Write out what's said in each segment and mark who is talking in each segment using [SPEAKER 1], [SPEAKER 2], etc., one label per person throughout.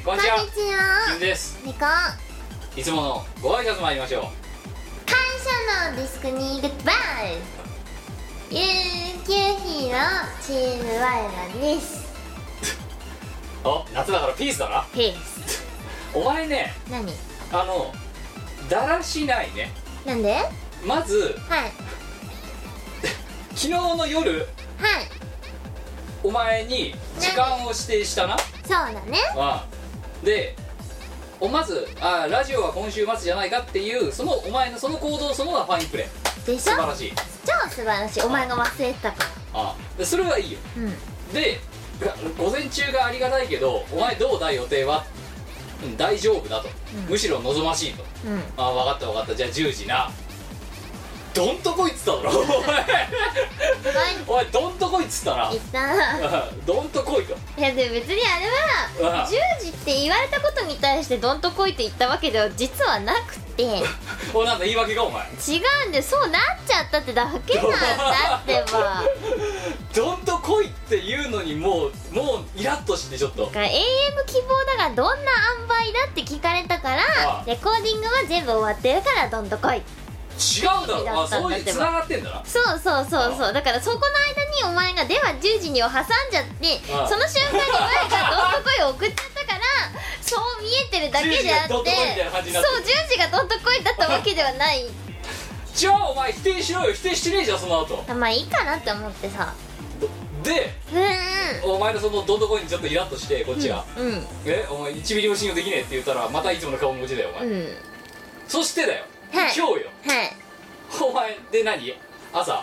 [SPEAKER 1] こんにちは。
[SPEAKER 2] こんにちは。
[SPEAKER 1] キムです。
[SPEAKER 2] ニコ。
[SPEAKER 1] いつものご挨拶参りましょう。
[SPEAKER 2] 感謝のディスクにグッバイ。琉球ヒーローチームワイラです
[SPEAKER 1] お、夏だからピースだな。
[SPEAKER 2] ピース。
[SPEAKER 1] お前ね、
[SPEAKER 2] 何
[SPEAKER 1] だらしないね。
[SPEAKER 2] なんで？はい
[SPEAKER 1] まず
[SPEAKER 2] はい
[SPEAKER 1] 昨日の夜お前に時間を指定したな。
[SPEAKER 2] そうだね。
[SPEAKER 1] でまずラジオは今週末じゃないかっていうそのお前のその行動そのものはファインプレー。
[SPEAKER 2] でしょ。
[SPEAKER 1] 素晴らしい。
[SPEAKER 2] 超素晴らしい。お前が忘れてたから
[SPEAKER 1] でそれはいいよ。で午前中がありがたいけどお前どうだ予定は、大丈夫だと、むしろ望ましいと、分かった分かった、じゃあ10時な。どんとこいっつっただろお前どんとこいっつったな。
[SPEAKER 2] 言ったな。
[SPEAKER 1] どんとこいと。
[SPEAKER 2] いやでも別にあれは10時って言われたことに対してどんとこいって言ったわけでは実はなくて
[SPEAKER 1] おなんだ言い訳かお前。
[SPEAKER 2] 違うんで、そうなっちゃったってだけなんだってば
[SPEAKER 1] どんとこいって言うのにもうイラッとしてちょっと。
[SPEAKER 2] だから AM 希望だからどんな塩梅だって聞かれたからレコーディングは全部終わってるからどんとこい。
[SPEAKER 1] 違うだろ。そういう繋がってんだな。
[SPEAKER 2] そうそうそうそう。だからそこの間にお前がでは10時にを挟んじゃってその瞬間に前がどんとこいを送っちゃったからそう見えてるだけであって、そう10時がどんとこいだったわけではない。
[SPEAKER 1] じゃあお前否定しろよ。否定してねえじゃんその後。
[SPEAKER 2] まあいいかなって思ってさ。
[SPEAKER 1] でお前のそのどんとこいにちょっとイラッとしてこっちがお前1ミリも信用できねえって言ったらまたいつもの顔持ちだよお前。そしてだよ今日よ。お前で何朝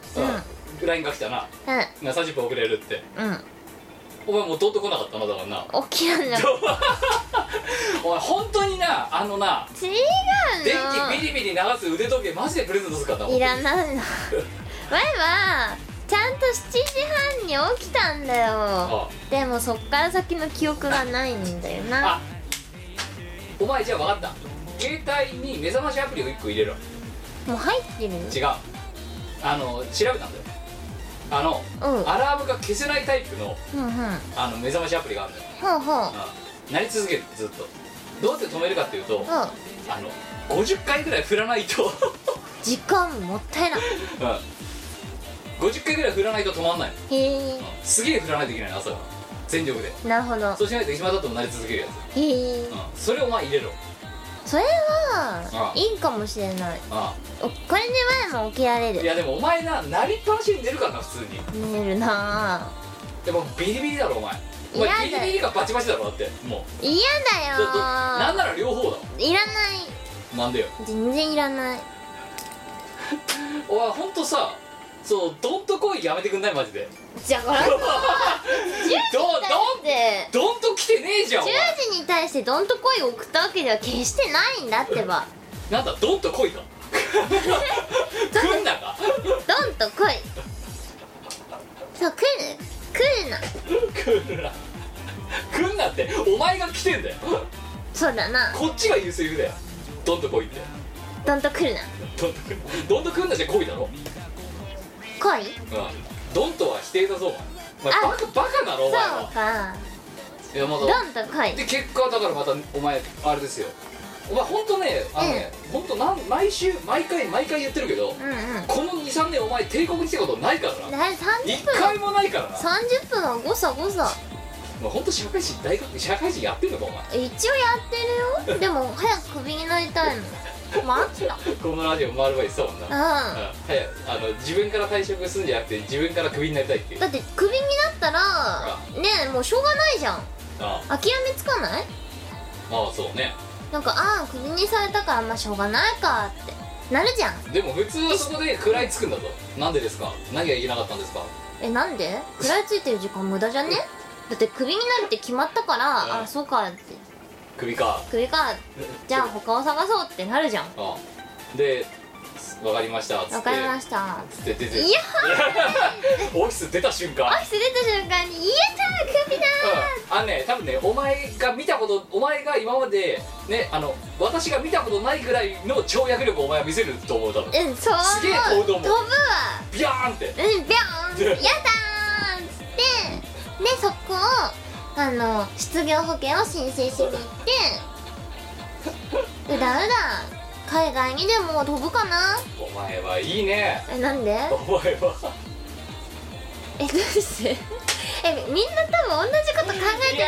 [SPEAKER 1] LINE が来たな。30分遅れるって。お前もうどんとこなかったな。だからな
[SPEAKER 2] 起きらんな
[SPEAKER 1] お前本当にな違うの電気ビリビリ流す腕時計マジでプレゼントするからな。
[SPEAKER 2] いらないの前はちゃんと7時半に起きたんだよ。でもそっから先の記憶がないんだよな。
[SPEAKER 1] お前じゃあ分かった。携帯に目覚ましアプリを1個入れろ。
[SPEAKER 2] もう入ってる。
[SPEAKER 1] 違う調べたんだよ。アラームが消せないタイプの目覚ましアプリがあるんだよ。鳴り続けるずっと。どうやって止めるかっていうと50回ぐらい振らないと
[SPEAKER 2] 時間もったいない。
[SPEAKER 1] 50回ぐらい振らないと止まんないの。
[SPEAKER 2] へえ。
[SPEAKER 1] すげえ振らないといけないの朝から全力で。なるほど。そうしないと暇だと鳴り続けるやつ。
[SPEAKER 2] へえ。
[SPEAKER 1] それをお前入れろ。
[SPEAKER 2] それはいいかもしれない。これで前も起きられる。
[SPEAKER 1] いやでもお前な鳴りっぱなしに寝るからな普通に。
[SPEAKER 2] 寝るな
[SPEAKER 1] でもビリビリだろお前。お前ビリビリがバチバチだろだってもう。
[SPEAKER 2] 嫌だよ
[SPEAKER 1] なんなら両方だ。
[SPEAKER 2] いらない。
[SPEAKER 1] なんでよ。
[SPEAKER 2] 全然いらない。
[SPEAKER 1] お前ほんとさどんとこいやめてくんないマジで。
[SPEAKER 2] じゃあこれ10時に対して
[SPEAKER 1] どんと来てねえじゃんお前。
[SPEAKER 2] 10時に対してどんとこいを送ったわけでは決してないんだってば。
[SPEAKER 1] なんだどんと来いか来んなか
[SPEAKER 2] どんと来い。そう来るな
[SPEAKER 1] 来んなってお前が来てんだよ。
[SPEAKER 2] そうだな。
[SPEAKER 1] こっちが言うセリフだよ。どんと来いって。
[SPEAKER 2] どんと来るな。
[SPEAKER 1] どんと来んなじゃ来いだろ。
[SPEAKER 2] 来い。
[SPEAKER 1] ドンとは否定だぞお前。バカだろお前は。
[SPEAKER 2] そうか。
[SPEAKER 1] いやまだ
[SPEAKER 2] ドンと来い。
[SPEAKER 1] で結果だからまたお前あれですよ。お前ほんとねほんと毎週毎回言ってるけどこの 2,3 年お前帝国に来たことないからな。1回もないからな。
[SPEAKER 2] 30分は誤差誤差。
[SPEAKER 1] ほんと社会人やってんのかお前。
[SPEAKER 2] 一応やってるよ。でも早くクビになりたいの。待った。
[SPEAKER 1] このラジオ回る前にそうもんな。自分から退職するんじゃなくて自分からクビになりたいっていう。
[SPEAKER 2] だってクビになったらねえもうしょうがないじゃん。諦めつかない？
[SPEAKER 1] そうね。
[SPEAKER 2] なんかクビにされたからまあしょうがないかってなるじゃん。
[SPEAKER 1] でも普通はそこで食らいつくんだぞ。なんでですか。何がいけなかったんですか。
[SPEAKER 2] なんで食らいついてる時間無駄じゃね？だってクビになるって決まったからそうかってクビかじゃあ他を探そうってなるじゃん。
[SPEAKER 1] で分かりましたっつって
[SPEAKER 2] 分かりました
[SPEAKER 1] つって出て
[SPEAKER 2] いや
[SPEAKER 1] オフィス出た瞬間
[SPEAKER 2] オフィス出た瞬間に「やったークビだー!」
[SPEAKER 1] 多分ねお前が今までね私が見たことないぐらいの跳躍力をお前は見せると思う多分。
[SPEAKER 2] そう
[SPEAKER 1] すげえ飛ぶと思う。
[SPEAKER 2] 飛ぶわ
[SPEAKER 1] ビャーンって
[SPEAKER 2] ビャーンやったーっつってでそこを失業保険を申請しに行ってうだうだ海外にでも飛ぶかな。
[SPEAKER 1] お前はいいね。
[SPEAKER 2] なんで？
[SPEAKER 1] お前は
[SPEAKER 2] どうしてみんな多分同じこと考えてると思う。
[SPEAKER 1] いや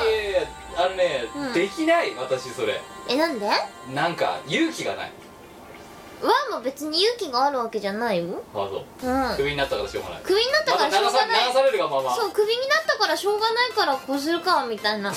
[SPEAKER 1] できない私それ。
[SPEAKER 2] なんで？
[SPEAKER 1] なんか勇気がない。
[SPEAKER 2] も別に勇気があるわけじゃないよ。
[SPEAKER 1] そう、クビになったからしょうがない。
[SPEAKER 2] クビになったからしょうがない。
[SPEAKER 1] 流されるがまま。
[SPEAKER 2] そう、クビになったからしょうがないからこうするかみたいな。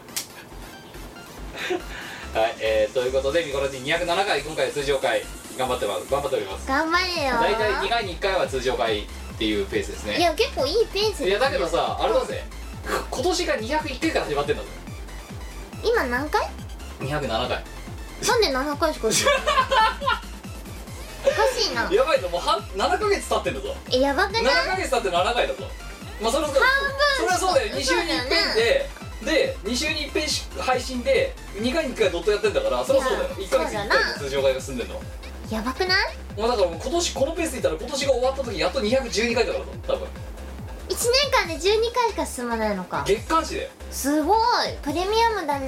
[SPEAKER 1] はい、ということでミコラジ207回、今回は通常回頑張っております。
[SPEAKER 2] 頑張れよ。
[SPEAKER 1] 大体2回に1回は通常回っていうペースですね。
[SPEAKER 2] いや結構いいペースですよ。
[SPEAKER 1] いやだけどさ、あれだぜ、今年が201回から始まってんだぞ。
[SPEAKER 2] 今何回
[SPEAKER 1] ？207回。なん
[SPEAKER 2] で7回しかしないおかしいな。
[SPEAKER 1] やばいぞ、もう7ヶ月経ってんだぞ。
[SPEAKER 2] やばくない？
[SPEAKER 1] 7ヶ月経って7回だぞ。まあそれはそうだよ。2週に1遍で2週に1遍配信で2回に1回ドットやってんだから、それはそうだよ。1ヶ月に1回で通常回が進んでんの。
[SPEAKER 2] やばくない？
[SPEAKER 1] まあだから今年このペースでいったら今年が終わった時やっと212回だから多分。
[SPEAKER 2] 1年間で12回しか進まないのか。
[SPEAKER 1] 月刊誌だよ。
[SPEAKER 2] すごいプレミアムだね。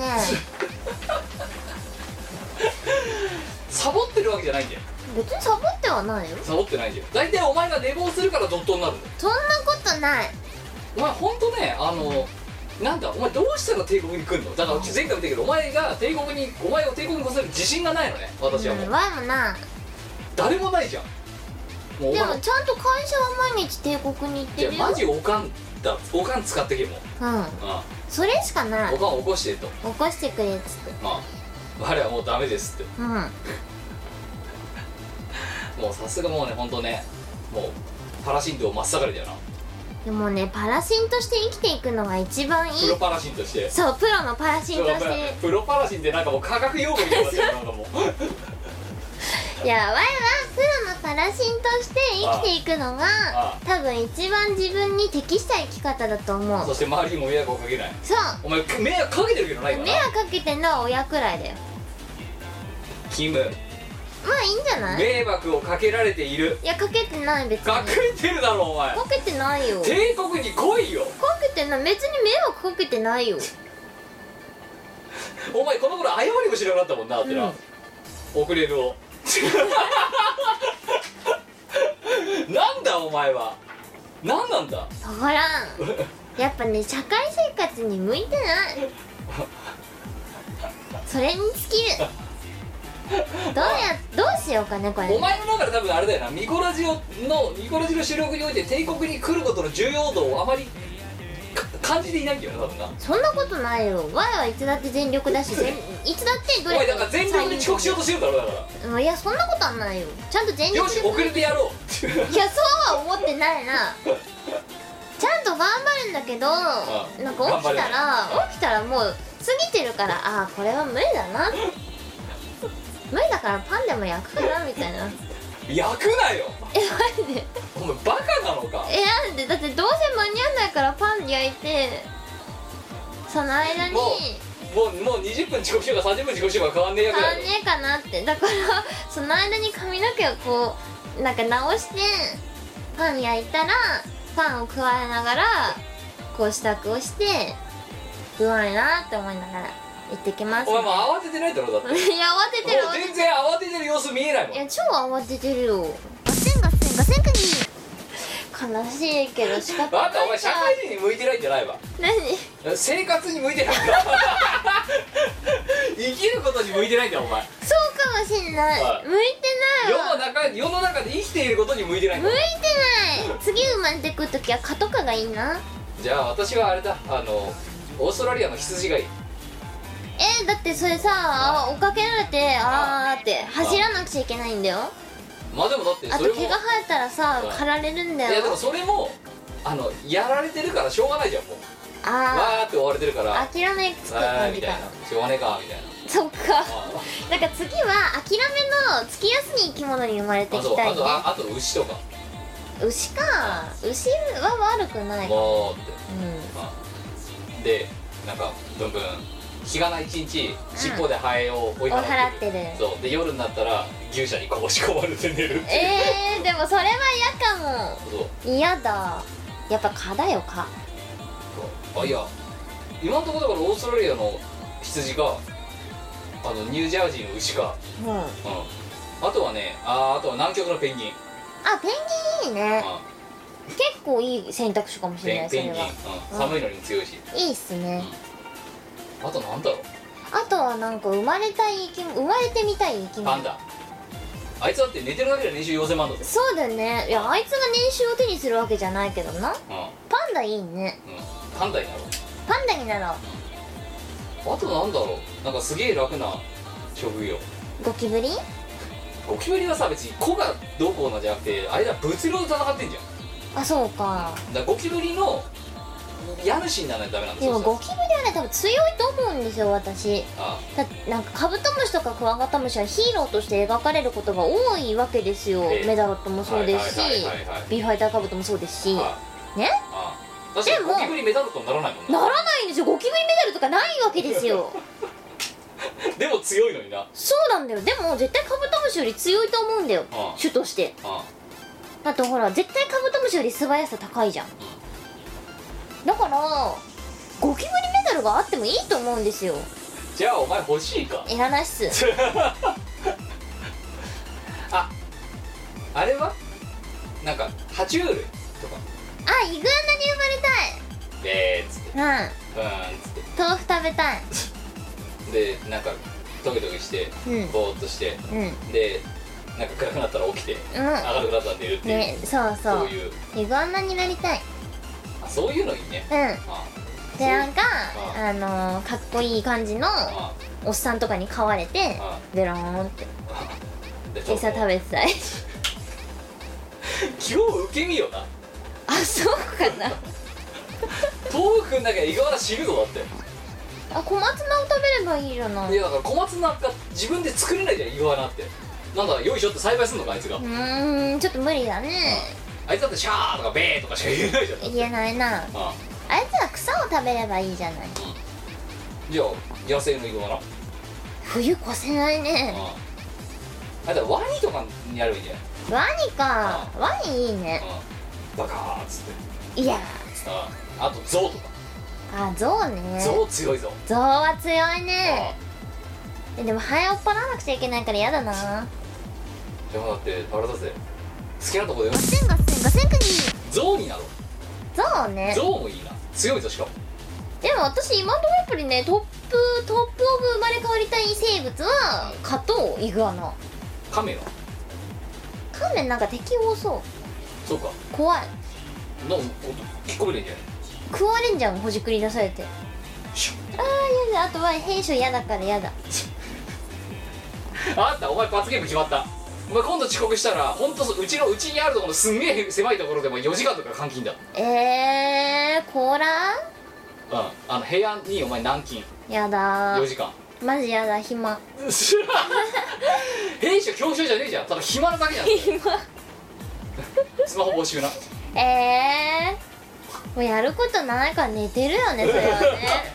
[SPEAKER 1] サボってるわけじゃないんだよ。
[SPEAKER 2] 別にサボってはないよ。
[SPEAKER 1] サボってないんだよ。大体お前が寝坊するからドットになるんだよ。
[SPEAKER 2] そんなことない。
[SPEAKER 1] お前ほんとね、なんだお前どうしたら帝国に来んの。だから前回も言ったけど、お前を帝国に越せる自信がないのね、私はもう。
[SPEAKER 2] わいもな。
[SPEAKER 1] 誰もないじゃん。もう
[SPEAKER 2] でもちゃんと会社は毎日帝国に行ってるよ。
[SPEAKER 1] いやマジおかん使ってけもう。
[SPEAKER 2] それしかない。
[SPEAKER 1] おかん起こしてと。
[SPEAKER 2] 起こしてくれっつって。
[SPEAKER 1] 我はもうダメですって。もうさすがもうね、ほんとね、もうパラシント真っ盛りだよな。
[SPEAKER 2] でもね、パラシンとして生きていくのが一番いい。
[SPEAKER 1] プロパラシンとして。
[SPEAKER 2] そう、プロのパラシンとして。
[SPEAKER 1] プロパラシンってなんかもう科学用語みたいになってる。なんかもう
[SPEAKER 2] いや、わいはプロのパラシンとして生きていくのが多分一番自分に適した生き方だと思う。
[SPEAKER 1] そして周りにも迷惑をかけない。
[SPEAKER 2] そう、
[SPEAKER 1] お前迷惑かけてるけどないかな。
[SPEAKER 2] 迷惑かけてんのは親くらいだよ。
[SPEAKER 1] キム、
[SPEAKER 2] まあいいんじゃない？
[SPEAKER 1] 迷惑をかけられている。
[SPEAKER 2] いや、かけてない別に。
[SPEAKER 1] かけてるだろお前。
[SPEAKER 2] かけてないよ。
[SPEAKER 1] 帝国に来いよ。
[SPEAKER 2] かけてない。別に迷惑かけてないよ。
[SPEAKER 1] お前この頃謝りもしなくなったもんなってな、遅れるをなんだお前は。なんなんだ。
[SPEAKER 2] 分からん。やっぱね、社会生活に向いてない。それに尽きる。どうしようかねこれ。
[SPEAKER 1] お前の中で多分あれだよな、ミコラジの収録において帝国に来ることの重要度をあまり感じていないんだよな多分な。
[SPEAKER 2] そんなことないよ。わいはいつだって全力だし、いつだってどれか。
[SPEAKER 1] お前だから全力で遅刻しようとしてるだろ。だから
[SPEAKER 2] いや、そんなことはないよ。ちゃんと全力で。
[SPEAKER 1] よし遅れてやろう。
[SPEAKER 2] いや、そうは思ってないな。ちゃんと頑張るんだけど、なんか起きたらもう過ぎてるから、ああこれは無理だな、無理だからパンでも焼くかなみたいな。
[SPEAKER 1] 焼くなよ。
[SPEAKER 2] マジで
[SPEAKER 1] お前バカなのか。
[SPEAKER 2] なんで、だってどうせ間に合わないからパン焼いて、その間に
[SPEAKER 1] もう20分遅刻しようが30分遅刻しようが変わんねえやぐらい。
[SPEAKER 2] 変わんねえかなって。だからその間に髪の毛をこうなんか直してパン焼いたら、パンを加えながらこう支度をしてうまいなって思いながら行ってきます。
[SPEAKER 1] お前もう慌ててないだろだって。
[SPEAKER 2] いや、慌ててる。
[SPEAKER 1] 全然慌ててる様子見えないもん。
[SPEAKER 2] いや、超慌ててるよ。ガセンガセン悲しいけど仕方ない。
[SPEAKER 1] あんたお前社会人に向いてないんじゃないわ。
[SPEAKER 2] 何？
[SPEAKER 1] 生活に向いてないんだ。生きることに向いてないんだお前。
[SPEAKER 2] そうかもしんない。向いてないわ。
[SPEAKER 1] 世の中で生きていることに向いてないんだ。
[SPEAKER 2] 向いてない。次生まれてくるときは蚊とかがいいな。
[SPEAKER 1] じゃあ私はあれだ、オーストラリアの羊がいい。
[SPEAKER 2] だってそれさ、追っかけられてって走らなくちゃいけないんだよ。
[SPEAKER 1] まあでもだってそれも
[SPEAKER 2] あと毛が生えたらさ、刈られるんだよ。
[SPEAKER 1] いやでもそれもやられてるからしょうがないじゃん。もうわーって追われてるから
[SPEAKER 2] 諦めつく感じか。
[SPEAKER 1] みたいな、しょうがねえかみたいな。
[SPEAKER 2] そっか。なんか次は諦めのつきやすい生き物に生まれていきたいね。
[SPEAKER 1] あと牛とか。
[SPEAKER 2] 牛か。牛は悪くない。
[SPEAKER 1] もうって、でなんかブンブン日がない一日尻尾でハエを追い払ってる。そうで夜になったら牛舎にこぼし込まれて寝るっていう。
[SPEAKER 2] でもそれは嫌かも。嫌だ。やっぱ蚊だよ蚊。
[SPEAKER 1] いや今のところだからオーストラリアの羊かニュージャージーの牛か、あとはねあとは南極のペンギン。
[SPEAKER 2] あ、ペンギンいいね。結構いい選択肢かもしれない。
[SPEAKER 1] ペンギン、寒いのに強いし
[SPEAKER 2] いいっすね。
[SPEAKER 1] あとなんだろう。
[SPEAKER 2] あとはなんか生まれてみたい生き物。
[SPEAKER 1] パンダ。あいつだって寝てるだけで年収4000万だぞ。
[SPEAKER 2] そうだね。いや、あいつが年収を手にするわけじゃないけどな。パンダいいね。
[SPEAKER 1] パンダになろう。
[SPEAKER 2] パンダになろ
[SPEAKER 1] う。あとなんだろう。なんかすげえ楽な職業。
[SPEAKER 2] ゴキブリ？
[SPEAKER 1] ゴキブリはさ別に子がどうこうなんじゃなくてあれだ物量で戦ってんじゃん。
[SPEAKER 2] あ、そうか。
[SPEAKER 1] だからゴキブリの家主にならないとダメなんですよ。
[SPEAKER 2] でもゴキブリはね多分強いと思うんですよ私。なんかカブトムシとかクワガタムシはヒーローとして描かれることが多いわけですよ。メダロットもそうですし、ビーファイターカブトもそうですしね。
[SPEAKER 1] 確かにゴキブリメダロットにならないもんな。
[SPEAKER 2] ならないんですよ。ゴキブリメダルとかないわけですよ。
[SPEAKER 1] でも強いのにな。
[SPEAKER 2] そうなんだよ。でも絶対カブトムシより強いと思うんだよ、種として。あとほら絶対カブトムシより素早さ高いじゃん。だからゴキブリメダルがあってもいいと思うんですよ。
[SPEAKER 1] じゃあお前欲しいか。
[SPEAKER 2] いらないっす。
[SPEAKER 1] あれはなんか爬虫類とか。
[SPEAKER 2] あ、イグアナに生まれたい。
[SPEAKER 1] っつって
[SPEAKER 2] つって
[SPEAKER 1] 豆
[SPEAKER 2] 腐食べたい。
[SPEAKER 1] でなんかトゲトゲして、ぼーっとして、でなんか暗くなったら起きて、明るくなったら寝るっていう、
[SPEAKER 2] ね、そう
[SPEAKER 1] いう
[SPEAKER 2] イグアナになりたい。
[SPEAKER 1] そういうのいいね。
[SPEAKER 2] でなんかかっこいい感じのおっさんとかに飼われてベローンって餌食べてたい。
[SPEAKER 1] 今日受け身よな。
[SPEAKER 2] あ、そうかな。
[SPEAKER 1] 豆腐くんだけイグアナ死ぬぞだって。
[SPEAKER 2] あ、小松菜を食べればいいじゃない。
[SPEAKER 1] いやだから小松菜が自分で作れないじゃんイグアナって。なんだよいしょって栽培するのかあいつが。
[SPEAKER 2] ちょっと無理だね。
[SPEAKER 1] あいつだってシャーとかベーとかしか言えないじゃん。
[SPEAKER 2] 言えないな。あいつは草を食べればいいじゃない。
[SPEAKER 1] じゃあ野生のイグアナ
[SPEAKER 2] 冬越せないね。
[SPEAKER 1] あいつはワニとかにやればいいんじゃない。
[SPEAKER 2] ワニか。ワニいいね。
[SPEAKER 1] バカーっつって
[SPEAKER 2] いや
[SPEAKER 1] あとゾウとか。
[SPEAKER 2] あ、ゾウね。
[SPEAKER 1] ゾウ強いぞ。
[SPEAKER 2] ゾウは強いね。でもハエを追っ払わなくちゃいけないから嫌だな。
[SPEAKER 1] でもだってあれだぜ、好きなとこで
[SPEAKER 2] ガセンガセンクニ
[SPEAKER 1] ゾウになろう。
[SPEAKER 2] ゾウね。
[SPEAKER 1] ゾウもいいな。強いぞしかも。
[SPEAKER 2] でも私今のところやっぱりねトップオブ生まれ変わりたい生物は蚊とイグアナ。
[SPEAKER 1] カメは
[SPEAKER 2] カメなんか敵多そう。
[SPEAKER 1] そうか。
[SPEAKER 2] 怖い。
[SPEAKER 1] 引っ込めるんじゃない。
[SPEAKER 2] 食われんじゃん、ほじくり出されて。あーやだ。あとは兵所嫌だから嫌だ。
[SPEAKER 1] あんたお前罰ゲーム決まった。お前今度遅刻したら本当うちにあるところのすんげえ狭いところでも4時間とか監禁だ。
[SPEAKER 2] コラ
[SPEAKER 1] 部屋にお前軟禁。
[SPEAKER 2] やだ
[SPEAKER 1] 4時間。
[SPEAKER 2] マジやだ。暇。
[SPEAKER 1] 兵所強襲じゃねえじゃん。ただ暇なだけじゃん。
[SPEAKER 2] 暇。
[SPEAKER 1] スマホ没収な。
[SPEAKER 2] もうやることないから寝てるよねそれはね。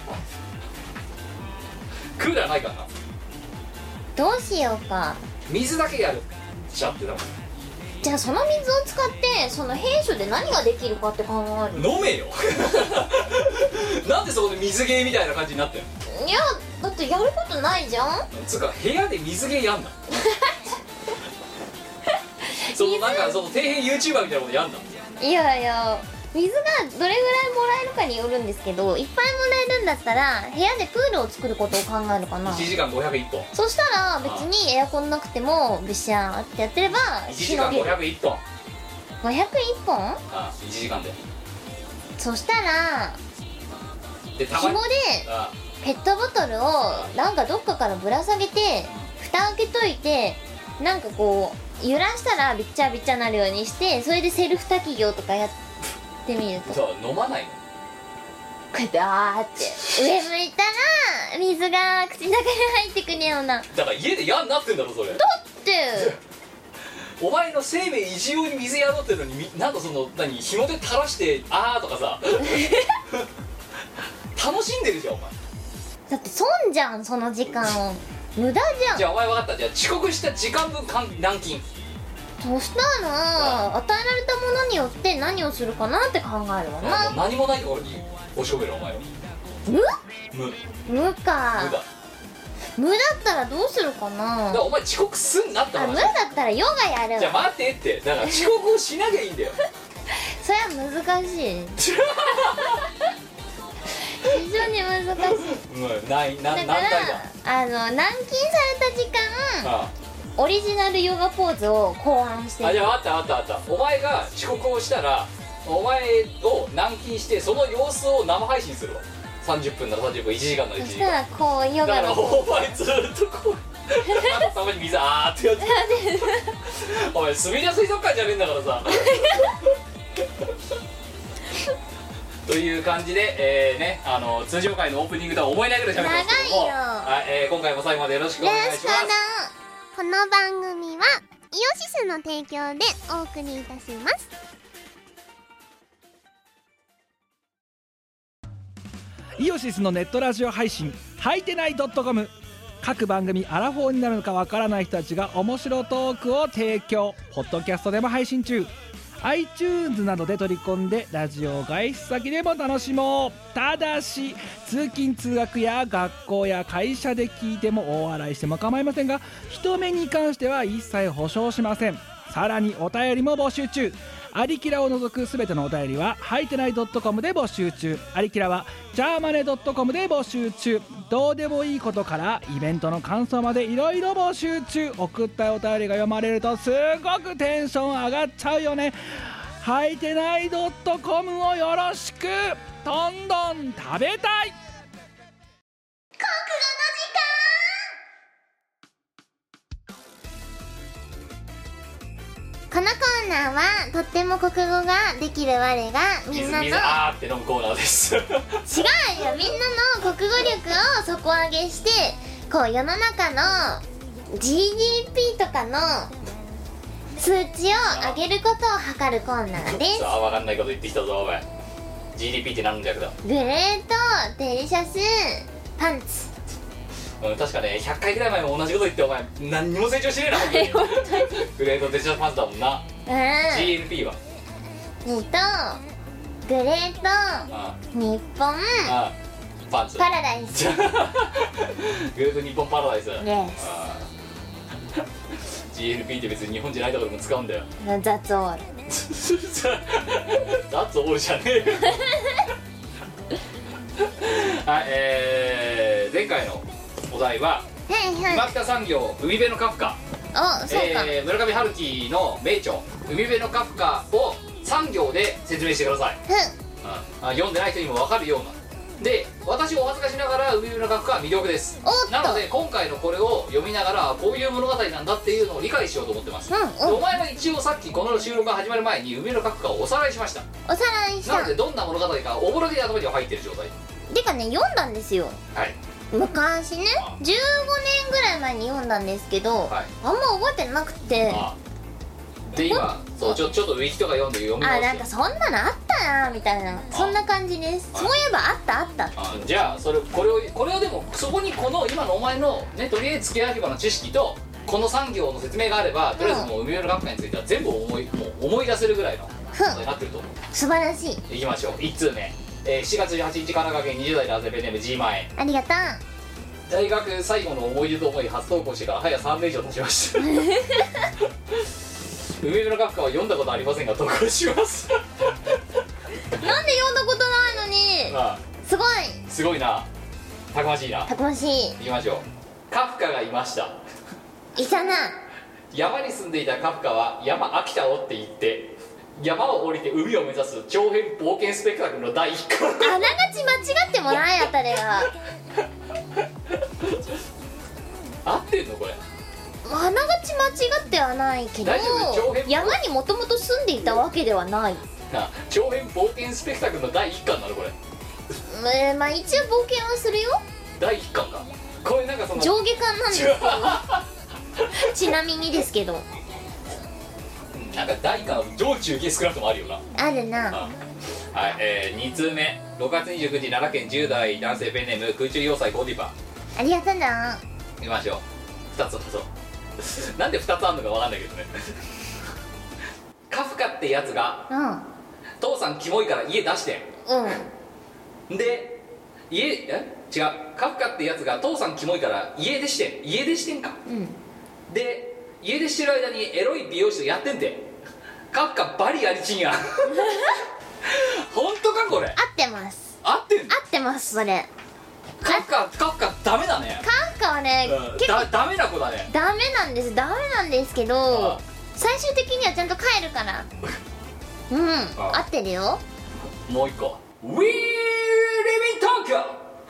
[SPEAKER 1] クーラーないからな。
[SPEAKER 2] どうしようか。
[SPEAKER 1] 水だけやるしちゃってだもん。
[SPEAKER 2] じゃあその水を使ってその兵所で何ができるかって考える。
[SPEAKER 1] 飲めよ。なんでそこで水芸みたいな感じになってんの。
[SPEAKER 2] いやだってやることないじゃん。
[SPEAKER 1] つうか部屋で水芸やんな。そのなんかその底辺 YouTuber みたいなことやんな。
[SPEAKER 2] いやいや水がどれぐらいもらえるかによるんですけど、いっぱいもらえるんだったら部屋でプールを作ることを考えるかな。
[SPEAKER 1] 1時間501本。
[SPEAKER 2] そしたら別にエアコンなくてもビシャーってやってれば
[SPEAKER 1] 1時間501本。
[SPEAKER 2] 501本
[SPEAKER 1] 1時間で。
[SPEAKER 2] そしたら
[SPEAKER 1] でたまに
[SPEAKER 2] 紐でペットボトルをなんかどっかからぶら下げて蓋開けといて、なんかこう揺らしたらびっちゃびっちゃなるようにして、それでセルフ滝行とかやってみると。
[SPEAKER 1] そう飲まないの。
[SPEAKER 2] こうやってあーって上向いたら水が口の中に入ってくるような。
[SPEAKER 1] だから家で嫌になってんだろそれ。だ
[SPEAKER 2] って
[SPEAKER 1] お前の生命維持用に水やろうってのになんかその紐で垂らしてあーとかさ楽しんでるじゃんお前。
[SPEAKER 2] だって損じゃんその時間を。無駄じゃん。
[SPEAKER 1] じゃあお前分かった。じゃあ遅刻した時間分軟禁。
[SPEAKER 2] そしたら与えられたものによって何をするかなって考えるわな。
[SPEAKER 1] 何もないところに押し込めるお前は。
[SPEAKER 2] 無か。
[SPEAKER 1] 無だ。
[SPEAKER 2] 無だったらどうするかな。
[SPEAKER 1] だからお前遅刻すんなって話。
[SPEAKER 2] 無だったらヨガやるわ。
[SPEAKER 1] じゃあ待ってって、だから遅刻をしなきゃいいんだよ
[SPEAKER 2] それは難しい非常に難しい。だから軟禁された時間、オリジナルヨガポーズを考案してる。
[SPEAKER 1] じゃああったお前が遅刻をしたらお前を軟禁してその様子を生配信するわ。30分なら30分、1時間なら1時間。そした
[SPEAKER 2] らこうヨガの
[SPEAKER 1] だからお前ずっとこうたまに水あーってやってお前墨田水族館じゃねえんだからさという感じで、通常回のオープニングとは思えないぐらい喋ってますけども、今回も最後までよろしくお願いします。
[SPEAKER 3] この番組はイオシスの提供でお送りいたします。
[SPEAKER 4] イオシスのネットラジオ配信はいてない .com、 各番組アラフォーになるのかわからない人たちが面白トークを提供。ポッドキャストでも配信中。 iTunes などで取り込んでラジオ外出先でも楽しもう。ただし通勤通学や学校や会社で聞いても大笑いしても構いませんが、人目に関しては一切保証しません。さらにお便りも募集中。アリキラを除くすべてのお便りははいてない .com で募集中。アリキラはジャーマネ .com で募集中。どうでもいいことからイベントの感想までいろいろ募集中。送ったお便りが読まれるとすごくテンション上がっちゃうよね。はいてない .com をよろしく。どんどん食べたい。
[SPEAKER 3] このコーナーはとっても国語ができる我がみんなの
[SPEAKER 1] 水あーって飲むコーナーです違うよ、
[SPEAKER 3] みんなの国語力を底上げして、こう世の中の GDP とかの数値を上げることを測るコーナーです。
[SPEAKER 1] さあ分かんないこと言ってきたぞお前。 GDP って何の略だ。
[SPEAKER 3] グレートデリシャスパンツ。
[SPEAKER 1] 確かね100回ぐらい前も同じこと言ってお前何にも成長してねえな本当にグレートデジタルパンツだもんな。GNP は
[SPEAKER 3] グレート日本
[SPEAKER 1] パンツ
[SPEAKER 3] パラダイス
[SPEAKER 1] グレート日本パラダイス GNP って別に日本じゃないところでも使うんだよ。
[SPEAKER 3] ザッツオール
[SPEAKER 1] ザッツオールじゃねえはい、前回のお題は今北産業海辺のカフカ、村上春樹の名著海辺のカフカを3行で説明してください。読んでない人にも分かるようなで、私お恥ずかしながら海辺のカフカは魅力です。なので今回のこれを読みながらこういう物語なんだっていうのを理解しようと思ってます。でお前が一応さっきこの収録が始まる前に海辺のカフカをおさらいしました。
[SPEAKER 3] おさらいした。
[SPEAKER 1] なのでどんな物語かおぼろげで頭には入ってる状態
[SPEAKER 3] てかね、読んだんですよ。
[SPEAKER 1] はい
[SPEAKER 3] 昔ね、15年ぐらい前に読んだんですけど、あんま覚えてなくて。
[SPEAKER 1] で今そうちょっとウィキとか読んで読み直して、
[SPEAKER 3] なんかそんなのあったなみたいな、そんな感じです。そういえばあった
[SPEAKER 1] じゃあこれをでもそこにこの今のお前のね、とりあえず付け焼き場の知識とこの産業の説明があれば、とりあえずもう海辺の学科については全部思い出せるぐらいのことになってると思う。
[SPEAKER 3] 素晴らしい。
[SPEAKER 1] いきましょう。1通目、7月18日神奈川県20代男性ペンネーム G マエン。
[SPEAKER 3] ありがとう。
[SPEAKER 1] 大学最後の思い出と思い初投稿してから早3年以上経ちました海辺のカフカは読んだことありませんが投稿しますなんで
[SPEAKER 3] 読んだことないのにすごい
[SPEAKER 1] な、たくましいな。
[SPEAKER 3] たくましい。
[SPEAKER 1] いきましょう。カフカがいました。
[SPEAKER 3] いたな。
[SPEAKER 1] 山に住んでいたカフカは山飽きたおって言って山を降りて海を目指す長編冒険スペクタクルの第一巻。
[SPEAKER 3] あながち間違ってもないあたりが
[SPEAKER 1] 合ってんのこれ。
[SPEAKER 3] あながち間違ってはないけど、山にもともと住んでいたわけではない
[SPEAKER 1] な。長編冒険スペクタクルの第一巻なのこれ。
[SPEAKER 3] まあ一応冒険はするよ。
[SPEAKER 1] 第一巻か。これなんかその
[SPEAKER 3] 上下巻なんですけどちなみにですけど、
[SPEAKER 1] なんか第一巻の上中下少なくともあるよな。
[SPEAKER 3] あるな。
[SPEAKER 1] はい、2通目、6月29日奈良県10代男性ペンネーム空中要塞ゴディバ。
[SPEAKER 3] ありがとうな。
[SPEAKER 1] いきましょう。2つなんで2つあるのか分かんないけどねカフカってやつが、父さんキモいから家出してん、で違う、カフカってやつが父さんキモいから家出してんか、で家出してる間にエロい美容師やってんて、カフカバリアリチンや本当かこれ。
[SPEAKER 3] 合ってます、
[SPEAKER 1] 合ってんの？
[SPEAKER 3] 合ってます。それ
[SPEAKER 1] カフカダメだね。
[SPEAKER 3] カフカはね、結構
[SPEAKER 1] ダメな子だね。
[SPEAKER 3] ダメなんですけど、最終的にはちゃんと帰るから合ってるよ。
[SPEAKER 1] もう一個 We live in Tokyo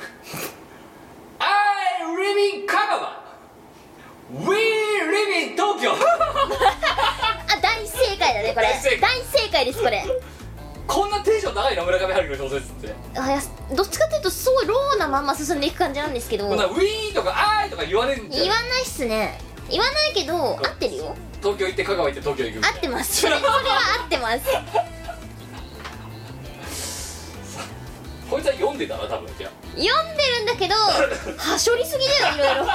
[SPEAKER 1] I live in 香川 We live in Tokyo
[SPEAKER 3] あ、大正解だねこれ。大正解ですこれ。
[SPEAKER 1] こんなテンション高いの村上春樹の小説って。
[SPEAKER 3] どっちかっていうとすごいローなまんま進んでいく感じなんですけど、
[SPEAKER 1] こんな We とか I とか言われるんじゃん。
[SPEAKER 3] 言わないっすね。言わないけど合ってるよ。
[SPEAKER 1] 東京行って香川行って東京行くみたいな。
[SPEAKER 3] 合ってます。それは合ってます
[SPEAKER 1] こいつは読んでたな多分。じゃ
[SPEAKER 3] 読んでるんだけどはしょりすぎだよいろいろ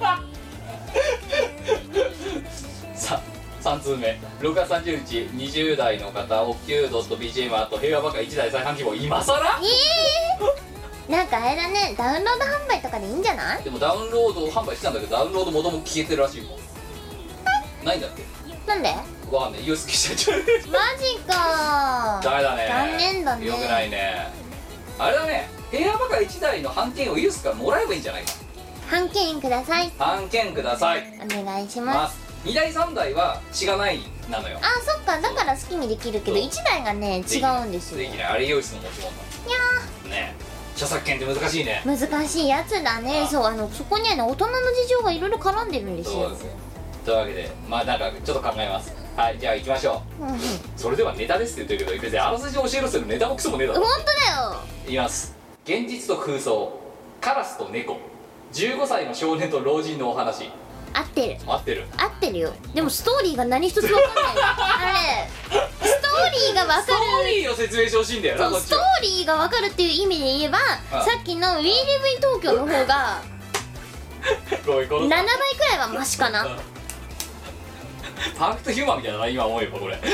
[SPEAKER 1] さあ3通目6月30日20代の方おっきゅう .bgm あと平和バカ1台再販希望。今さら
[SPEAKER 3] なんかあれだね、ダウンロード販売とかでいいんじゃない？
[SPEAKER 1] でもダウンロード販売してたんだけどダウンロード元も消えてるらしいもん。ないんだって。
[SPEAKER 3] なんで？
[SPEAKER 1] わかんない。イオス消しちゃっちゃう
[SPEAKER 3] マジか
[SPEAKER 1] ダメだね。
[SPEAKER 3] 残念だね。
[SPEAKER 1] よくないね。あれだね、平和バカ1台の半券をイオスからもらえばいいんじゃないか。
[SPEAKER 3] 半券ください。
[SPEAKER 1] 半券ください。
[SPEAKER 3] お願いします。
[SPEAKER 1] 2台3台はしがないなのよ。
[SPEAKER 3] あ、そっか、だから好きにできるけど1台がね違うんですよ。
[SPEAKER 1] できない。あれイオスの持ち物なの。ねえ、著作権って難しいね。
[SPEAKER 3] 難しいやつだね。そう、そこにはね大人の事情がいろいろ絡んでるんですよ。
[SPEAKER 1] そうです。というわけでまあなんかちょっと考えます。はい、じゃあ行きましょう。それではネタですって言ってるけど別にあらすじを教えろってネタもクソもねえだろ。
[SPEAKER 3] 本当だよ。
[SPEAKER 1] いきます。現実と空想、カラスと猫、15歳の少年と老人のお話。
[SPEAKER 3] 合ってる
[SPEAKER 1] 合ってる
[SPEAKER 3] 合ってるよ。でもストーリーが何一つ分かんないあれストーリーが分かる。
[SPEAKER 1] ストーリーを説明してほしいんだよな。
[SPEAKER 3] そう、ストーリーが分かるっていう意味で言えばさっきの We Live in Tokyo の方が7倍くらいはマシかな。
[SPEAKER 1] パーフェクトヒューマンみたいだな今思えばこれ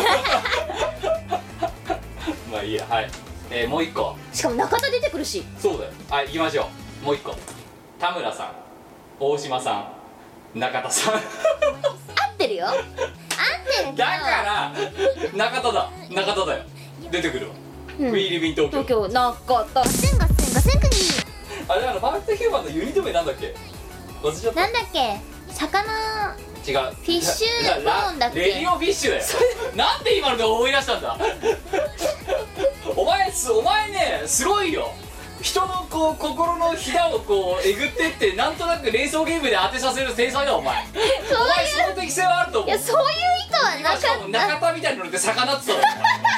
[SPEAKER 1] まあいいや。はい、もう一個。
[SPEAKER 3] しかも中田出てくるし。
[SPEAKER 1] そうだよ。はい、行きましょう。もう一個。田村さん、大島さん、中田さん合
[SPEAKER 3] ってるよ。合ってるけど
[SPEAKER 1] だから中田だよ。出てくるわ。We live in Tokyo。
[SPEAKER 3] 東京中田ガセンガセンクニ
[SPEAKER 1] あれパーフェクトヒューマンのユニット名なんだっけ。忘れちゃった。
[SPEAKER 3] なんだっけ、魚
[SPEAKER 1] 違う、
[SPEAKER 3] フィッシュボーンだっけ。
[SPEAKER 1] レディオフィッシュだよなんで今ので思い出したんだお前ねすごいよ。人のこう心のひだをこうえぐってってなんとなく連想ゲームで当てさせる天才だお前。お前その適性はあると思う。
[SPEAKER 3] いや、そういう意図はなかった。
[SPEAKER 1] 今中田みたいなので魚って言った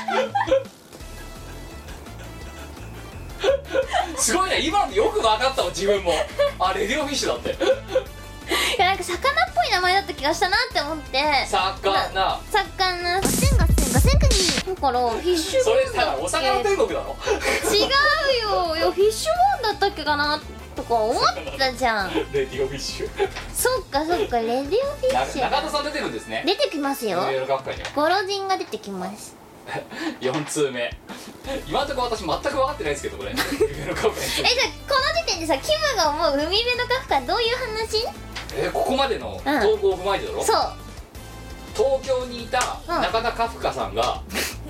[SPEAKER 1] のすごいね。今のでよく分かったわ自分も。あ、レディオフィッシュだって
[SPEAKER 3] いや、なんか魚っぽい名前だった気がしたなって思って。
[SPEAKER 1] 魚
[SPEAKER 3] ガセンガセンクニだからフィッシュボ
[SPEAKER 1] それ
[SPEAKER 3] ーンだっけ。
[SPEAKER 1] お魚天国だろ
[SPEAKER 3] 違うよ。いや、フィッシュボーンだったっけかなとか思ったじゃん
[SPEAKER 1] レディオフィッシュ
[SPEAKER 3] そっかレディオフィッシュ
[SPEAKER 1] 中田さん出てるんですね。
[SPEAKER 3] 出てきますよ。
[SPEAKER 1] メール学会には
[SPEAKER 3] ゴロジンが出てきます
[SPEAKER 1] 4通目今のところ私全く分かってないですけどこれ夢のカフカについて
[SPEAKER 3] じゃあこの時点でさ、キムが思う海辺のカフカどういう話？
[SPEAKER 1] ここまでの投稿を踏まえてだろ、
[SPEAKER 3] そう、
[SPEAKER 1] 東京にいた中田カフカさんが、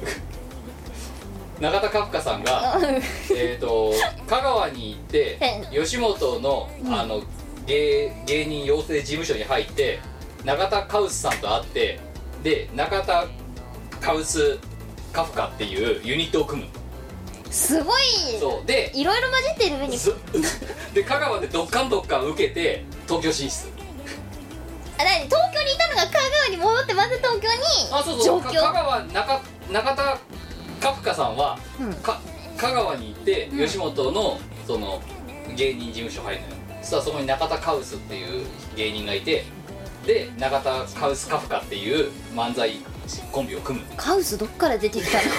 [SPEAKER 1] 中田カフカさんが香川に行って吉本の芸人養成事務所に入って中田カウスさんと会って、で中田カウスカフカっていうユニットを組む。
[SPEAKER 3] すごい。
[SPEAKER 1] そうで
[SPEAKER 3] いろいろ混じってる上に
[SPEAKER 1] で香川でドッカン受けて東京進出。
[SPEAKER 3] 東京にいたのが香川に戻ってまず東京に
[SPEAKER 1] そう香川中田カフカさんは、香川に行って吉本のその芸人事務所入るのよ。そしたらそこに中田カウスっていう芸人がいて、で中田カウスカフカっていう漫才コンビを組む。
[SPEAKER 3] カウスどっから出てきたの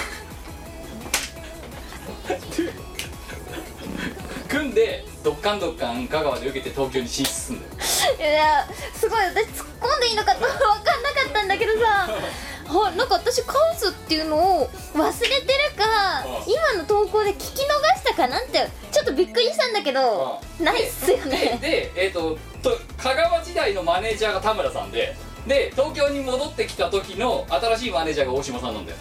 [SPEAKER 1] 組んでドッカン香川で受けて東京に進出するんだよ
[SPEAKER 3] いや、すごい。私突っ込んでいいのか分かんなかったんだけどさなんか私カウスっていうのを忘れてるか今の投稿で聞き逃したかなんてちょっと
[SPEAKER 2] びっくりしたんだけど、ないっすよね。
[SPEAKER 1] で香川時代のマネージャーが田村さんで東京に戻ってきた時の新しいマネージャーが大島さんなんだよ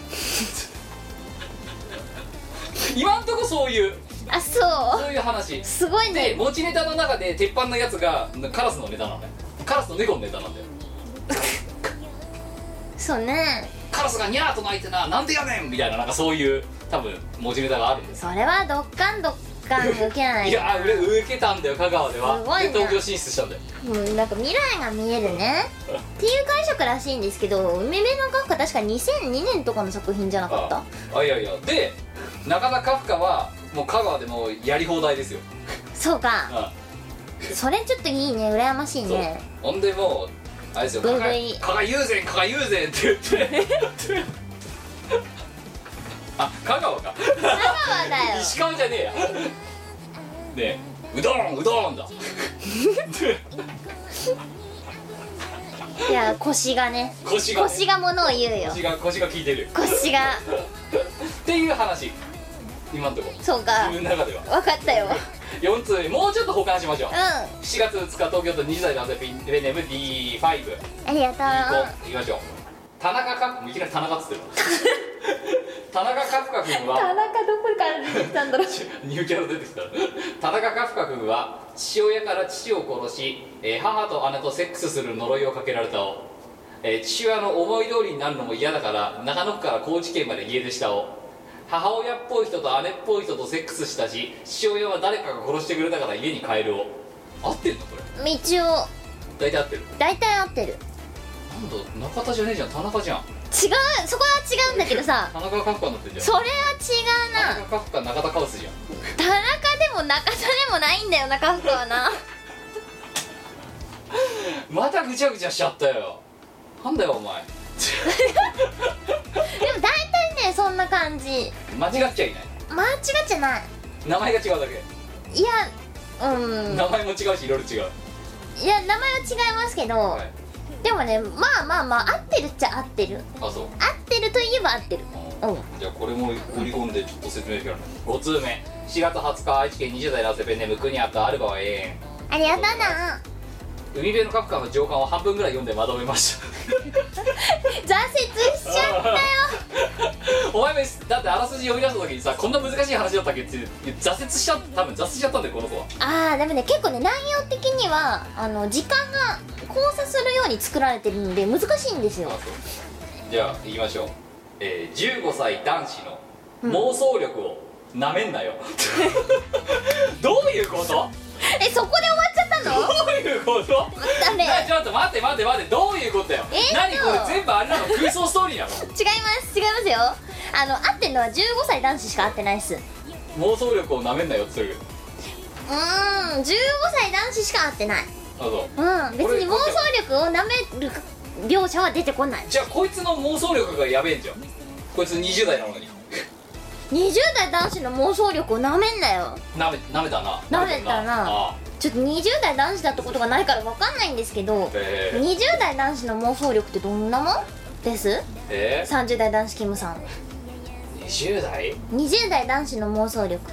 [SPEAKER 1] 今んとこそういうそういう話
[SPEAKER 2] すごいね。
[SPEAKER 1] で持ちネタの中で鉄板のやつがカラスのネタなんだよ。カラスと猫のネタなんだよ
[SPEAKER 2] そうね。
[SPEAKER 1] カラスがニャーと鳴いてなんでやねんみたいな、なんかそういう多分持ちネタがあるんです。
[SPEAKER 2] それはどっかん受けない
[SPEAKER 1] いや受けたんだよ香川では。
[SPEAKER 2] すごいね。
[SPEAKER 1] で東京進出したんだよ。
[SPEAKER 2] なんか未来が見えるねっていう解釈らしいんですけど、海辺のカフカ確か2002年とかの作品じゃなかった？
[SPEAKER 1] いやで中田カフカはもう香川でもやり放題ですよ。
[SPEAKER 2] そうか。それちょっといいね、羨ましいね。
[SPEAKER 1] ほんでもうあれですよ、加賀友禅って言ってあ、香川か。
[SPEAKER 2] 香川だよ。
[SPEAKER 1] 石川じゃねえやねえ、うどんだ
[SPEAKER 2] いや、腰がね、腰がものを言うよ。
[SPEAKER 1] 腰が効いてる
[SPEAKER 2] 腰が
[SPEAKER 1] っていう話、今んとこ
[SPEAKER 2] そうか、
[SPEAKER 1] 自分の中では
[SPEAKER 2] 分かったよ。
[SPEAKER 1] 4通目もうちょっと保管しましょう。
[SPEAKER 2] うん。
[SPEAKER 1] 7月2日東京都20代男性ペンネーム D5
[SPEAKER 2] ありがとう。
[SPEAKER 1] いきましょう。田中カフカ、いきなり田中っつってる田中カフカ君は
[SPEAKER 2] 田中どこから出てきたんだろう
[SPEAKER 1] ニューキャラ出てきた田中カフカ君は父親から父を殺し、母と姉とセックスする呪いをかけられたを、父親の思い通りになるのも嫌だから中野区から高知県まで家出したを、母親っぽい人と姉っぽい人とセックスしたし父親は誰かが殺してくれたから家に帰るを。合ってんのこれ？
[SPEAKER 2] 一応
[SPEAKER 1] 大体合ってる。
[SPEAKER 2] 大体合ってる。
[SPEAKER 1] なんだ中田じゃねえじゃん、田中じゃん。
[SPEAKER 2] 違う、そこは違うんだけどさ
[SPEAKER 1] 田中カフカになってんじゃん。
[SPEAKER 2] それは違うな。
[SPEAKER 1] 田中カフカ中田カウスじゃん。
[SPEAKER 2] 田中でも中田でもないんだよな、カフカはな
[SPEAKER 1] またぐちゃぐちゃしちゃったよ。なんだよお前
[SPEAKER 2] でも大体ね、そんな感じ。
[SPEAKER 1] 間違っちゃいない。
[SPEAKER 2] 間違っちゃない。
[SPEAKER 1] 名前が違うだけ。
[SPEAKER 2] いや、
[SPEAKER 1] 名前も違うしいろいろ違う。
[SPEAKER 2] いや、名前は違いますけど、
[SPEAKER 1] はい、
[SPEAKER 2] でもね、まあ合ってるっちゃ合ってる。
[SPEAKER 1] あ、そう。
[SPEAKER 2] 合ってるといえば合ってる。
[SPEAKER 1] じゃあこれも売り込んでちょっと説明してからね。5通目4月20日愛知県20代男性ペンネーム国あるばは永遠。
[SPEAKER 2] ありがとうな。
[SPEAKER 1] 海辺のカフカの上巻を半分ぐらい読んでまとめました
[SPEAKER 2] 挫折しちゃったよ
[SPEAKER 1] お前もだってあらすじ読み出した時にさ、こんな難しい話だったっけって挫折しちゃったんだよこの子は。
[SPEAKER 2] でもね、結構ね、内容的には時間が交差するように作られてるんで難しいんですよ。
[SPEAKER 1] じゃあ行きましょう。15歳男子の妄想力をなめんなよ、どういうこと？
[SPEAKER 2] そこで終わっちゃったの？
[SPEAKER 1] どういうこと？ちょっと待ってどういうことよ。何これ全部あれなの？空想ストーリーなの？
[SPEAKER 2] 違いますよ。合ってるのは15歳男子しか合ってないっす。
[SPEAKER 1] 妄想力をなめんなよっていう。
[SPEAKER 2] 15歳男子しか合ってない。
[SPEAKER 1] あ、そう。
[SPEAKER 2] 別に妄想力をなめる描写は出てこない。
[SPEAKER 1] じゃあこいつの妄想力がやべえんじゃん。こいつ20代なのに
[SPEAKER 2] 20代男子の妄想力をなめんなよ。
[SPEAKER 1] なめたな。
[SPEAKER 2] ちょっと20代男子だったことがないから分かんないんですけど、20代男子の妄想力ってどんなもんです？ 30代男子キムさん。
[SPEAKER 1] 20
[SPEAKER 2] 代男子の妄想力。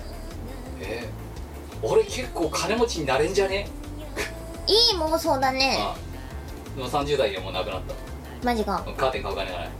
[SPEAKER 1] 俺結構金持ちになれんじゃね？
[SPEAKER 2] いい妄想だね。
[SPEAKER 1] でも30代にはもうなくなった。
[SPEAKER 2] マジか。
[SPEAKER 1] カーテン買う金がない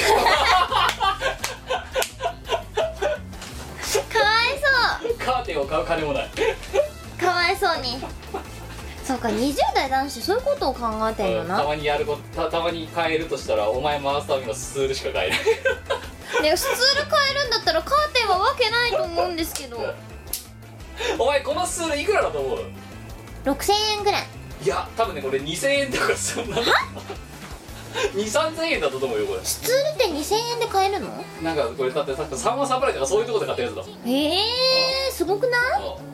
[SPEAKER 2] かわいそう。
[SPEAKER 1] カーテンを買う金もない
[SPEAKER 2] かわいそうに。そうか、20代男子そういうことを考えてるのな。
[SPEAKER 1] たまにたまに買えるとしたらお前回すためのスツールしか買えない
[SPEAKER 2] ね、スツール買えるんだったらカーテンはわけないと思うんですけど
[SPEAKER 1] お前このスツールいくらだと思う
[SPEAKER 2] ？6000円ぐらい。
[SPEAKER 1] いや、多分ねこれ2000円とかそんな2,3000円だと思うよこれ。
[SPEAKER 2] スツールって2000円で買えるの？
[SPEAKER 1] なんかこれだってさっきサンマサプライとかそういうとこで買ったやつだ。
[SPEAKER 2] すごくない？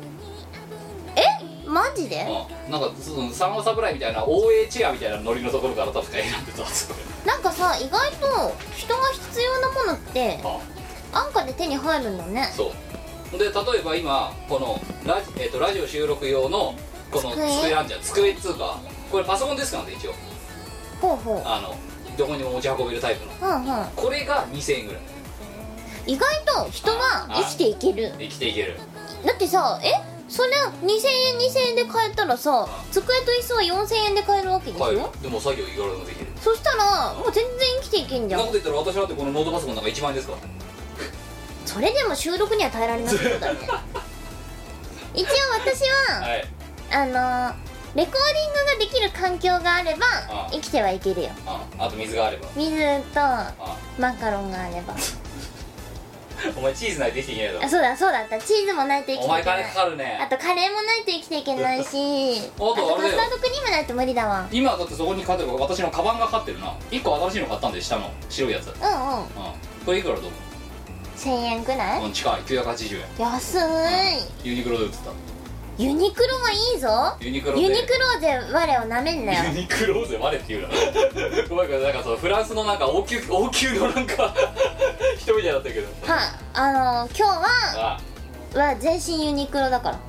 [SPEAKER 2] マジで？
[SPEAKER 1] なんかサンマサプライみたいな OA チェアみたいなノリのところから確か選んでた。
[SPEAKER 2] なんかさ、意外と人が必要なものって安価で手に入るんだね。
[SPEAKER 1] そうで、例えば今このラジオ収録用のこの机あんじゃん。机っつうかこれパソコンですからね一応。どこにも持ち運べるタイプの、これが2000円ぐらい。
[SPEAKER 2] 意外と人は生きていける。
[SPEAKER 1] 生きていける。
[SPEAKER 3] だってさ、それは2000円で買えたらさ、机と椅子は4000円で買えるわけでしょ。
[SPEAKER 1] でも作業いくらでもできる。
[SPEAKER 3] そしたらもう全然生きていけんじゃん。
[SPEAKER 1] そんなこと言ったら私だってこのノートパソコンなんか1万円ですから。
[SPEAKER 3] それでも収録には耐えられなそうだね。一応私は、
[SPEAKER 1] はい、
[SPEAKER 3] レコーディングができる環境があれば生きてはいけるよ。
[SPEAKER 1] あと水があれば、
[SPEAKER 3] 水とマカロンがあれば。
[SPEAKER 1] お前チーズないと生きていけないだろ。
[SPEAKER 3] あ、そうだそうだった、チーズもないと生きていけない。
[SPEAKER 1] お前金かかるね。
[SPEAKER 3] あとカレーもないと生きていけないし
[SPEAKER 1] あと
[SPEAKER 3] カスタードクリームないと無理だわ。
[SPEAKER 1] 今だってそこにかかってる私のカバンがかかってるな。1個新しいの買ったんで、下の白いやつ。
[SPEAKER 3] うん
[SPEAKER 1] これいくらだと思う
[SPEAKER 3] 1000円くらい。
[SPEAKER 1] 近い、980円。
[SPEAKER 3] 安い。
[SPEAKER 1] ユニクロで売ってた。
[SPEAKER 3] ユニクロはいいぞ。
[SPEAKER 1] ユニクロで
[SPEAKER 3] ユニクローゼ我をなめんなよ。
[SPEAKER 1] ユニクローゼ我って言うな。ごめんなんかそのフランスのなんか王宮のなんか人みたいだったけど。
[SPEAKER 3] はい、今日は全身ユニクロだから。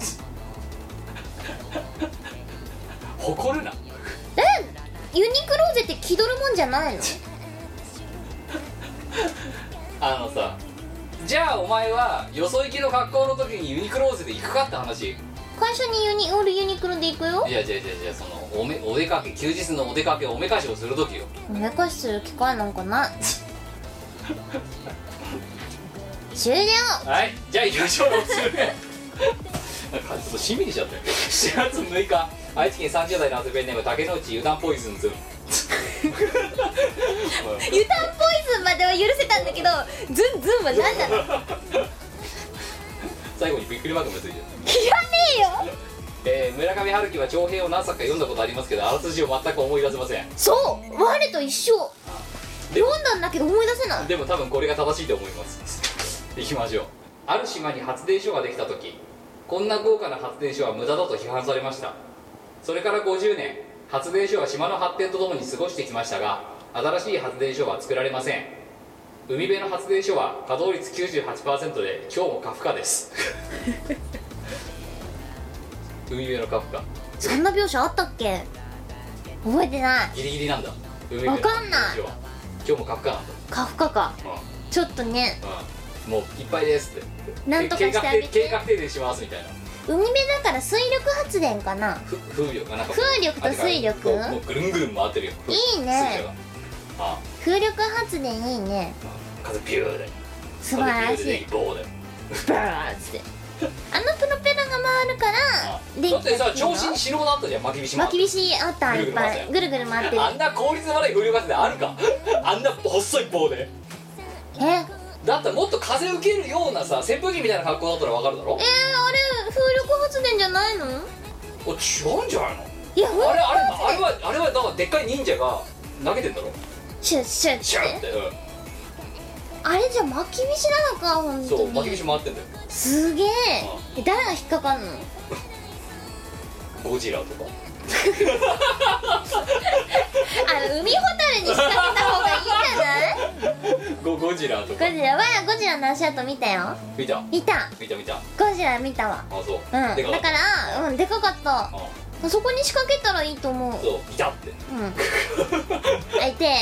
[SPEAKER 1] 誇るな。
[SPEAKER 3] ユニクローゼって気取るもんじゃないの？
[SPEAKER 1] さ、じゃあお前はよそ行きの格好の時にユニクローゼで行くかって話。
[SPEAKER 3] 会社に俺ユニクロで行くよ。
[SPEAKER 1] いやそのお出かけ、休日のお出かけ、おめかしをする時よ。
[SPEAKER 3] おめかしする機会なんかない。終了。
[SPEAKER 1] はい、じゃあ行きましょう。6つ目なんかちょっとしんみりしちゃったよ。7月6日愛知県30代の遊びネーム竹之内油断ポイズンズン。
[SPEAKER 3] 油断ポイズンまでは許せたんだけど、ズンズンは何なの？
[SPEAKER 1] 最後にびっくりマークもついてる。
[SPEAKER 3] いらねえよ。
[SPEAKER 1] 村上春樹は長編を何作か読んだことありますけど、あらすじを全く思い出せません。
[SPEAKER 3] そう、我と一緒。読んだんだけど思い出せない。
[SPEAKER 1] でも多分これが正しいと思います。いきましょう。ある島に発電所ができた時、こんな豪華な発電所は無駄だと批判されました。それから50年、発電所は島の発展とともに過ごしてきましたが、新しい発電所は作られません。海辺の発電所は稼働率 98% で今日もカフカです。海辺のカフカ、
[SPEAKER 3] そんな描写あったっけ？覚えてない。
[SPEAKER 1] ギリギリなんだ。海辺の発電所は今日もカフカなんだ。
[SPEAKER 3] カフカか、ちょっとね、
[SPEAKER 1] もういっぱいですって
[SPEAKER 3] なんとかしてあげて。
[SPEAKER 1] 計画停電しますみたいな。
[SPEAKER 3] 海辺だから水力発電かな。
[SPEAKER 1] 風力なんか
[SPEAKER 3] 風力と水力、
[SPEAKER 1] もうぐるんぐるん回ってるよ。
[SPEAKER 3] いいね。風力発電いいね。
[SPEAKER 1] 風ビューで
[SPEAKER 3] 素晴らしい。
[SPEAKER 1] 棒で
[SPEAKER 3] バーッってプロペラが回るから
[SPEAKER 1] だってさ、調子に死ぬほどあったじゃん。巻き
[SPEAKER 3] 菱あった。いっぱいぐるぐる回ってる。
[SPEAKER 1] あんな効率の悪い風力発電あるか。あんな細い棒で。だったらもっと風受けるようなさ、扇風機みたいな格好だったら分かるだろ。
[SPEAKER 3] あれ風力発電じゃないの？
[SPEAKER 1] 違うんじゃないの？
[SPEAKER 3] いや、
[SPEAKER 1] あれはだからでっかい忍者が投げてんだろ。
[SPEAKER 3] シュッシュッ
[SPEAKER 1] シュッって、
[SPEAKER 3] あれじゃ巻き菱なのか。ほんとに
[SPEAKER 1] そう、巻き菱回ってんだよ。
[SPEAKER 3] すげえ。誰が引っかかんの？
[SPEAKER 1] ゴジラとか。
[SPEAKER 3] 海ホタルに仕掛けた方がいいんじゃない？
[SPEAKER 1] ゴジラとか。
[SPEAKER 3] ゴジラの足跡見たよ。
[SPEAKER 1] 見た。
[SPEAKER 3] ゴジラ見たわ。
[SPEAKER 1] あ、そう。
[SPEAKER 3] だからでかかった。そこに仕掛けたらいいと思う。
[SPEAKER 1] そう、いたって。
[SPEAKER 3] あいて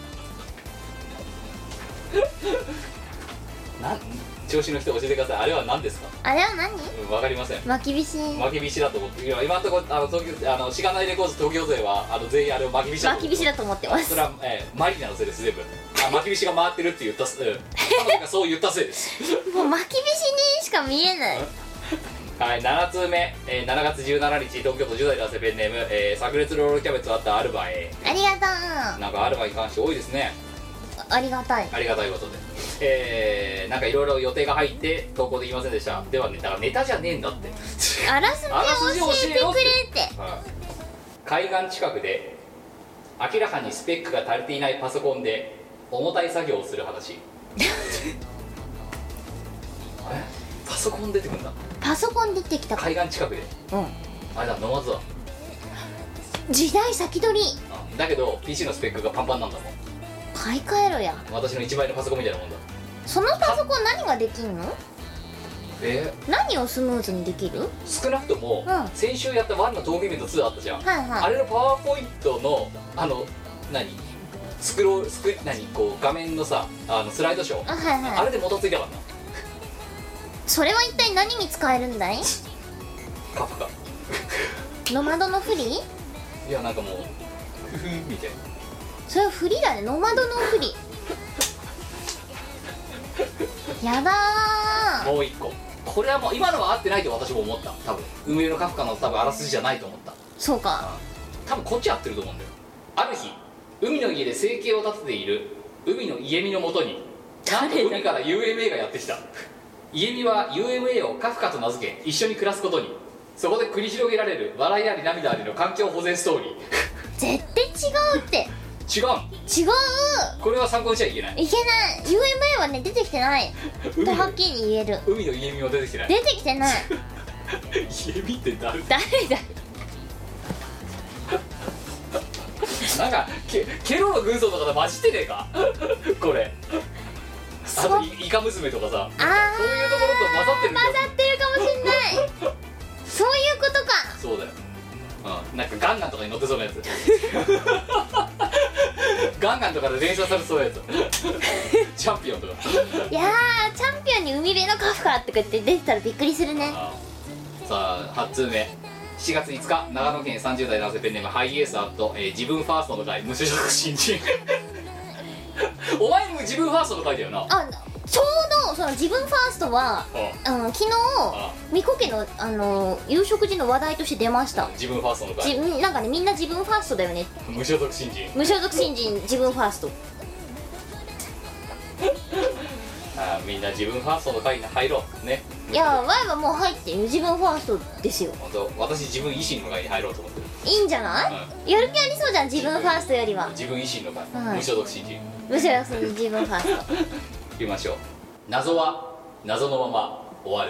[SPEAKER 1] 調子の人教えてください。あれは何ですか？
[SPEAKER 3] あれは何？
[SPEAKER 1] わかりません。
[SPEAKER 3] 巻き菱
[SPEAKER 1] だと思って。今のところしがないレコーズ東京勢は全員あれを巻き菱だと思って
[SPEAKER 3] ます。
[SPEAKER 1] それはマリナのせいです。全部巻き菱が回ってるって言った彼女がそう言ったせいです。
[SPEAKER 3] もう巻き菱にしか見えない。
[SPEAKER 1] はい、7通目、7月17日東京都10代男性ペンネーム、炸裂ロールキャベツあったアルバへ。
[SPEAKER 3] ありがとう。
[SPEAKER 1] なんかアルバに関して多いですね。
[SPEAKER 3] ありがたい
[SPEAKER 1] ことで、なんかいろいろ予定が入って投稿できませんでした。ではね、だからネタじゃねえんだって。
[SPEAKER 3] あらすじ教えてくれって。
[SPEAKER 1] 海岸近くで明らかにスペックが足りていないパソコンで重たい作業をする話。パソコン出てくるんだ。
[SPEAKER 3] パソコン出てきた。
[SPEAKER 1] 海岸近くで。あれだ、ノマズだ。
[SPEAKER 3] 時代先取り。
[SPEAKER 1] だけど PC のスペックがパンパンなんだもん。
[SPEAKER 3] 買い替えろや。
[SPEAKER 1] 私の1倍のパソコンみたいなもんだ。
[SPEAKER 3] そのパソコン何ができんの？何をスムーズにできる？
[SPEAKER 1] 少なくとも、先週やった1のトークイベント2あったじゃん。あれのパワーポイントのこう画面のさ、スライドショー、あれでもたついたからな。
[SPEAKER 3] それは一体何に使えるんだい？
[SPEAKER 1] カフカ。
[SPEAKER 3] ノマドのフリ？
[SPEAKER 1] いやなんかもうふふんみたいな。
[SPEAKER 3] それはフリだね、ノマドのフリ。やだー。
[SPEAKER 1] もう一個、これはもう今のは合ってないと私も思った。多分海辺のカフカの多分あらすじじゃないと思った。
[SPEAKER 3] そうか。
[SPEAKER 1] 多分こっち合ってると思うんだよ。ある日海の家で生計を立てている海の家見のもとになんと海から UMA がやってきた。家見は UMA をカフカと名付け一緒に暮らすことに。そこで繰り広げられる笑いあり涙ありの環境保全ストーリー。
[SPEAKER 3] 絶対違うって。
[SPEAKER 1] 違う。
[SPEAKER 3] 違う。
[SPEAKER 1] これは参考にしちゃいけない。
[SPEAKER 3] いけない。 UMA はね出てきてないとはっきり言える。
[SPEAKER 1] 海の家見も出てきてない。
[SPEAKER 3] 出てきてない。
[SPEAKER 1] 家見って誰
[SPEAKER 3] 誰だ。
[SPEAKER 1] なんかケロの軍曹とかで混じってねえかこれ。あとイカ娘とかさ、そういうところと混ざってる。
[SPEAKER 3] 混ざってるかもしんない。そういうことか。
[SPEAKER 1] そうだよ。なんかガンガンとかに乗ってそうなやつ。ガンガンとかで連射されそうなやつ。チャンピオンとか。
[SPEAKER 3] いやー、チャンピオンに海辺のカフカとか言って出てたらびっくりするね。
[SPEAKER 1] さあ8通目、7月5日、長野県30代男性ペンネームハイエースアット、自分ファーストの会無所属新人。お前にも自分ファーストの会だよな。
[SPEAKER 3] あ、ちょうどその自分ファーストは昨日みこ家の夕食時の話題として出ました。
[SPEAKER 1] 自分ファーストの会。
[SPEAKER 3] なんかね、みんな自分ファーストだよね。
[SPEAKER 1] 無所属新人。
[SPEAKER 3] 無所属新人自分ファースト。
[SPEAKER 1] みんな自分ファーストの会に入ろうね。
[SPEAKER 3] いや、ワイはもう入ってる。自分ファーストですよ。
[SPEAKER 1] 本当、私自分維新の会に入ろうと思ってる。
[SPEAKER 3] いいんじゃない、やる気ありそうじゃん、自分ファーストよりは。
[SPEAKER 1] 自分維新の会、
[SPEAKER 3] はい
[SPEAKER 1] 無所属新人。
[SPEAKER 3] むしろその自分ファースト。
[SPEAKER 1] 行きましょう。謎は謎のまま終わる。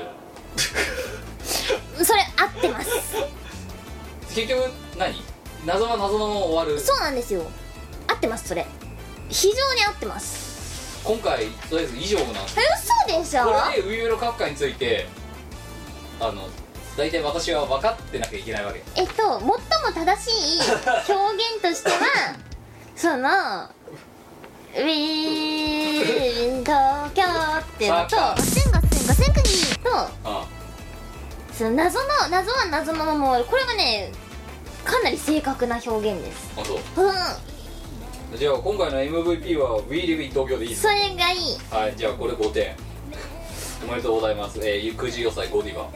[SPEAKER 3] それ合ってます。
[SPEAKER 1] 結局何、謎は謎のまま終わる。
[SPEAKER 3] そうなんですよ、合ってます。それ非常に合ってます。
[SPEAKER 1] 今回とりあえず以上なんです。
[SPEAKER 3] 嘘でしょ。
[SPEAKER 1] これで海辺のカフカについて大体私は分かってなきゃいけないわけ。
[SPEAKER 3] 最も正しい表現としてはそのウィーン東京っていうのとガセンガセンガセンクニーとその謎は謎のまま終わる。これがねかなり正確な表現です。
[SPEAKER 1] あ、そう。
[SPEAKER 3] うん。
[SPEAKER 1] じゃあ今回の MVP は We Live in 東京でいいですか。
[SPEAKER 3] それがいい。
[SPEAKER 1] はい、じゃあこれ5点。おめでとうございます。くじ予済5ディバ。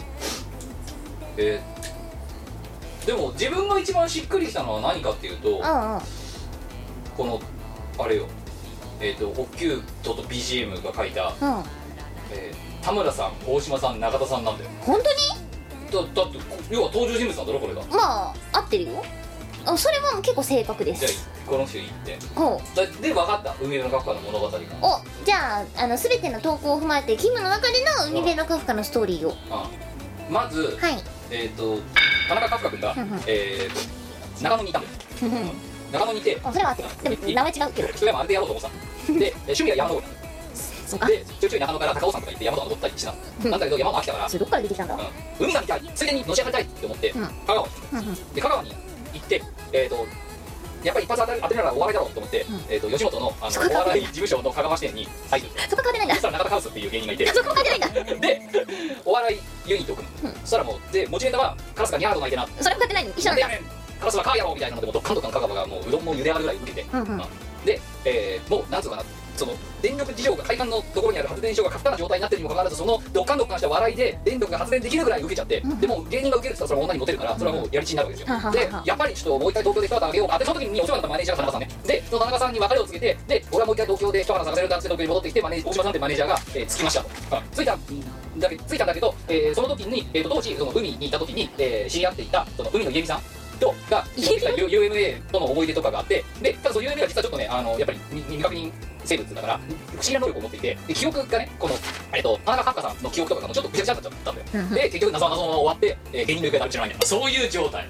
[SPEAKER 1] でも自分が一番しっくりきたのは何かっていうと、このあれよ、おっきゅうと BGM が書いた、田村さん、大島さん、中田さんなんだよ。
[SPEAKER 3] 本当に？
[SPEAKER 1] だって要は登場人物なんだろこれが。
[SPEAKER 3] まあ合ってるよ。それは結構正確で
[SPEAKER 1] じゃ
[SPEAKER 3] す。
[SPEAKER 1] あこの人言って
[SPEAKER 3] ほ
[SPEAKER 1] で分かった。海辺のカフカの物語が。
[SPEAKER 3] じゃあ全ての投稿を踏まえてキムの中での海辺のカフカのストーリーを。
[SPEAKER 1] まず、
[SPEAKER 3] はい。
[SPEAKER 1] 田中カフカ君が長野にいたんだよ。長野にいて、
[SPEAKER 3] それは合ってる。でも名前違うけど。
[SPEAKER 1] それはまるでやろうと思ってた。で趣味は山登りなんだよ。
[SPEAKER 3] そうか。
[SPEAKER 1] でちょいちょい中野から高尾山とか行って山とか登ったりしたなんだけど、山も飽きたから
[SPEAKER 3] それどっから出てきたんだ。
[SPEAKER 1] 海が見たい、ついでにのし上がりたいって思って香川に行く。で香川に行ってやっぱり一発当てながらお笑いだろうと思って吉本のお笑い事務所の香川支店に入る。
[SPEAKER 3] そこ変わってないんだ。
[SPEAKER 1] そしたら中田カウスっていう芸人がいて、
[SPEAKER 3] そこ変わってないんだ。
[SPEAKER 1] でお笑いユニットを組む。そしたらもうで持ちネタはカラスがニャーと鳴いてな、
[SPEAKER 3] それ変わってないの。一緒なんだ。
[SPEAKER 1] カラスはカーやろうみたいなのでもうドッカンドカン香川がもううどんも茹で上がるぐらい受けて、でもうなんつうかな、その電力事情が海岸のところにある発電所が過負荷な状態になってるにもかかわらず、そのドッカンドッカンした笑いで電力が発電できるぐらい受けちゃって、でも芸人が受けるって言ったらそれは女にモテるから、それはもうやりちになるわけですよ。でやっぱりちょっともう一回東京で一肌あげようかって、その時にお世話になったマネージャーが田中さんね。でその田中さんに別れを告げて、で俺はもう一回東京で一肌探せるんだって東京に戻ってきて、大島さんってマネージャーが着きましたと。着いたんだけど、その時に、当時その海にいた時に、知り合っていたその海の家見さんがUMA との思い出とかがあって、でただその UMA が実はちょっとねやっぱり未確認生物だから不思議な能力を持っていて、で記憶がねこの田中カフカさんの記憶とかがちょっとぐちゃぐちゃになっちゃったんだよ。で結局謎は謎のまま終わって芸人の行方が知らないんだよ。そういう状態。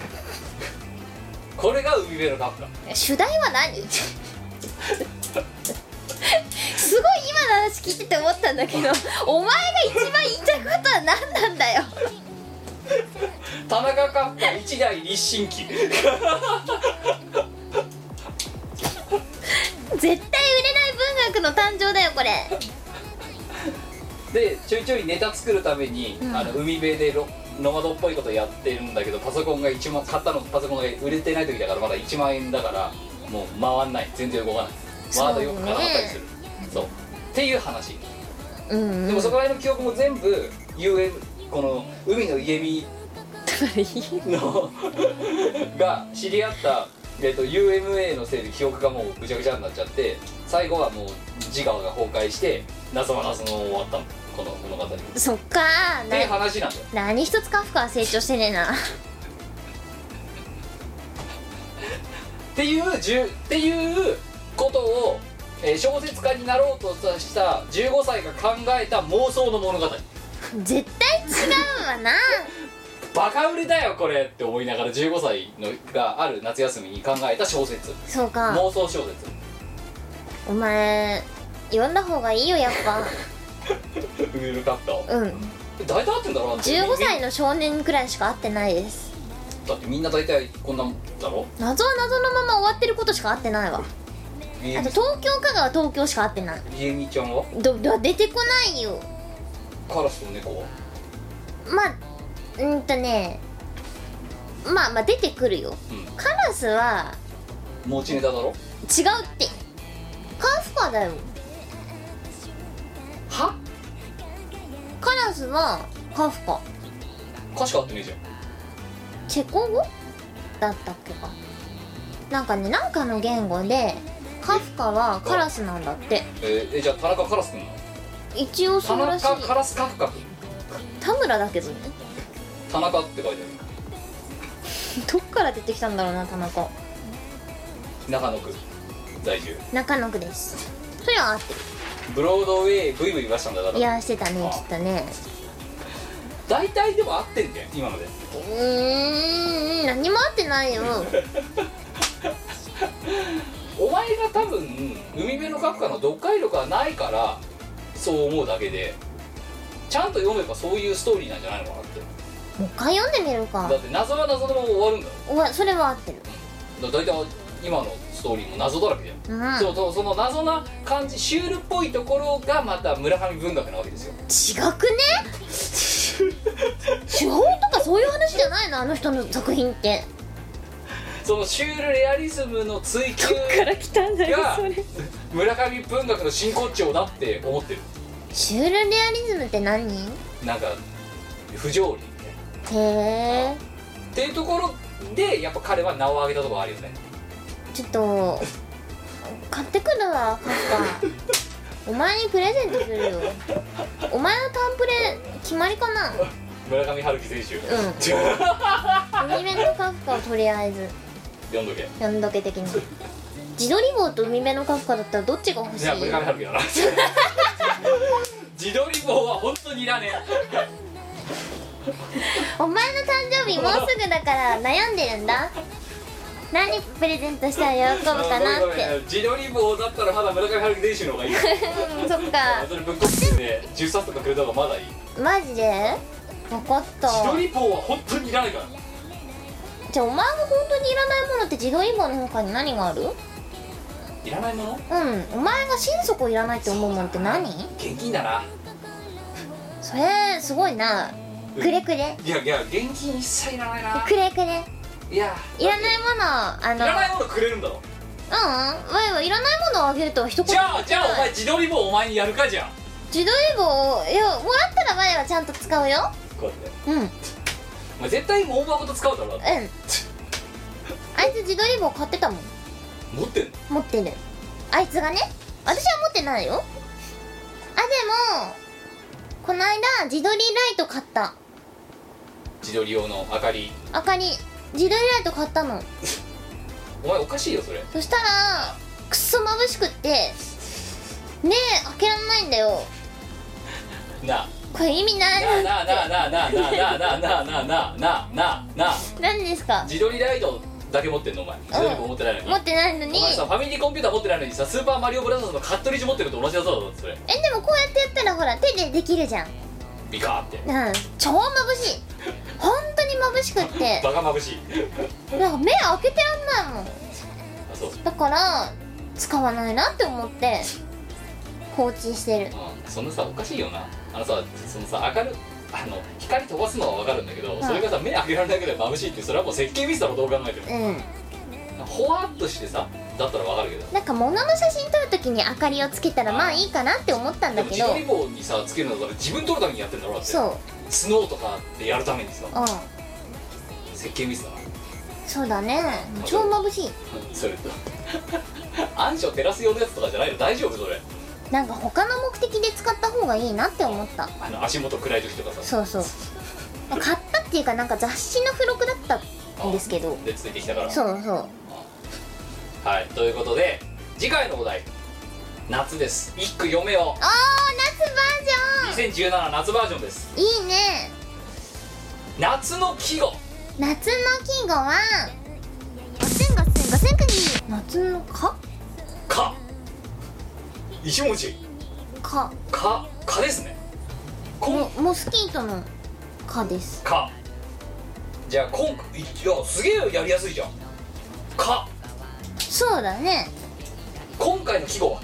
[SPEAKER 1] これが海辺のカフカ。
[SPEAKER 3] 主題は何？すごい今の話聞いてて思ったんだけど、お前が一番言いたいことは何なんだよ。
[SPEAKER 1] 田中カフカ一代立身記。
[SPEAKER 3] 絶対売れない文学の誕生だよこれ。
[SPEAKER 1] でちょいちょいネタ作るために、海辺でノマドっぽいことやってるんだけど、パソコンが1万買ったのパソコンが売れてない時だからまだ1万円だからもう回んない、全然動かない、ワードよく絡まったりする、そうっていう話、でもそこら辺の記憶も全部 この海の家見のが知り合った、UMA のせいで記憶がもうぐちゃぐちゃになっちゃって、最後はもう自我が崩壊して謎は謎の終わったの、この物語。
[SPEAKER 2] そっかー、
[SPEAKER 1] っていう話なんだよ。
[SPEAKER 2] 何一つカフカは成長してねえな
[SPEAKER 1] っていうことを、小説家になろうとした15歳が考えた妄想の物語。
[SPEAKER 2] 絶対違うわな
[SPEAKER 1] バカ売れだよこれって思いながら15歳のがある夏休みに考えた小説。
[SPEAKER 2] そうか、
[SPEAKER 1] 妄想小説。
[SPEAKER 2] お前読んだ方がいいよやっぱ
[SPEAKER 1] ウールカット。大体合ってんだろ。
[SPEAKER 2] 15歳の少年くらいしか会ってないです。
[SPEAKER 1] だってみんな大体こんなもんだろ。
[SPEAKER 2] 謎は謎のまま終わってることしか会ってないわ。あと東京香川東京しか会ってない。
[SPEAKER 1] りえみちゃんは
[SPEAKER 2] 出てこないよ。
[SPEAKER 1] カラスと猫は
[SPEAKER 2] まあ出てくるよ、カラスは
[SPEAKER 1] 持ちネタだろ。
[SPEAKER 2] 違うって、カフカだよ。
[SPEAKER 1] は？
[SPEAKER 2] カラスはカフカ。
[SPEAKER 1] 歌詞変わってねえじゃん。
[SPEAKER 2] チェコ語だったっけかなんかね、なんかの言語でカフカはカラスなんだって。
[SPEAKER 1] じゃあ田中カラスくんの
[SPEAKER 2] 一応そうらしい。
[SPEAKER 1] 田中カラスカフカくん。
[SPEAKER 2] 田村だけどね。
[SPEAKER 1] 田中って書いてある。
[SPEAKER 2] どっから出てきたんだろうな、田中。
[SPEAKER 1] 中野区在住。
[SPEAKER 2] 中野区です。それは合ってる。
[SPEAKER 1] ブロードウェイブイブイ言わしたんだから。
[SPEAKER 2] いやしてたね、きっとね。
[SPEAKER 1] 大体でも合ってんだよ今ので。
[SPEAKER 2] 何も合ってないよ
[SPEAKER 1] お前が多分海辺のカフカの読解力がないからそう思うだけで、ちゃんと読めばそういうストーリーなんじゃないのかなって。
[SPEAKER 2] もう一回読んでみるか。
[SPEAKER 1] だって謎は謎のまま終わるんだろ。
[SPEAKER 2] それは合ってる。
[SPEAKER 1] だ大体今のストーリーも謎だらけじゃん、その謎な感じ、シュールっぽいところがまた村上文学なわけですよ。
[SPEAKER 2] 違くね手法とかそういう話じゃないの、あの人の作品って。
[SPEAKER 1] そのシュールレアリズムの追求
[SPEAKER 2] から来たんだよ
[SPEAKER 1] が
[SPEAKER 2] それ。
[SPEAKER 1] 村上文学の真骨頂だって思ってる。
[SPEAKER 2] シュールレアリズムって何？
[SPEAKER 1] なんか不条理
[SPEAKER 2] へえ
[SPEAKER 1] っていうところでやっぱ彼は名を上げたところあるよね。
[SPEAKER 2] ちょっと買ってくるわカフカお前にプレゼントするよ。お前のタンプレ決まりかな。
[SPEAKER 1] 村上春樹選手
[SPEAKER 2] 海辺のカフカをとりあえず
[SPEAKER 1] 読んどけ。
[SPEAKER 2] 読んどけ的に。自撮り棒と海辺のカフカだったらどっちが欲しい？
[SPEAKER 1] いや村上春樹だな自撮り棒は本当にいらねえ
[SPEAKER 2] お前の誕生日もうすぐだから悩んでるんだ。何プレゼントしたら喜ぶかなって。
[SPEAKER 1] 自撮り棒だったらまだ村上春樹選手の方がいい
[SPEAKER 2] そっか
[SPEAKER 1] それブックオフで10冊とかくれた方がまだいい。
[SPEAKER 2] マジで分かった。
[SPEAKER 1] 自撮り棒は本当にいらないから。
[SPEAKER 2] じゃあお前が本当にいらないものって自撮り棒の他に何がある？
[SPEAKER 1] いらないもの？
[SPEAKER 2] お前が心底いらないって思うものって何？
[SPEAKER 1] 現金だな。
[SPEAKER 2] それすごいな。くれくれ。
[SPEAKER 1] いや現金一切いらないな。
[SPEAKER 2] くれくれ。
[SPEAKER 1] いや
[SPEAKER 2] いらないもの
[SPEAKER 1] いらないものくれるんだろ。
[SPEAKER 2] わいはいらないものをあげるとは一言
[SPEAKER 1] じゃあお前自撮り棒お前にやるか。じゃあ
[SPEAKER 2] 自撮り棒もらったらわいはちゃんと使うよ。
[SPEAKER 1] こうやってお前絶対大箱と使うだろ。
[SPEAKER 2] あいつ自撮り棒買ってたもん。
[SPEAKER 1] 持ってんの？
[SPEAKER 2] 持ってる。あいつがね。私は持ってないよ。でもこの間自撮りライト買った。
[SPEAKER 1] 自撮り用の明かり
[SPEAKER 2] 自撮りライト買ったの。
[SPEAKER 1] お前おかしいよそれ。
[SPEAKER 2] そしたらくっそ眩しくって目開けらんないんだよ。
[SPEAKER 1] なあ
[SPEAKER 2] これ意味ない。
[SPEAKER 1] なあ
[SPEAKER 2] 何ですか？
[SPEAKER 1] 自撮りライトだけ持ってんのお前。自撮り棒持ってないのに。
[SPEAKER 2] 持ってないのに。
[SPEAKER 1] お前さファミリーコンピューター持ってないのにさスーパーマリオブラザーズのカットリッジ持ってると同じだぞだってそれ。
[SPEAKER 2] でもこうやってやったらほら手でできるじゃん。
[SPEAKER 1] ビカーって
[SPEAKER 2] 超眩しい。本当に眩しくって
[SPEAKER 1] バカ眩しい。
[SPEAKER 2] なんか目開けてらんないもん。
[SPEAKER 1] あそう
[SPEAKER 2] だから使わないなって思って放置してる。
[SPEAKER 1] そんなさおかしいよな。 さ、そのさ、光飛ばすのは分かるんだけど、それがさ目開けられないけど眩しいって、それはもう設計ミスだろ、どう考えても。ほわっとしてさ、だったら分かるけど、
[SPEAKER 3] なんか物の写真撮るときに明かりをつけたらまあいいかなって思ったんだけど、
[SPEAKER 1] でも自撮り棒にさつけるのだから自分撮るためにやってんだろ、だって。
[SPEAKER 3] そう
[SPEAKER 1] スノーとかでやるためにさ、設計ミスだな。
[SPEAKER 3] そうだね、超眩しい。
[SPEAKER 1] それと暗所照らすようなやつとかじゃないの？大丈夫それ？
[SPEAKER 3] なんか他の目的で使った方がいいなって思った。
[SPEAKER 1] 足元暗い時とかさ。
[SPEAKER 3] そうそう買ったっていうか、なんか雑誌の付録だったんですけど、
[SPEAKER 1] でついてきたから。
[SPEAKER 3] そうそう。
[SPEAKER 1] はい、ということで次回のお題、夏です。一句読めよ。
[SPEAKER 3] 夏バージョン。
[SPEAKER 1] 2017夏バージョンです。
[SPEAKER 3] いいね。
[SPEAKER 1] 夏の季語。
[SPEAKER 3] 夏の季語はガセンガセンガセンクギ。夏のか
[SPEAKER 1] 一文字かですね。
[SPEAKER 3] モスキートのかです。
[SPEAKER 1] じゃあいやすげえやりやすいじゃん。
[SPEAKER 3] そうだね。
[SPEAKER 1] 今回の季語は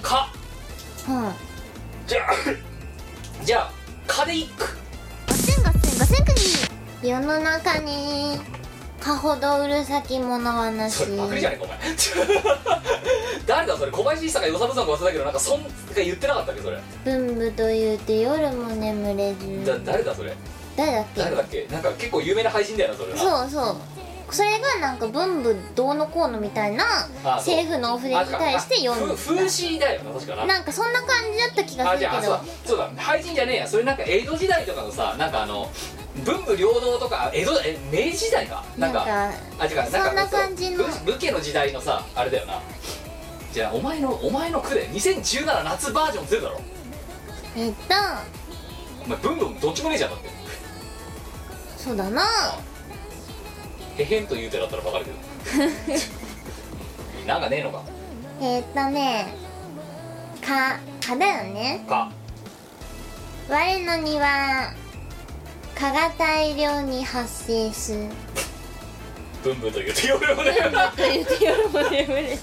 [SPEAKER 1] じゃあで一句。
[SPEAKER 3] ガセンガセンガセンクギ。世の中にかほどうるさき者はなし。
[SPEAKER 1] それパクリじゃねえかお前誰だそれ、小林一茶か与謝野さんか忘れたけど、なんか言ってなかったっけそれ。
[SPEAKER 3] 文武と言うて夜も眠れず。
[SPEAKER 1] 誰だそれ。
[SPEAKER 3] 誰だっけ。
[SPEAKER 1] なんか結構有名な配信だよなそれな。
[SPEAKER 3] そうそれがなんか文武どうのこうのみたいなセリフのお触れに対して読んだ。
[SPEAKER 1] 風刺だよな確かな。
[SPEAKER 3] なんかそんな感じだった気がするけど。
[SPEAKER 1] そうだ配信じゃねえや、それなんか江戸時代とかのさ、なんか文武両道とか明治時代かなんか違う、なんか
[SPEAKER 3] そんな感じの
[SPEAKER 1] 武家の時代のさあれだよな。じゃあお前の句で2017夏バージョン出るだろ。お前文武どっちもねえじゃんだって。
[SPEAKER 3] そうだな。
[SPEAKER 1] へへんと言うてだったら分かるけどなんかねえのか。
[SPEAKER 3] かだよね。我のには蚊が大量に発生す。
[SPEAKER 1] ブンブンと言うて夜もね
[SPEAKER 3] ブンブンと言うて夜も眠れ。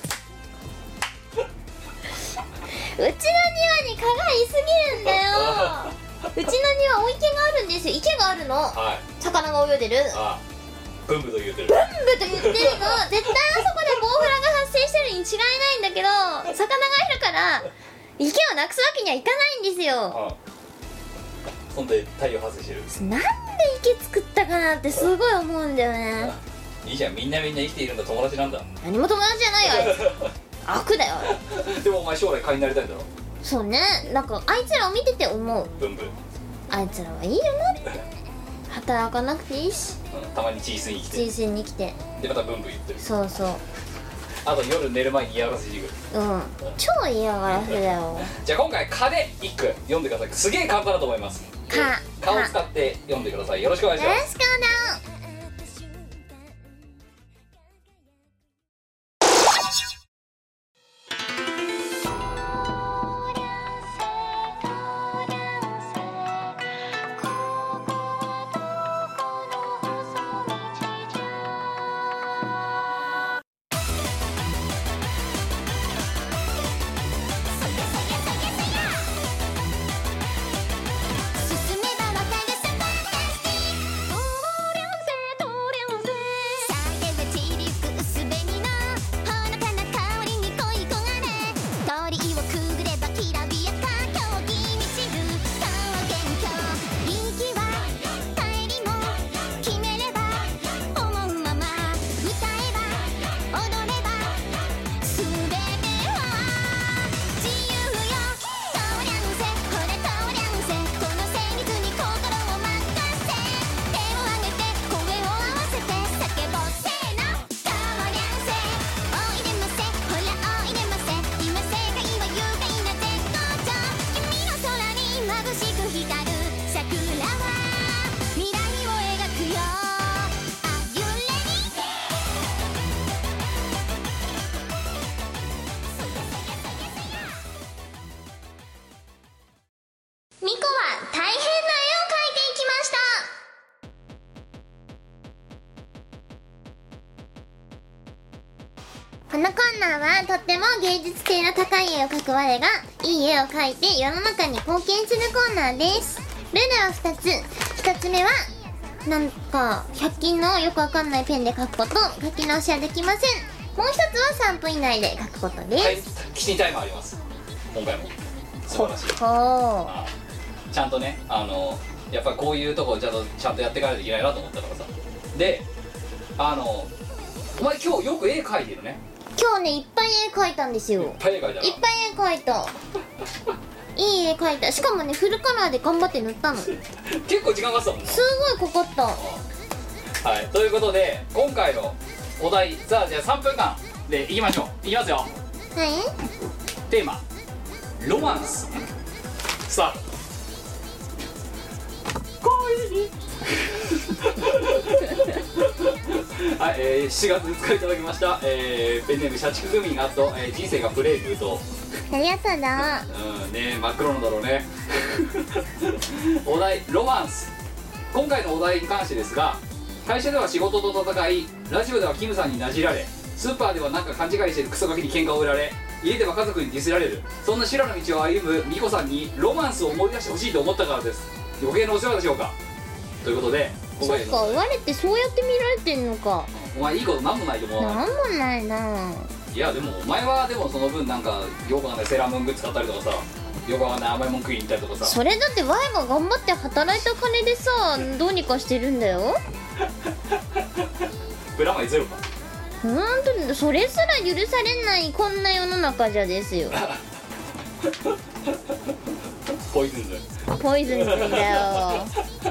[SPEAKER 3] うちの庭に蚊がいすぎるんだようちの庭お池があるんですよ。池があるの、魚が泳いでる。
[SPEAKER 1] ブンブンと言うてる。
[SPEAKER 3] 絶対あそこでボウフラが発生してるに違いないんだけど、魚がいるから池をなくすわけにはいかないんですよ。
[SPEAKER 1] ほんで太陽発生してる。
[SPEAKER 3] なんで池作ったかなってすごい思うんだよね。
[SPEAKER 1] いいじゃん、みんな生きているんだ、友達なんだ。
[SPEAKER 3] 何も友達じゃないよあいつ悪だよ。
[SPEAKER 1] でもお前将来蚊になりたいんだろ。
[SPEAKER 3] そうね、なんかあいつらを見てて思う。
[SPEAKER 1] ブンブン
[SPEAKER 3] あいつらはいいよなって働かなくていいし、
[SPEAKER 1] たまにチースに来て
[SPEAKER 3] 人生に来て
[SPEAKER 1] でまたブンブン言ってる。
[SPEAKER 3] そうそう、
[SPEAKER 1] あと夜寝る前に嫌がらせしてくる。
[SPEAKER 3] 超嫌がらせだよ
[SPEAKER 1] じゃあ今回蚊で一句読んでください。すげえ簡単だと思います。蚊を使って読んでください。よろしくお願いします。
[SPEAKER 3] よろしくお願い。このコーナーはとっても芸術性の高い絵を描く我がいい絵を描いて世の中に貢献するコーナーです。 ルールは2つ。1つ目はなんか100均のよくわかんないペンで書くこと、書き直しはできません。もう1つは3分以内で書くことです。
[SPEAKER 1] はい、キティタイムあります今回も。素晴らしい。
[SPEAKER 3] ほ
[SPEAKER 1] ちゃんとね、やっぱりこういうとこちゃんとやっていかないといけないなと思ったからさ。で、お前今日よく絵描いてるね。
[SPEAKER 3] 今日ね、いっぱい絵描いたんですよ。
[SPEAKER 1] いっぱい絵描いたな。
[SPEAKER 3] いっぱい絵描いたいい絵描いた。しかもね、フルカラーで頑張って塗ったの。す
[SPEAKER 1] 結構時間かかったもんな。
[SPEAKER 3] ごいかかった。
[SPEAKER 1] はい、ということで今回のお題、さあじゃあ3分間でいきましょう。いきますよ。
[SPEAKER 3] はい。
[SPEAKER 1] テーマロマンススタート。恋にはい、7月2日いただきました、ペンネーム社畜グミン人生がプレイブと
[SPEAKER 3] やつだ。
[SPEAKER 1] ね、真っ黒のだろうねお題ロマンス。今回のお題に関してですが、会社では仕事と戦い、ラジオではキムさんになじられ、スーパーではなんか勘違いしてるクソガキに喧嘩を売られ、家では家族にディスられる、そんな修羅の道を歩むミコさんにロマンスを思い出してほしいと思ったからです。余計なお世話でしょうか。ということで今回の、
[SPEAKER 3] そっか、我ってそうやって見られてんのか。
[SPEAKER 1] お前いいことなんもないと思う。
[SPEAKER 3] なんもないな。
[SPEAKER 1] いやでもお前はでもその分なんかよくわかんないセーラームーングッズ買ったりとかさ、よくわかんない甘いもん食いに行ったりとかさ。
[SPEAKER 3] それだって我が頑張って働いた金でさ、どうにかしてるんだよ。
[SPEAKER 1] プラマイゼロか。
[SPEAKER 3] ほんと、それすら許されないこんな世の中じゃですよ。
[SPEAKER 1] ポイズンズ
[SPEAKER 3] ポイズンズンだよ。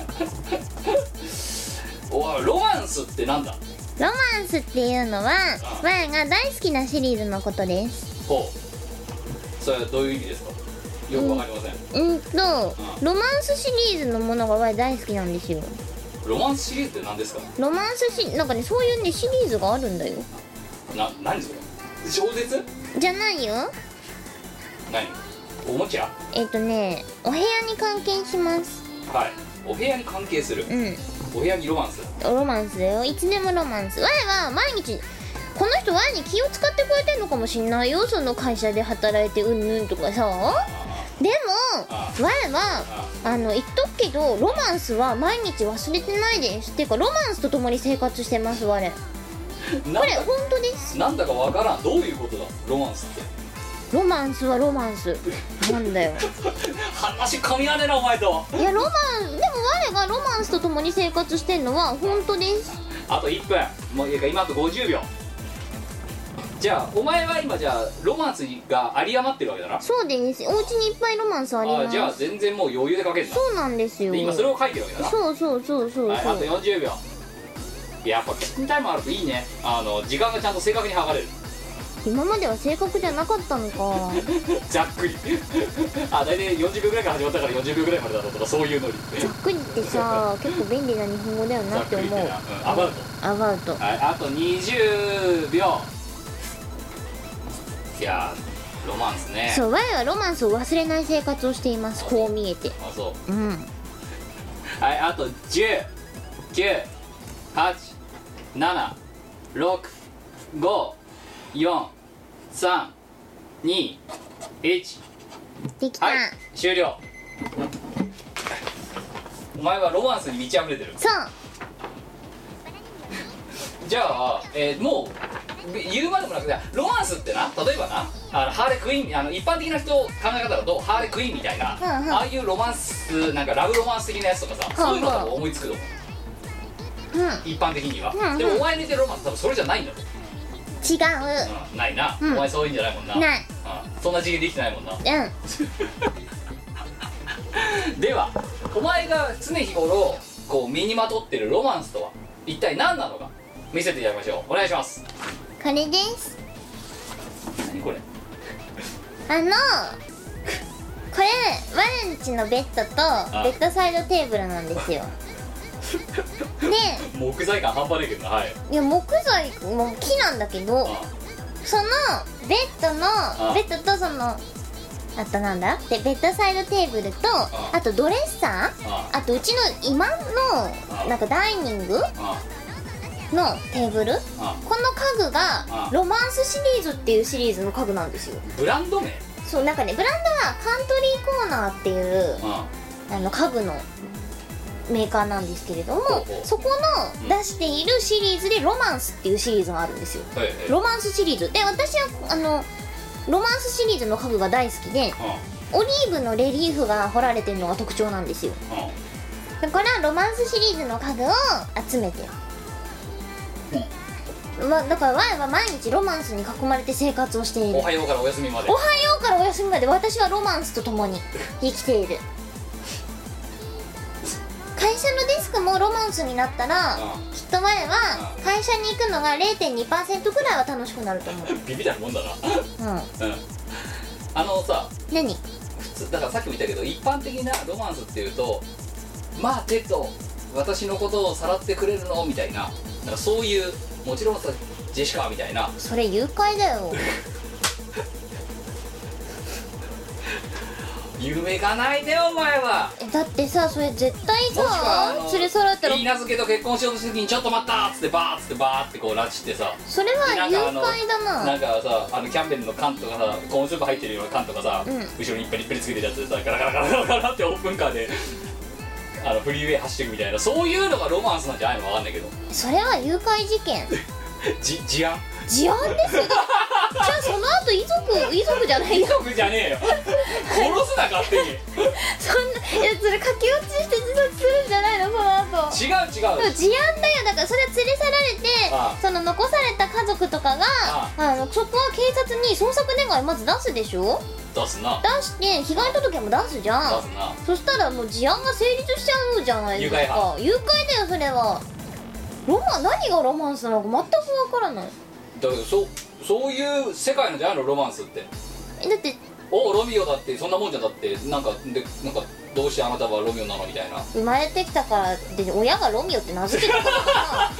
[SPEAKER 1] おい、ロマンスってなんだ。
[SPEAKER 3] ロマンスっていうのは我が大好きなシリーズのことです。
[SPEAKER 1] ほう、それはどういう意味ですか。よくわかりません。
[SPEAKER 3] ロマンスシリーズのものが我大好きなんですよ。
[SPEAKER 1] ロマンスシリーズって何ですか。
[SPEAKER 3] ロマンスなんかね、そういうねシリーズがあるんだよ。
[SPEAKER 1] 何それ。小説
[SPEAKER 3] じゃないよ。
[SPEAKER 1] 何、おもちゃ。
[SPEAKER 3] お部屋に関係します。
[SPEAKER 1] はい、お部屋に関係する。お部屋にロマンス。
[SPEAKER 3] ロマンスだよ。いつでもロマンス。我は毎日この人我に気を使ってくれてんのかもしんないよ。その会社で働いてうんぬんとかさ。でも我は言っとくけど、ロマンスは毎日忘れてないです。っていうかロマンスと共に生活してます我。これ本当です。
[SPEAKER 1] なんだかわからん。どういうことだロマンスって。
[SPEAKER 3] ロマンスはロマンスなんだよ。
[SPEAKER 1] 話噛み合わねえなお前と。
[SPEAKER 3] いやロマンでも我がロマンスと共に生活してんのは本当です。
[SPEAKER 1] あと1分、もういいか、今あと50秒。じゃあお前は今じゃあロマンスが有り余ってるわけだな。
[SPEAKER 3] そうです。お家にいっぱいロマンスあります。
[SPEAKER 1] じゃあ全然もう余裕で書けるんだ。
[SPEAKER 3] そうなんですよ。
[SPEAKER 1] で今それを書いてるわけだな。
[SPEAKER 3] そうそうそうそう、
[SPEAKER 1] はい、あと40秒。やっぱキッチンタイムあるといいね。時間がちゃんと正確に測れる。
[SPEAKER 3] 今までは正確じゃなかったのか。
[SPEAKER 1] ざっくり大体40秒ぐらいから始まったから40秒ぐらいまでだろうとか、そういうノリ。
[SPEAKER 3] ざっくりってさ結構便利な日本語だよなって思う。
[SPEAKER 1] アバウト。
[SPEAKER 3] アバウト。
[SPEAKER 1] はい、あと20秒。いやロマンスね。
[SPEAKER 3] そう、我はロマンスを忘れない生活をしています。こう見えて。
[SPEAKER 1] あ、そう。
[SPEAKER 3] はい、
[SPEAKER 1] あと10、9、8、7、6、5、4、3、2、1。
[SPEAKER 3] できた。
[SPEAKER 1] はい、終了。お前はロマンスに満ち溢れてる。
[SPEAKER 3] そう。
[SPEAKER 1] じゃあ、もう言うまでもなくて、ロマンスってな、例えばな、ハーレークイーン、一般的な人考え方だとハーレークイーンみたいな、ああいうロマンス、なんかラブロマンス的なやつとかさ、そういうの多分思いつくと思う。一般的には。でもお前見てるロマンス多分それじゃないんだろ。
[SPEAKER 3] 違う。
[SPEAKER 1] ないな、お前そういうんじゃないもんな。
[SPEAKER 3] ない。
[SPEAKER 1] そんな次元できてないもんな。
[SPEAKER 3] うん。
[SPEAKER 1] ではお前が常日頃こう身にまとってるロマンスとは一体何なのか見せていただきましょう。お願いします。
[SPEAKER 3] これです。
[SPEAKER 1] 何これ。
[SPEAKER 3] これ我んちのベッドとベッドサイドテーブルなんですよ。で
[SPEAKER 1] 木材感半端ないけどな。はい。
[SPEAKER 3] いや木材も木なんだけど、そのベッドとそのあとなんだでベッドサイドテーブルとあとドレッサー、あとうちの今のなんかダイニングのテーブル、この家具がロマンスシリーズっていうシリーズの家具なんですよ。
[SPEAKER 1] ブランド名。
[SPEAKER 3] そう、なんかねブランドはカントリーコーナーっていう家具のメーカーなんですけれども、そこの出しているシリーズでロマンスっていうシリーズがあるんですよ、ロマンスシリーズで、私はロマンスシリーズの家具が大好きで、オリーブのレリーフが彫られてるのが特徴なんですよ。だからロマンスシリーズの家具を集めてる、だからワイは毎日ロマンスに囲まれて生活をしている。
[SPEAKER 1] おはようからお休みまで、
[SPEAKER 3] おはようからお休みまで私はロマンスと共に生きている。会社のデスクもロマンスになったら、きっと前は会社に行くのが 0.2% くらいは楽しくなると思う。
[SPEAKER 1] ビビたるもんだな。さ、
[SPEAKER 3] 何
[SPEAKER 1] 普通だからさっきも言ったけど、一般的なロマンスっていうと、まあテッド私のことをさらってくれるのみたいな、なんかそういう、もちろんさジェシカみたいな、
[SPEAKER 3] それ誘拐だよ。
[SPEAKER 1] 夢がないねお前は。
[SPEAKER 3] だってさ、それ絶対さ連れ去られたら、
[SPEAKER 1] いいなずけと結婚しようとした時にちょっと待ったっつってバーってこう拉致ってさ、
[SPEAKER 3] それは誘拐だな。
[SPEAKER 1] なんかさ、キャンベルの缶とかさ、コーンスープ入ってるような缶とかさ、後ろにいっぱいつけてるやつでさ、ガラガラガラガラガラってオープンカーでフリーウェイ走ってるみたいな、そういうのがロマンスなんじゃないの？わかんないけど、
[SPEAKER 3] それは誘拐事件。
[SPEAKER 1] 事案
[SPEAKER 3] 事案ですよ。じゃあその後遺族じゃないよ。
[SPEAKER 1] 遺族じゃねえよ。殺すな勝手に。
[SPEAKER 3] そんな、それ駆け落ちして自殺するんじゃないの、その後。
[SPEAKER 1] 違う
[SPEAKER 3] 事案だよ。だからそれは連れ去られて、その残された家族とかがそこは警察に捜索願いまず出すでしょ。
[SPEAKER 1] 出すな。
[SPEAKER 3] 出して被害届も出すじゃん。
[SPEAKER 1] 出すな。
[SPEAKER 3] そしたらもう事案が成立しちゃうじゃないですか。誘拐だよそれは。何がロマンスなのか全くわからない。
[SPEAKER 1] だけどそういう世界のじゃないのロマンスって。
[SPEAKER 3] だって
[SPEAKER 1] ロミオだってそんなもんじゃん。だってなんかどうしてあなたはロミオなのみたいな。
[SPEAKER 3] 生まれてきたからで親がロミオって名付けたからかな。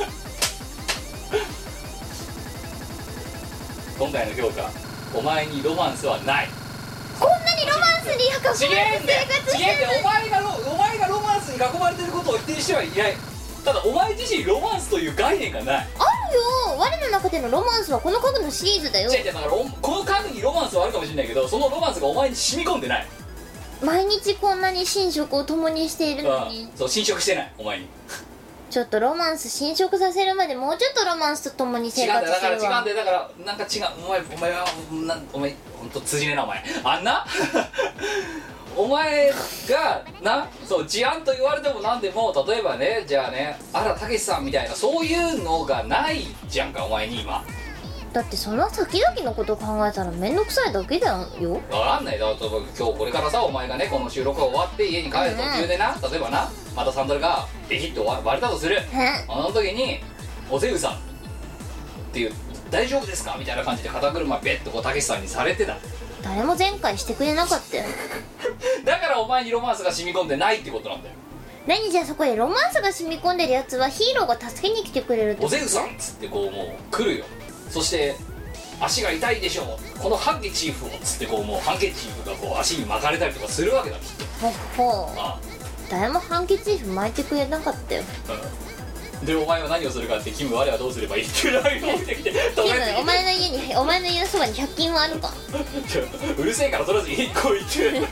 [SPEAKER 1] 今回の評価、お前にロマンスはない。
[SPEAKER 3] こんなにロマンスに囲まれて生活してる。
[SPEAKER 1] お前がロマンスに囲まれてることを否定してはいない。ただお前自身ロマンスという概念がない。
[SPEAKER 3] あるよ。我の中でのロマンスはこの家具のシリーズだよ。
[SPEAKER 1] だからこの家具にロマンスはあるかもしれないけど、そのロマンスがお前に染み込んでない。
[SPEAKER 3] 毎日こんなに寝食を共にしているのに。
[SPEAKER 1] そう、寝食してないお前に。
[SPEAKER 3] ちょっとロマンス侵食させるまでもうちょっとロマンスと共に生活するわ。
[SPEAKER 1] 違うんだよだからなんか違う。お前本当通じねえなお前。あんなお前がそう事案と言われてもなんでも、例えばね、じゃあね、たけしさんみたいなそういうのがないじゃんかお前に今。
[SPEAKER 3] だってその先々のことを考えたら面倒くさいだけだよ。
[SPEAKER 1] 分かんない。だから今日これからさ、お前がねこの収録が終わって家に帰る途中でな、例えばな、またサンダルがビキッと割れたとする。あの時におぜうさんっていう大丈夫ですかみたいな感じで肩車ベッとたけしさんにされてた。
[SPEAKER 3] 誰も前回してくれなかったよ。
[SPEAKER 1] だからお前にロマンスが染み込んでないってことなんだよ。
[SPEAKER 3] 何じゃあそこでロマンスが染み込んでるやつはヒーローが助けに来てくれるって
[SPEAKER 1] おぜうさんっつってこうもう来るよ。そして足が痛いでしょこのハンケチーフをっつってこうもうハンケチーフがこう足に巻かれたりとかするわけだきっと。
[SPEAKER 3] ほっほー。誰もハンケチーフ巻いてくれなかったよ。
[SPEAKER 1] でお前は何をするかって、キム我はどうすればいいっていうのを見てきて、キム
[SPEAKER 3] お前の家のそばに100均はあるか。
[SPEAKER 1] うるせえからとりあえず1個言って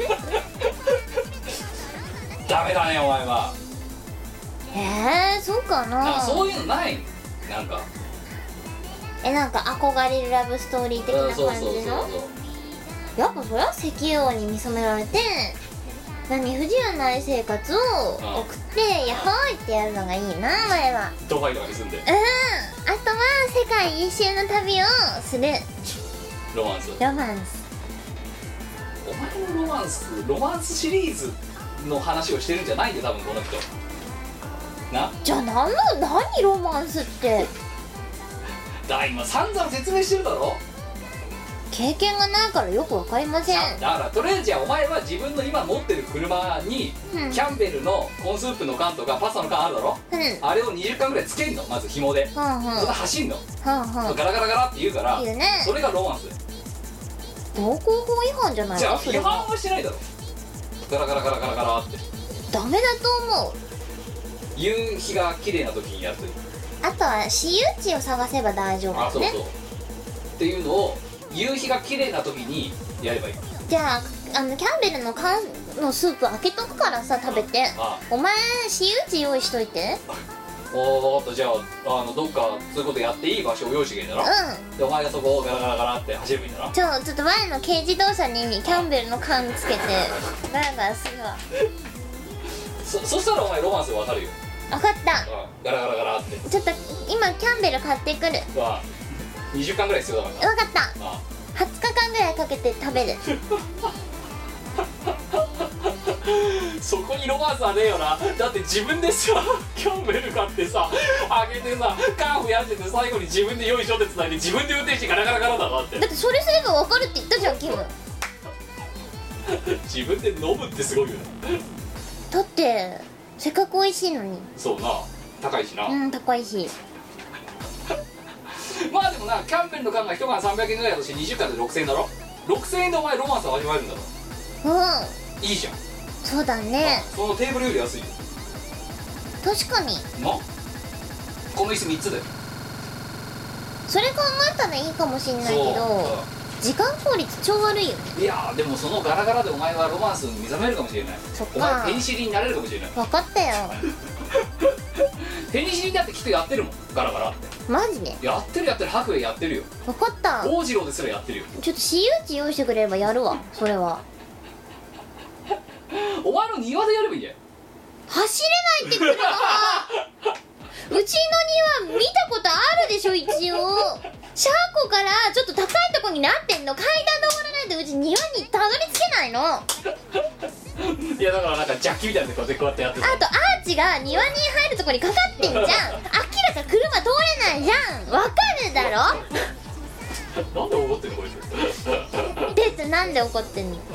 [SPEAKER 1] ダメだねお前は。
[SPEAKER 3] そうかな。
[SPEAKER 1] そういうのない。なんか
[SPEAKER 3] 憧れるラブストーリー的な感じの。やっぱそれは石油王に見初められて何不自由ない生活を送ってヤッホーイってやるのがいいな前は。
[SPEAKER 1] ドバイとかに住んで。
[SPEAKER 3] あとは世界一周の旅をする。
[SPEAKER 1] ロマンス。
[SPEAKER 3] お前
[SPEAKER 1] のロマンスシリーズの話をしてるんじゃないんだよ多分この人な。
[SPEAKER 3] じゃあ何ロマンスって
[SPEAKER 1] 今散々説明してるだろ。
[SPEAKER 3] 経験がないからよくわかりません。
[SPEAKER 1] だからとりあえずじゃあお前は自分の今持ってる車に、キャンベルのコーンスープの缶とかパスタの缶あるだろ、あれを20缶ぐらいつけんのまず紐で、それ走んの、ガラガラガラって言うから、それがロマンス。
[SPEAKER 3] 道交法違反じゃないの？
[SPEAKER 1] じゃあ違反はしてないだろ。ガラガラガラガラガラって
[SPEAKER 3] ダメだと思う。
[SPEAKER 1] 夕日が綺麗な時にやるといい。
[SPEAKER 3] あとは私有地を探せば大丈夫ですね。
[SPEAKER 1] そうっていうのを夕日が綺麗な時にやればいい。
[SPEAKER 3] じゃあキャンベルの缶のスープ開けとくからさ食べて。お前私有地用意しといて。
[SPEAKER 1] おーっと、じゃあどっかそういうことやっていい場所を用意してけんだな。でお前がそこをガラガラガラって走ればいいんだな。
[SPEAKER 3] ちょっと前の軽自動車にキャンベルの缶つけてガラガラするわ。
[SPEAKER 1] そしたらお前ロマンスがわかるよ。
[SPEAKER 3] 分かった。
[SPEAKER 1] ガラガラガラって。
[SPEAKER 3] ちょっと今キャンベル買ってくる。
[SPEAKER 1] 2週間ぐらい必要だから。
[SPEAKER 3] 分かった。20日間ぐらいかけて食べる。
[SPEAKER 1] そこにロマンスはねえよな。だって自分でさキャンベル買ってさ開けてさ缶増やしてて最後に自分で用意しようってつないで自分で運転してガラガラガラだなって。
[SPEAKER 3] だってそれすれば分かるって言ったじゃんキム。
[SPEAKER 1] 自分で飲むってすごいよな。
[SPEAKER 3] だってせっかく美味しいのに。
[SPEAKER 1] そうな、高いしな。
[SPEAKER 3] 高いし。
[SPEAKER 1] まあでもな、キャンベルの缶が1缶300円ぐらいだとして20缶で6000円だろ。6000円でお前ロマンスを味わえるんだろ。いいじゃん。
[SPEAKER 3] そうだね。
[SPEAKER 1] そのテーブルより安いよ。
[SPEAKER 3] 確かに
[SPEAKER 1] な、この椅子3つだよ。
[SPEAKER 3] それ考えたらいいかもしんないけど時間効率超悪いよね。
[SPEAKER 1] いやでもそのガラガラでお前はロマンスに目覚めるかもしれない。
[SPEAKER 3] そっか、
[SPEAKER 1] お前ペニシリンになれるかもしれない。
[SPEAKER 3] 分かったよ。
[SPEAKER 1] ペニシリンだってきっとやってるもん、ガラガラって。
[SPEAKER 3] マジで
[SPEAKER 1] やってる白衣やってるよ。
[SPEAKER 3] 分かった。
[SPEAKER 1] 大次郎ですらやってるよ。
[SPEAKER 3] ちょっと私有地用意してくれればやるわ。それは
[SPEAKER 1] お前の庭でやればいいんじゃん。
[SPEAKER 3] 走れないって車うちの庭見たことあるでしょ。一応車庫からちょっと高いとこになってんの。階段登らないとうち庭にたどり着けないの。
[SPEAKER 1] いやだからなんかジャッキみたいなこうやってやってさ、
[SPEAKER 3] あとアーチが庭に入るとこにかかってんじゃん。明らか車通れないじゃん。わかるだろ。
[SPEAKER 1] なんで怒ってんのこいつ。
[SPEAKER 3] ってなんで怒ってんの。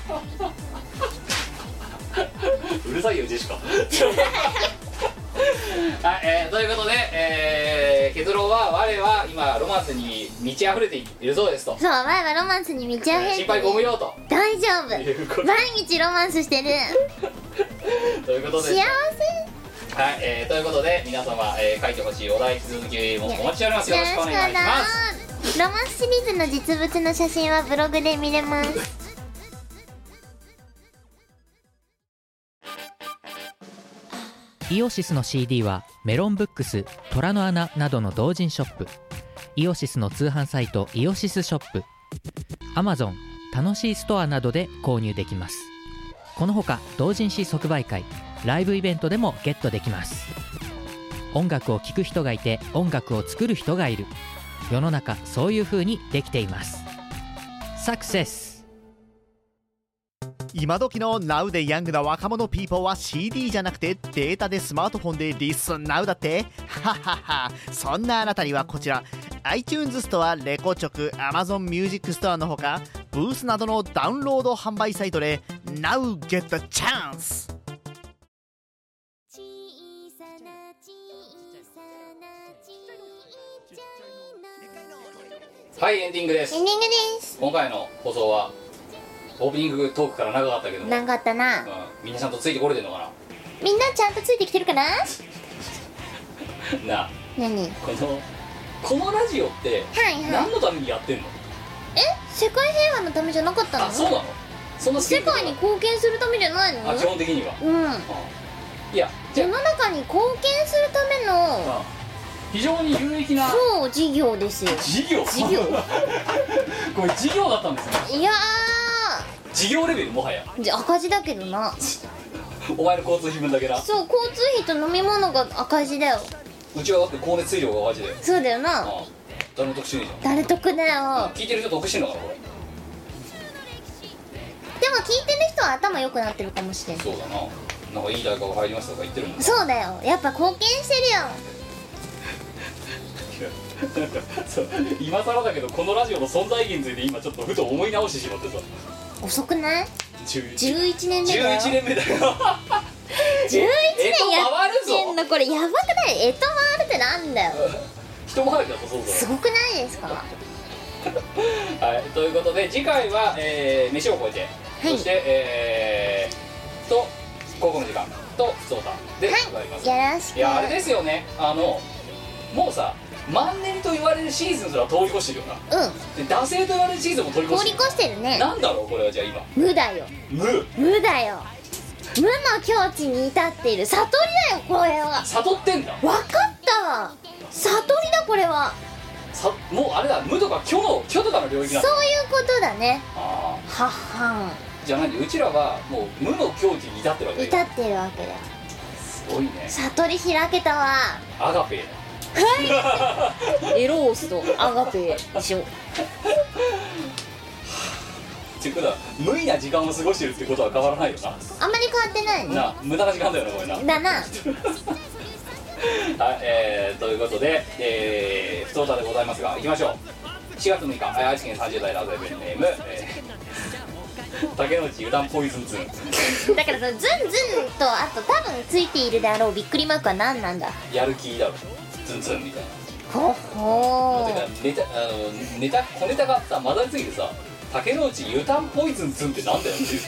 [SPEAKER 1] うるさいよジェシカ。はい、ということで、結論は我は今ロマンスに満ち溢れているそうですと。
[SPEAKER 3] そう、前はロマンスに満ち溢れて
[SPEAKER 1] 心配ご無用と。
[SPEAKER 3] 大丈夫、毎日ロマンスしてる。
[SPEAKER 1] ということで
[SPEAKER 3] 幸せ。
[SPEAKER 1] はい、ということで皆様、書いてほしいお題引き続きもお待ちしております。よろしくお願いします。
[SPEAKER 3] ロマンスシリーズの実物の写真はブログで見れます。
[SPEAKER 5] イオシスの CD はメロンブックス、虎の穴などの同人ショップ、イオシスの通販サイトイオシスショップ、Amazon、楽しいストアなどで購入できます。このほか同人誌即売会、ライブイベントでもゲットできます。音楽を聴く人がいて音楽を作る人がいる。世の中そういう風にできています。サクセス。
[SPEAKER 6] 今時の Now でヤングな若者ピーポーは CD じゃなくてデータでスマートフォンでリスン Now だって。ははは。そんなあなたにはこちら iTunes ストア、レコチョク、Amazon Music ストアのほかブースなどのダウンロード販売サイトで Now get the chance。
[SPEAKER 1] はい、エンディングです。
[SPEAKER 3] エンディングです。
[SPEAKER 1] 今回の放送はオープニングトークから長かったけども、
[SPEAKER 3] 長かったな。
[SPEAKER 1] みんなちゃんとついてこれてんのかな。
[SPEAKER 3] みんなちゃんとついてきてるかな。
[SPEAKER 1] なあ、
[SPEAKER 3] 何
[SPEAKER 1] このラジオって何のためにやってんの。
[SPEAKER 3] 世界平和のためじゃなかったの。
[SPEAKER 1] あ、そうなの。その
[SPEAKER 3] 世界に貢献するためじゃないの。
[SPEAKER 1] 基本的には。いや、
[SPEAKER 3] 世の中に貢献するための
[SPEAKER 1] 非常に有益な
[SPEAKER 3] そう事業ですよ。
[SPEAKER 1] 事業これ事業だったんですね。
[SPEAKER 3] いや
[SPEAKER 1] 事業レベルもはや
[SPEAKER 3] 赤字だけどな。
[SPEAKER 1] お前の交通費分だけな。
[SPEAKER 3] そう、交通費と飲み物が赤字だよ。
[SPEAKER 1] うちはだって光熱費量が赤字だよ。
[SPEAKER 3] そうだよな。
[SPEAKER 1] 誰も得してねえじゃん。
[SPEAKER 3] 誰得だよ。
[SPEAKER 1] 聞いてる人得してんのかなこれ。
[SPEAKER 3] でも聞いてる人は頭良くなってるかもしれない。
[SPEAKER 1] そうだな。なんかいい大学が入りましたとか言ってるんだ。
[SPEAKER 3] そうだよ、やっぱ貢献してるよ。
[SPEAKER 1] そう、今更だけどこのラジオの存在意義について今ちょっとふと思い直してしまってさ。
[SPEAKER 3] 遅くない？11年目だよ。
[SPEAKER 1] 11年目だよ。
[SPEAKER 3] 11年やってんのこれやばくない？干支回るってなんだよ。
[SPEAKER 1] 一回りだとそうだよ。
[SPEAKER 3] すごくないですか？
[SPEAKER 1] はい、ということで次回は、飯を超えて、そして高校の時間と普通歌でございます。
[SPEAKER 3] よろしく。
[SPEAKER 1] いやあれですよね、もうさマンネリと言われるシーズンすら通り越してるよな。で惰性と言われるシーズンも通り越
[SPEAKER 3] 通り
[SPEAKER 1] してる。
[SPEAKER 3] 越してるね。
[SPEAKER 1] なんだろうこれは。じゃあ今
[SPEAKER 3] 無だよ、無だよ。無の境地に至っている悟りだよこれは。
[SPEAKER 1] 悟ってんだ。
[SPEAKER 3] わかったわ、悟りだこれは。
[SPEAKER 1] もうあれだ、無とか虚とかの領域なんだ。
[SPEAKER 3] そういうことだね。
[SPEAKER 1] あ
[SPEAKER 3] はっは
[SPEAKER 1] じゃあ何、うちらはもう無の境地に至ってるわけ
[SPEAKER 3] ん、至ってるわけだ。
[SPEAKER 1] すごいね。
[SPEAKER 3] 悟り開けたわ。
[SPEAKER 1] アガペー
[SPEAKER 2] エロースとアガペ一緒。
[SPEAKER 1] っていうことは無意な時間を過ごしてるってことは変わらないよな。
[SPEAKER 3] あんまり変わってないね。
[SPEAKER 1] な無駄な時間だよなこれな。
[SPEAKER 3] だな。
[SPEAKER 1] はい、ということで、ふつおたでございますが、いきましょう。4月6日、愛知県30代ラザイベルネーム、竹内油断ポイズンズン。
[SPEAKER 3] だからそのズンズンとあと多分ついているであろうびっくりマークは何なんだ。
[SPEAKER 1] やる気だろ、ズンズンみたいな。
[SPEAKER 3] ほほ
[SPEAKER 1] てか小ネタがさ混ざりすぎてさ、竹内油断ポイズンズンってなんだよっていう。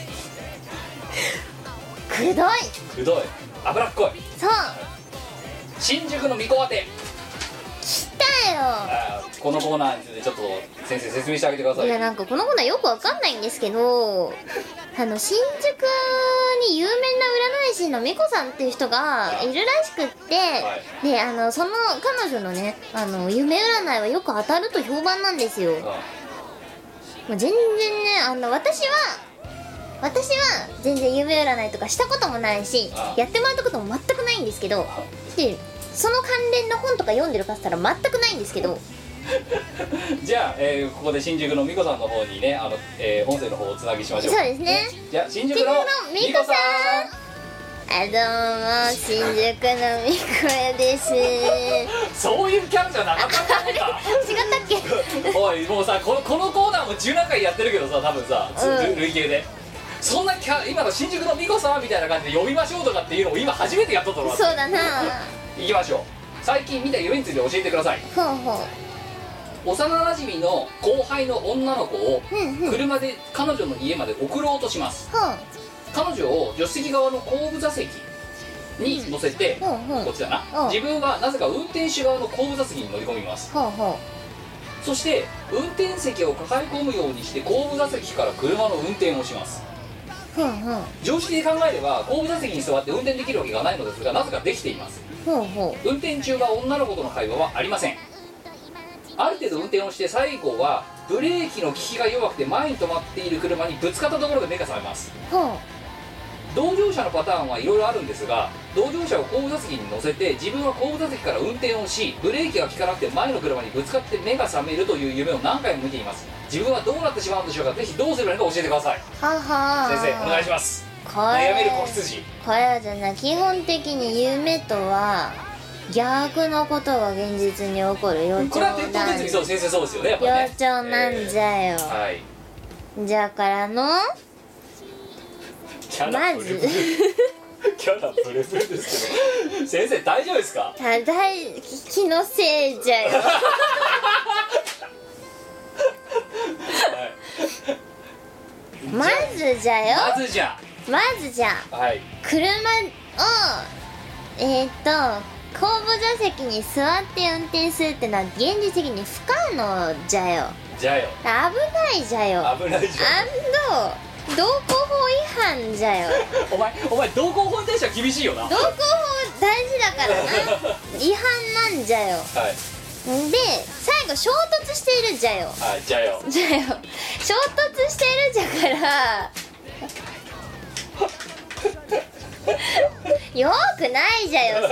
[SPEAKER 3] くどい。
[SPEAKER 1] くどい、脂っこい。
[SPEAKER 3] そう
[SPEAKER 1] 新宿の巫女当て。
[SPEAKER 3] 来たよ。
[SPEAKER 1] このコーナーについてちょっと先生説明してあげてください。
[SPEAKER 3] いやなんかこのコーナーよくわかんないんですけど、新宿に有名な占い師のみこさんっていう人がいるらしくって、
[SPEAKER 1] はい、
[SPEAKER 3] でその彼女のね夢占いはよく当たると評判なんですよ。もう全然ね私は全然夢占いとかしたこともないし、やってもらったことも全くないんですけど、でその関連の本とか読んでるかっつったら全くないんですけど
[SPEAKER 1] じゃあ、ここで新宿のみこさんの方にね音声の方をつなぎしましょう。
[SPEAKER 3] そうですね。
[SPEAKER 1] じゃあ新宿のみこさん。
[SPEAKER 3] どうも新宿のみこやです
[SPEAKER 1] そういうキャラじゃなかったんだ。
[SPEAKER 3] 違ったっけ
[SPEAKER 1] おいもうさこのコーナーも10何回やってるけどさ、多分さ、累計でそんな今の新宿のみこさんみたいな感じで呼びましょうとかっていうのを今初めてやったと思います。
[SPEAKER 3] そうだな。
[SPEAKER 1] 行きましょう。最近見た夢について教えてください。
[SPEAKER 3] ほうほう。
[SPEAKER 1] 幼なじみの後輩の女の子を車で彼女の家まで送ろうとします。彼女を助手席側の後部座席に乗せて、こっちだな、自分はなぜか運転手側の後部座席に乗り込みます。そして運転席を抱え込むようにして後部座席から車の運転をします。常識で考えれば後部座席に座って運転できるわけがないのですが、なぜかできています。運転中は女の子との会話はありません。ある程度運転をして最後はブレーキの効きが弱くて前に止まっている車にぶつかったところで目が覚めます。同乗者のパターンはいろいろあるんですが、同乗者を後部座席に乗せて自分は後部座席から運転をし、ブレーキが効かなくて前の車にぶつかって目が覚めるという夢を何回も見ています。自分はどうなってしまうんでしょうか。ぜひどうすればいいのか教えてください。先生お願いします。悩める子羊。
[SPEAKER 3] これはじゃな、基本的に夢とは逆のことが現実に起こる予兆なん。
[SPEAKER 1] これは鉄頭鉄尾、そう先生そうですよね、やっぱりね。
[SPEAKER 3] 予兆なんじゃよ。じゃからのまず
[SPEAKER 1] キャラブレブレですけど先生大丈夫ですか。
[SPEAKER 3] 気のせいじゃよまずじゃよ。まずじゃ、車を後部座席に座って運転するってのは現実的に不可能じゃよ。危ないじゃよ。
[SPEAKER 1] 危ないじゃん。
[SPEAKER 3] 道交法違反じゃよ。
[SPEAKER 1] お前道交法に対しては厳しいよな。
[SPEAKER 3] 道交法大事だからな違反なんじゃよ。で最後衝突しているじゃよ。
[SPEAKER 1] じゃよ
[SPEAKER 3] 衝突しているじゃからよくないじゃよ。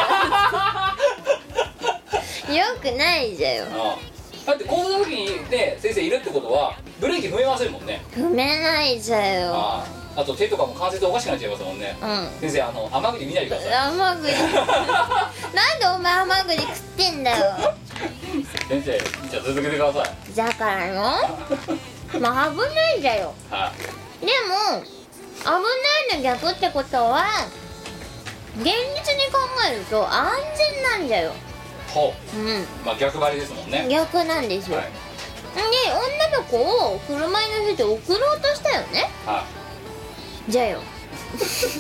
[SPEAKER 3] それよくないじゃよ。
[SPEAKER 1] だって後部座席にね先生いるってことはブレーキ踏めませんもんね。
[SPEAKER 3] 踏めないじゃよ。
[SPEAKER 1] あと手とかも関節おかしくなっちゃいますもんね。先生甘栗見ないでください。
[SPEAKER 3] 甘栗なんでお前甘栗食ってんだよ
[SPEAKER 1] 先生じゃあ続けてください。
[SPEAKER 3] だからの危ないじゃよ。でも危ないの逆ってことは現実に考えると安全なんじゃよ。
[SPEAKER 1] 逆張りですもんね。
[SPEAKER 3] 逆なんですよ。で女の子を車に乗せて送ろうとしたよね。じゃよ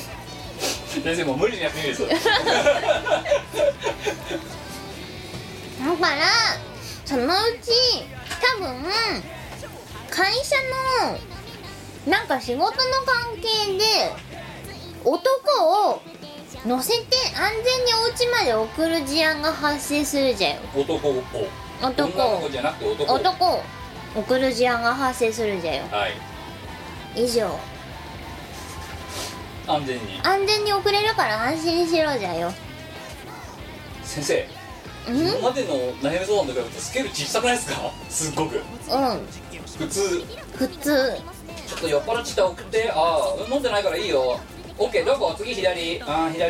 [SPEAKER 1] 先生もう無理にやってみるです
[SPEAKER 3] だからそのうち多分会社のなんか仕事の関係で男を乗せて安全にお家まで送る事案が発生するじゃよ。
[SPEAKER 1] 男を女の子じゃなくて男を
[SPEAKER 3] 送る事案が発生するじゃよ。
[SPEAKER 1] はい
[SPEAKER 3] 以上。
[SPEAKER 1] 安全に
[SPEAKER 3] 送れるから安心しろじゃよ。
[SPEAKER 1] 先生今までの悩み相談と比べてスケール小さくないですか？すっごく普通ちょっと酔っ払っちゃ送って、飲んでないからいいよ。オッケー、どこ？次左。左。オッ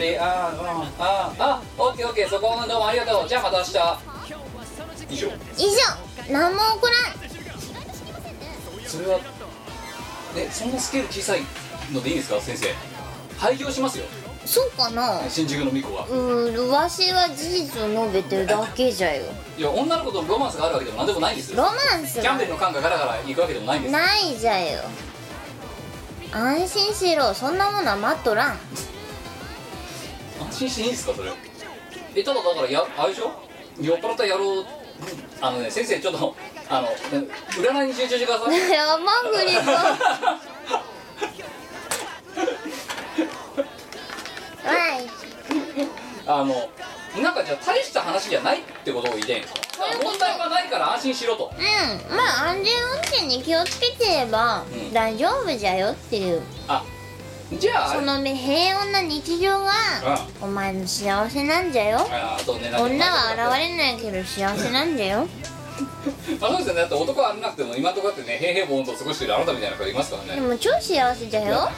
[SPEAKER 1] ケーオッケー、そこどうもありがとう。じゃあまた明日。以上。
[SPEAKER 3] 何も起こらん。
[SPEAKER 1] それはね、そんなスケール小さいのでいいんですか先生？廃業しますよ。
[SPEAKER 3] そうかな。
[SPEAKER 1] 新宿の巫女は。
[SPEAKER 3] わしは事実を述べてるだけじゃよ。
[SPEAKER 1] いや、女の子とロマンスがあるわけでもなんでもないんですよ。
[SPEAKER 3] ロマンス
[SPEAKER 1] キャンベルの缶がガラガラ行くわけでもないんです。
[SPEAKER 3] ないじゃよ。安心しろ、そんなものは待っとらん。
[SPEAKER 1] 安心していいんですかそれ？ただだからあれでしょ、酔っ払った野郎。先生ちょっと占いに集中してください。
[SPEAKER 3] やばフリコ
[SPEAKER 1] なんかじゃあ大した話じゃないってことを言いたいんですか？問題がないから安心しろと。
[SPEAKER 3] まあ安全運転に気をつけてれば大丈夫じゃよっていう。
[SPEAKER 1] じゃあ
[SPEAKER 3] その平穏な日常がお前の幸せなんじゃよ。女は現れないけど幸せなんじゃよ。
[SPEAKER 1] そうですよね。だって男はあれなくても今とかってね、平々凡と過ごしてるあなたみたいな方いますからね。
[SPEAKER 3] でも超幸せじゃよ。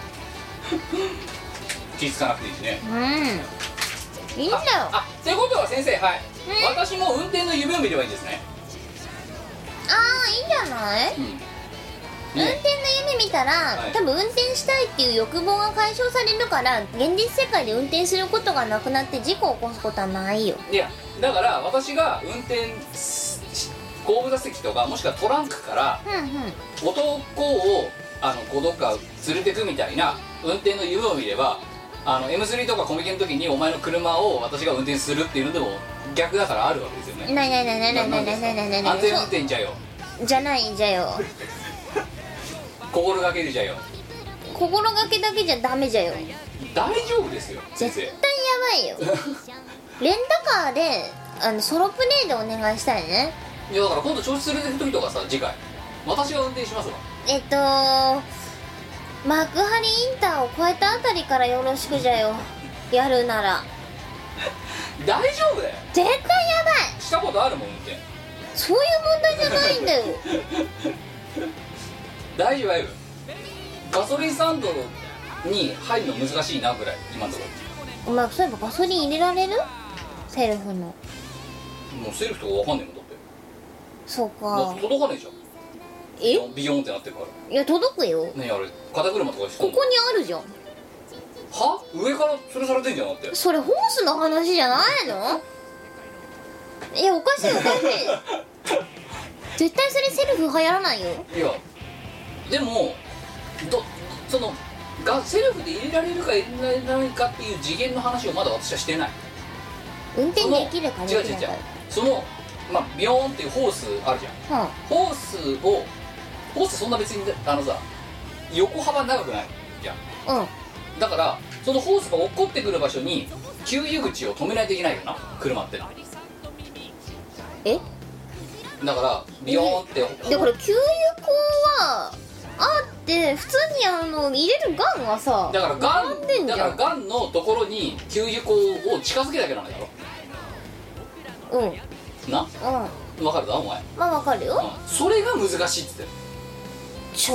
[SPEAKER 1] 気付かなくていいしね。
[SPEAKER 3] いいんだよ。
[SPEAKER 1] ってことは先生、はい、私も運転の夢を見ればいいんですね。
[SPEAKER 3] いいんじゃない？運転の夢見たら、多分運転したいっていう欲望が解消されるから、現実世界で運転することがなくなって事故を起こすことはないよ。
[SPEAKER 1] いやだから私が運転後部座席とかもしくはトランクから男をどっか連れてくみたいな運転の夢を見れば、M3 とかコミケの時にお前の車を私が運転するっていうのでも逆だからあるわけですよね。
[SPEAKER 3] ない
[SPEAKER 1] 安全運転じゃよ。
[SPEAKER 3] じゃないじゃよ。
[SPEAKER 1] 心がけるじゃよ。
[SPEAKER 3] 心がけだけじゃダメじゃよ。
[SPEAKER 1] 大丈夫ですよ先生。
[SPEAKER 3] 絶対やばいよ。レンタカーでソロプレイでお願いしたいね。
[SPEAKER 1] いやだから今度調子連れてく時とかさ、次回私が運転しますわ。
[SPEAKER 3] 幕張インターを越えたあたりからよろしくじゃよ。やるなら
[SPEAKER 1] 大丈夫だよ。
[SPEAKER 3] 絶対やばい。
[SPEAKER 1] したことあるもん運転。
[SPEAKER 3] そういう問題じゃないんだよ。
[SPEAKER 1] 大丈夫。ガソリンスタンドに入るの難しいなぐらい今のとこ
[SPEAKER 3] ろ。お前そういえばガソリン入れられる？セルフの。
[SPEAKER 1] もうセルフとかわかんねえもんだって。
[SPEAKER 3] そうか。
[SPEAKER 1] 届かねえじゃん。ビヨーンってなってるから。
[SPEAKER 3] いや届くよ。
[SPEAKER 1] ねえあれ肩車とかして
[SPEAKER 3] ここにあるじゃん。
[SPEAKER 1] は？上から吊るされてんじゃんだって。
[SPEAKER 3] それホースの話じゃないの？いやおかしいおかしい。絶対それセルフ流行らないよ。
[SPEAKER 1] いやでもセルフで入れられるか入れられないかっていう次元の話をまだ私はしてない。
[SPEAKER 3] 運転できるかできないか。
[SPEAKER 1] 違うビヨーンっていうホースあるじゃん、ホースそんな別に横幅長くないじゃん、だからそのホースが落っこってくる場所に給油口を止めないといけないよな車ってな。だからビヨーンって
[SPEAKER 3] だから給油口はあって普通に入れるガンはさ、
[SPEAKER 1] だからガンのところに給油口を近づけなきゃならないだろ。な？分かるだお前。
[SPEAKER 3] まあ分かるよ、
[SPEAKER 1] それが難しいっつってる。
[SPEAKER 3] 超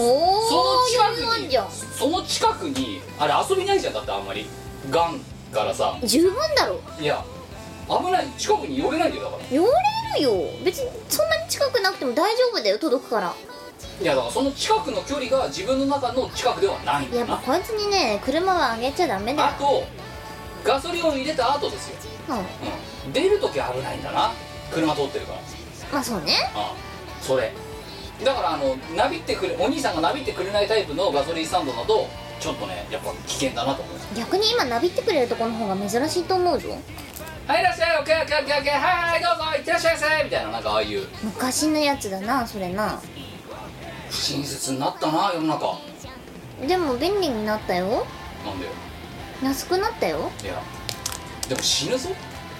[SPEAKER 1] その近くにあれ遊びないじゃんだってあんまりガンからさ。
[SPEAKER 3] 十分だろ。
[SPEAKER 1] いや危ない、近くに寄れないよだから。
[SPEAKER 3] 寄れるよ別にそんなに近くなくても大丈夫だよ届くから。
[SPEAKER 1] いやだからその近くの距離が自分の中の近くではないんだな。
[SPEAKER 3] やっぱこいつにね車は上げちゃダメだよ。
[SPEAKER 1] あとガソリンを入れた後ですよ、出るとき危ないんだな車通ってるから。
[SPEAKER 3] まあそうね。
[SPEAKER 1] それだからなびってくれお兄さんがなびってくれないタイプのガソリンスタンドだとちょっとねやっぱ危険だなと思う。
[SPEAKER 3] 逆に今なびってくれるとこの方が珍しいと思うぞ。
[SPEAKER 1] はいいらっしゃい、オッケーオッケーオッケーオッケー、はいどうぞいってらっしゃいませみたいな、なんかああいう
[SPEAKER 3] 昔のやつだなそれな。
[SPEAKER 1] 不親切になったな世の中。
[SPEAKER 3] でも便利になったよ。
[SPEAKER 1] なんだよ。
[SPEAKER 3] 安くなったよ。
[SPEAKER 1] いやでも死ぬぞ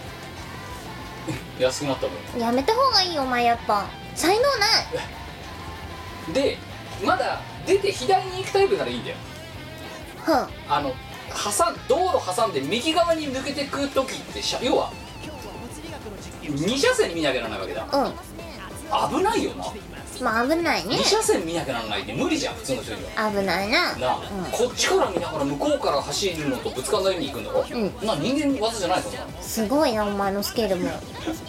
[SPEAKER 1] 安くなった分。
[SPEAKER 3] やめた方がいいよお前、やっぱ才能ない。
[SPEAKER 1] でまだ出て左に行くタイプならいいんだよ。道路挟んで右側に抜けてく時って要は2車線見なきゃならないわけだ。危ないよな。
[SPEAKER 3] まあ危ないね。
[SPEAKER 1] 2車線見なきゃならないって無理じゃん普通の人には。
[SPEAKER 3] 危ないな。
[SPEAKER 1] こっちから見ながら向こうから走るのとぶつかんないように行くんだろ。人間技じゃないそんなの。
[SPEAKER 3] すごいなお前のスケールも。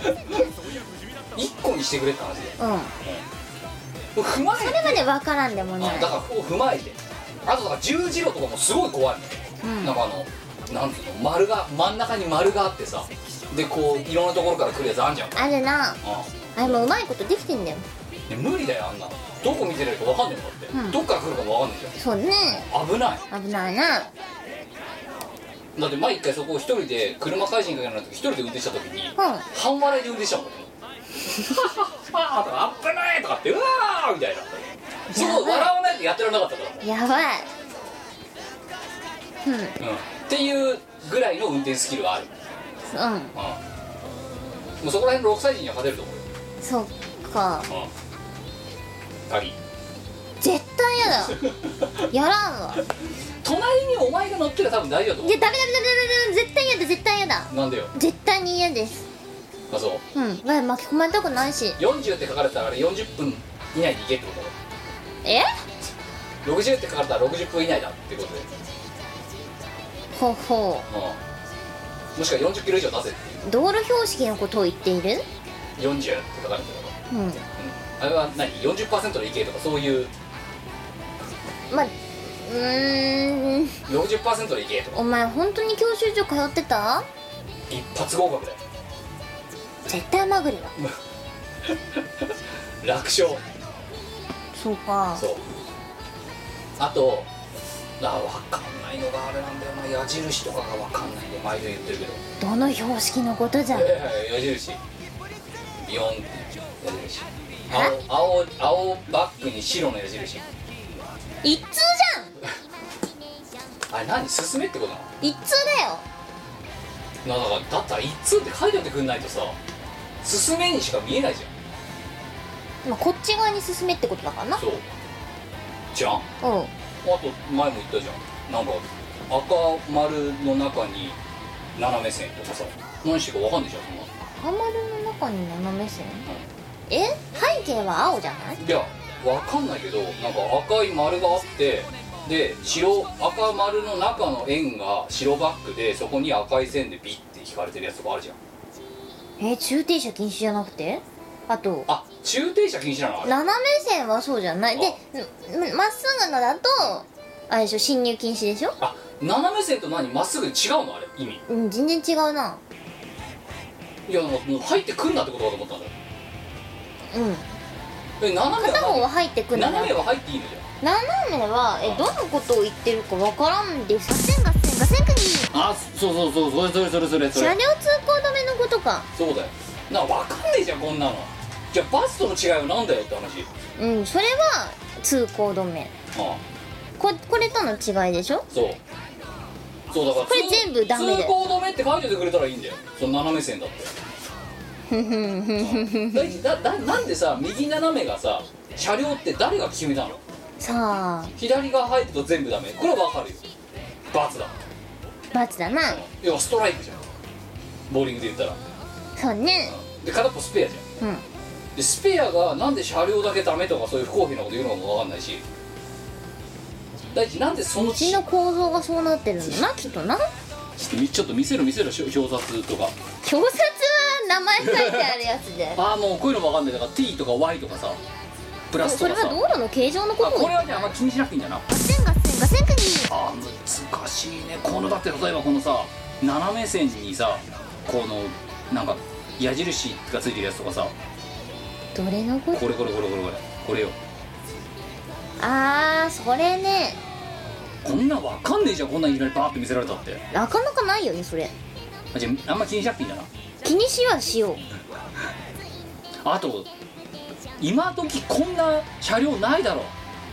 [SPEAKER 1] 1個にしてくれって話で。踏まえて
[SPEAKER 3] それまで分からんでもない。
[SPEAKER 1] だから踏まえて。あとだから十字路とかもすごい怖いの。なんかなんていうの、丸が真ん中に丸があってさ、でこういろんなところから来るやつあんじゃん。
[SPEAKER 3] あるな。あれもうまいことできてんだよ。
[SPEAKER 1] 無理だよあんな。どこ見てるか分かんないもんだって、どっから来るかも分かんないじゃん。
[SPEAKER 3] そうね。
[SPEAKER 1] 危ない
[SPEAKER 3] 危ないな。
[SPEAKER 1] だって前一回そこを一人で車返しにかけられた時一人で運転した時に、半笑いで運転したもんね。はぁとか危ないとかってうわーみたいな。そう笑わないとやってられなかったから。
[SPEAKER 3] やばい。
[SPEAKER 1] っていうぐらいの運転スキルがある。もうそこら辺の6歳児には勝てると思うよ。
[SPEAKER 3] そっか。
[SPEAKER 1] 鍵
[SPEAKER 3] 絶対やだ。やらんわ。
[SPEAKER 1] 隣にお前が乗ってる多分大丈夫だと思う。
[SPEAKER 3] いやダメ絶対やだ絶対やだ。
[SPEAKER 1] なんでよ。
[SPEAKER 3] 絶対に嫌です。
[SPEAKER 1] あそう。
[SPEAKER 3] 巻き込まれたくないし。
[SPEAKER 1] 40って書かれたらあれ40分以内に行けってことだろ。60って書かれたら60分以内だってことで。
[SPEAKER 3] ほほ
[SPEAKER 1] う。もしくは40キロ以上出せっていう。
[SPEAKER 3] 道路標識のことを言っている。
[SPEAKER 1] 40って書かれてるの。あれは何 40% でいけとかそういう。
[SPEAKER 3] まあ
[SPEAKER 1] 60% でいけとか。
[SPEAKER 3] お前本当に教習所通ってた？
[SPEAKER 1] 一発合格だよ。
[SPEAKER 3] 絶対まぐりだ。
[SPEAKER 1] 楽勝。
[SPEAKER 3] そうか。
[SPEAKER 1] そう。あと分かんないのがあれなんだよな、矢印とかが分かんないんで毎度言ってるけど。
[SPEAKER 3] どの標識のことじゃん。
[SPEAKER 1] 矢印ビヨンって矢印。青バックに白の矢印。
[SPEAKER 3] 一通じ
[SPEAKER 1] ゃん。あれ何進めってことなの？
[SPEAKER 3] 一通だよ。
[SPEAKER 1] だったら一通って書いておいてくんないとさ、進めにしか見えないじゃん。
[SPEAKER 3] まあこっち側に進めってことだからな。
[SPEAKER 1] そうじゃん。あと前も言ったじゃん、なんか赤丸の中に斜め線とかさ、何してるか分かんないじゃん。
[SPEAKER 3] 赤丸の中に斜め線、背景は青じゃない？
[SPEAKER 1] いや分かんないけど、なんか赤い丸があって、で赤丸の中の円が白バックで、そこに赤い線でビッて引かれてるやつとかあるじゃん。
[SPEAKER 3] 駐停車禁止じゃなくて？あと
[SPEAKER 1] 駐停車禁止なのあれ。
[SPEAKER 3] 斜め線はそうじゃないで、まっすぐのだとあれでしょ、進入禁止でしょ。
[SPEAKER 1] 斜め線とまっすぐ違うのあれ意味。
[SPEAKER 3] 全然違うな。
[SPEAKER 1] いやもう入ってくんなってことかと思ったんだよ。斜め
[SPEAKER 3] 片方は入ってくんだよ。
[SPEAKER 1] 斜めは入っていいのじゃん。
[SPEAKER 3] 斜めはどのことを言ってるかわからんで、左遷合線画線区に。
[SPEAKER 1] そうそれ
[SPEAKER 3] 車両通行止めのことか。
[SPEAKER 1] そうだよ。分かんねえじゃんこんなの。じゃあバスとの違いはなんだよって話。
[SPEAKER 3] それは通行止め。これとの違いでしょ。
[SPEAKER 1] そうだから
[SPEAKER 3] これ全部ダメだよ。
[SPEAKER 1] 通行止めって書いててくれたらいいんだよ、その斜め線だってなんでさ、右斜めがさ車両って誰が決めたの？
[SPEAKER 3] さあ
[SPEAKER 1] 左が入ると全部ダメ、これは分かるよ。罰だ。
[SPEAKER 3] 罰だな。
[SPEAKER 1] 要はストライクじゃん、ボーリングで言ったら。
[SPEAKER 3] そうね。
[SPEAKER 1] で片っぽスペアじゃん。でスペアがなんで車両だけダメとかそういう不公平なこと言うのかも分かんないし、第一なんでその
[SPEAKER 3] うちの構造がそうなってるんだなきっとな。
[SPEAKER 1] ちょっと見せろ表札とか。
[SPEAKER 3] 表札は名前書いてあるやつで
[SPEAKER 1] もうこういうのも分かんない。だから T とか Y とかさ、プラスとかさ。
[SPEAKER 3] それは道路の形状のことを
[SPEAKER 1] これはねあんま気にしなくていいんだな。
[SPEAKER 3] 合線区に。
[SPEAKER 1] 難しいね。このだって例えばこのさ斜め線にさ、このなんか矢印がついてるやつとかさ、
[SPEAKER 3] どれのこと？
[SPEAKER 1] これよ。
[SPEAKER 3] それね。
[SPEAKER 1] こんなん分かんねえじゃん、こんなんいきなりバーって見せられたって。
[SPEAKER 3] なかなかないよねそれ。
[SPEAKER 1] じゃああんま気にしなくていいんだな。
[SPEAKER 2] 気にしはしよう。
[SPEAKER 1] あと今時こんな車両ないだろ。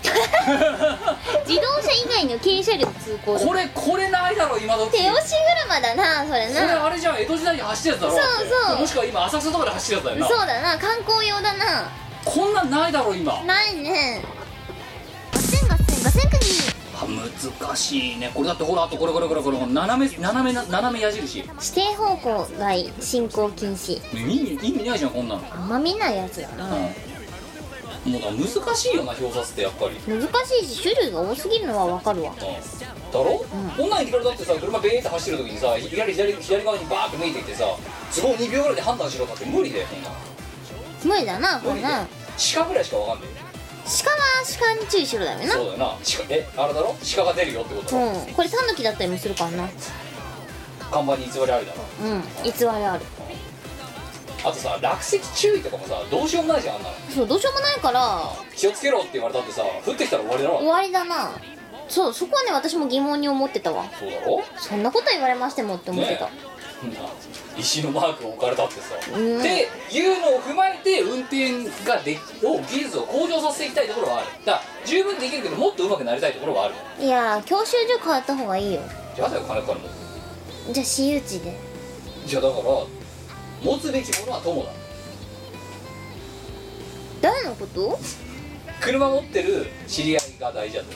[SPEAKER 2] 自動車以外の軽車両通行だ。
[SPEAKER 1] これないだろ今時。
[SPEAKER 2] 手押し車だなそれな。
[SPEAKER 1] それあれじゃん、江戸時代に走ってるやつだろ。
[SPEAKER 2] そうそう。
[SPEAKER 1] もしくは今浅草とかで走ってるやつだよな。
[SPEAKER 2] そうだな、観光用だな。
[SPEAKER 1] こんなんないだろ今。
[SPEAKER 2] ないね。
[SPEAKER 3] ガセンガセンガセンクニ
[SPEAKER 1] 難しいねこれ。だってほら、あとこれ斜め矢印。
[SPEAKER 2] 指定方向外進行禁止。
[SPEAKER 1] 意味ないじゃんこんなの。
[SPEAKER 2] あんま見ないやつだな。
[SPEAKER 1] もうだ難しいよな表札ってやっぱり。
[SPEAKER 2] 難しいし種類が多すぎるのはわかるわ。
[SPEAKER 1] だろ、こんなんに比べだってさ、車ベーって走ってる時にさ、左側にバーって向いてきてさ、都合2秒ぐらいで判断しろだって無理だよこんなの。
[SPEAKER 2] 無理だなこれな。
[SPEAKER 1] 鹿ぐらいしかわかんない。
[SPEAKER 2] 鹿は鹿に注意しろだよな。
[SPEAKER 1] そうだよな。あれだろ、鹿が出るよってことだろ。
[SPEAKER 2] これタヌキだったりもするからな。
[SPEAKER 1] 看板に偽りありだな。
[SPEAKER 2] 偽りある。
[SPEAKER 1] あとさ、落石注意とかもさ、どうしようもないじゃんあんなの。
[SPEAKER 2] そう、どうしようもないから
[SPEAKER 1] 気をつけろって言われたってさ、降ってきたら終わりだろ。
[SPEAKER 2] 終わりだな。そう、そこはね私も疑問に思ってたわ。
[SPEAKER 1] そうだろ。
[SPEAKER 2] そんなこと言われましてもって思ってた、
[SPEAKER 1] ね、石のマークが置かれたってさ、っていうのを踏まえて運転が技術を向上させていきたいところはある。だから十分できるけどもっと上手くなりたいところはある。
[SPEAKER 2] いやー教習所変わった方がいいよ。
[SPEAKER 1] じゃあ金かかるの。
[SPEAKER 2] じゃあ私有地で。
[SPEAKER 1] じゃあだから持つべきものは友だ。
[SPEAKER 2] 誰のこと？
[SPEAKER 1] 車持ってる知り合いが大事だと。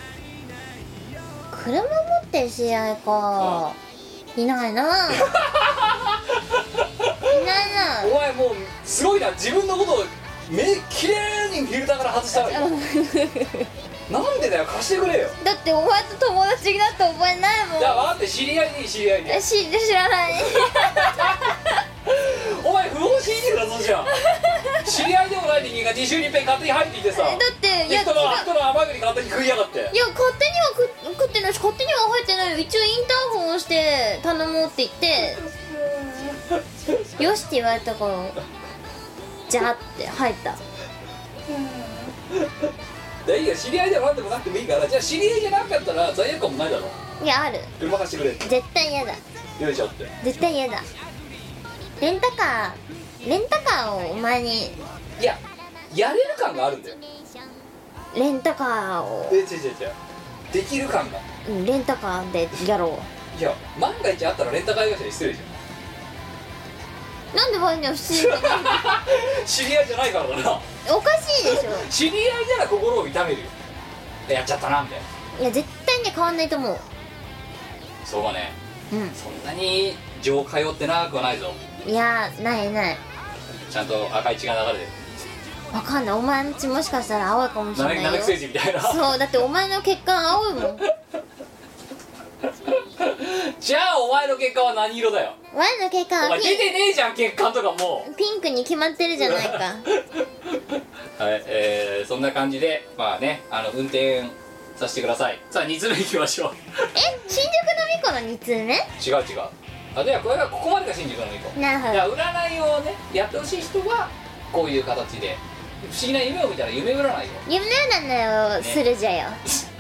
[SPEAKER 2] 車持ってる知り合いか、いないな。いないな。
[SPEAKER 1] お前もうすごいな、自分のことをきれいにフィルターから外したらなんでだよ、貸してくれよ。
[SPEAKER 2] だってお前と友達になった覚えないもん。
[SPEAKER 1] じゃあ分かって、知り合いで知り合いで。
[SPEAKER 2] 知らない
[SPEAKER 1] お前不法侵入だぞじゃん。知り合いでもない人間が2週に1回勝手に入ってきてさ、だ
[SPEAKER 2] って
[SPEAKER 1] 人の甘栗勝手に食いやがって。
[SPEAKER 2] いや勝手には食ってないし勝手には入ってないよ。一応インターホンをして頼もうって言ってよしって言われたからじゃあって入った。
[SPEAKER 1] いいよ、知り合いでもなんでもなくてもいいから。じゃあ知り合いじゃなかったら罪悪感もないだろ。
[SPEAKER 2] いやある。
[SPEAKER 1] 車貸してくれ。
[SPEAKER 2] 絶対嫌だ。
[SPEAKER 1] よいしょって。
[SPEAKER 2] 絶対嫌だ。レンタカーをお前に。
[SPEAKER 1] いや、やれる感があるんだよ。
[SPEAKER 2] レンタカーを
[SPEAKER 1] 違うできる感が。
[SPEAKER 2] レンタカーでやろ
[SPEAKER 1] う。いや、万が一あったらレンタカー会社に失礼じゃ
[SPEAKER 2] ん。なんでワインは失礼
[SPEAKER 1] 知り合いじゃないからだな。
[SPEAKER 2] おかしいでしょ。
[SPEAKER 1] 知り合いなら心を痛めるよ。やっちゃったなみたいな。
[SPEAKER 2] いや絶対ね変わんないと思う。
[SPEAKER 1] そうかね。そんなに情通ってなくはないぞ。
[SPEAKER 2] いやない
[SPEAKER 1] ちゃんと赤い血が流れてる。
[SPEAKER 2] わかんない。お前の血もしかしたら青いかもしれないよ。
[SPEAKER 1] ナメク星人みたいな。
[SPEAKER 2] そうだってお前の血管青いもん
[SPEAKER 1] じゃあお前の血管は何色だよ。
[SPEAKER 2] お前の血管は
[SPEAKER 1] 出てねえじゃん血管とかもう。
[SPEAKER 2] ピンクに決まってるじゃないか
[SPEAKER 1] はい、そんな感じでまあね、運転させてください。さあ2通目いきましょう。
[SPEAKER 2] 新宿のみこの2通目？
[SPEAKER 1] 違う。ではこれがここまでが新宿のみこ。
[SPEAKER 2] なるほど。
[SPEAKER 1] じゃあ占いをねやってほしい人はこういう形で不思議な夢を見たら夢占いを。
[SPEAKER 2] 夢占いをするじゃよ、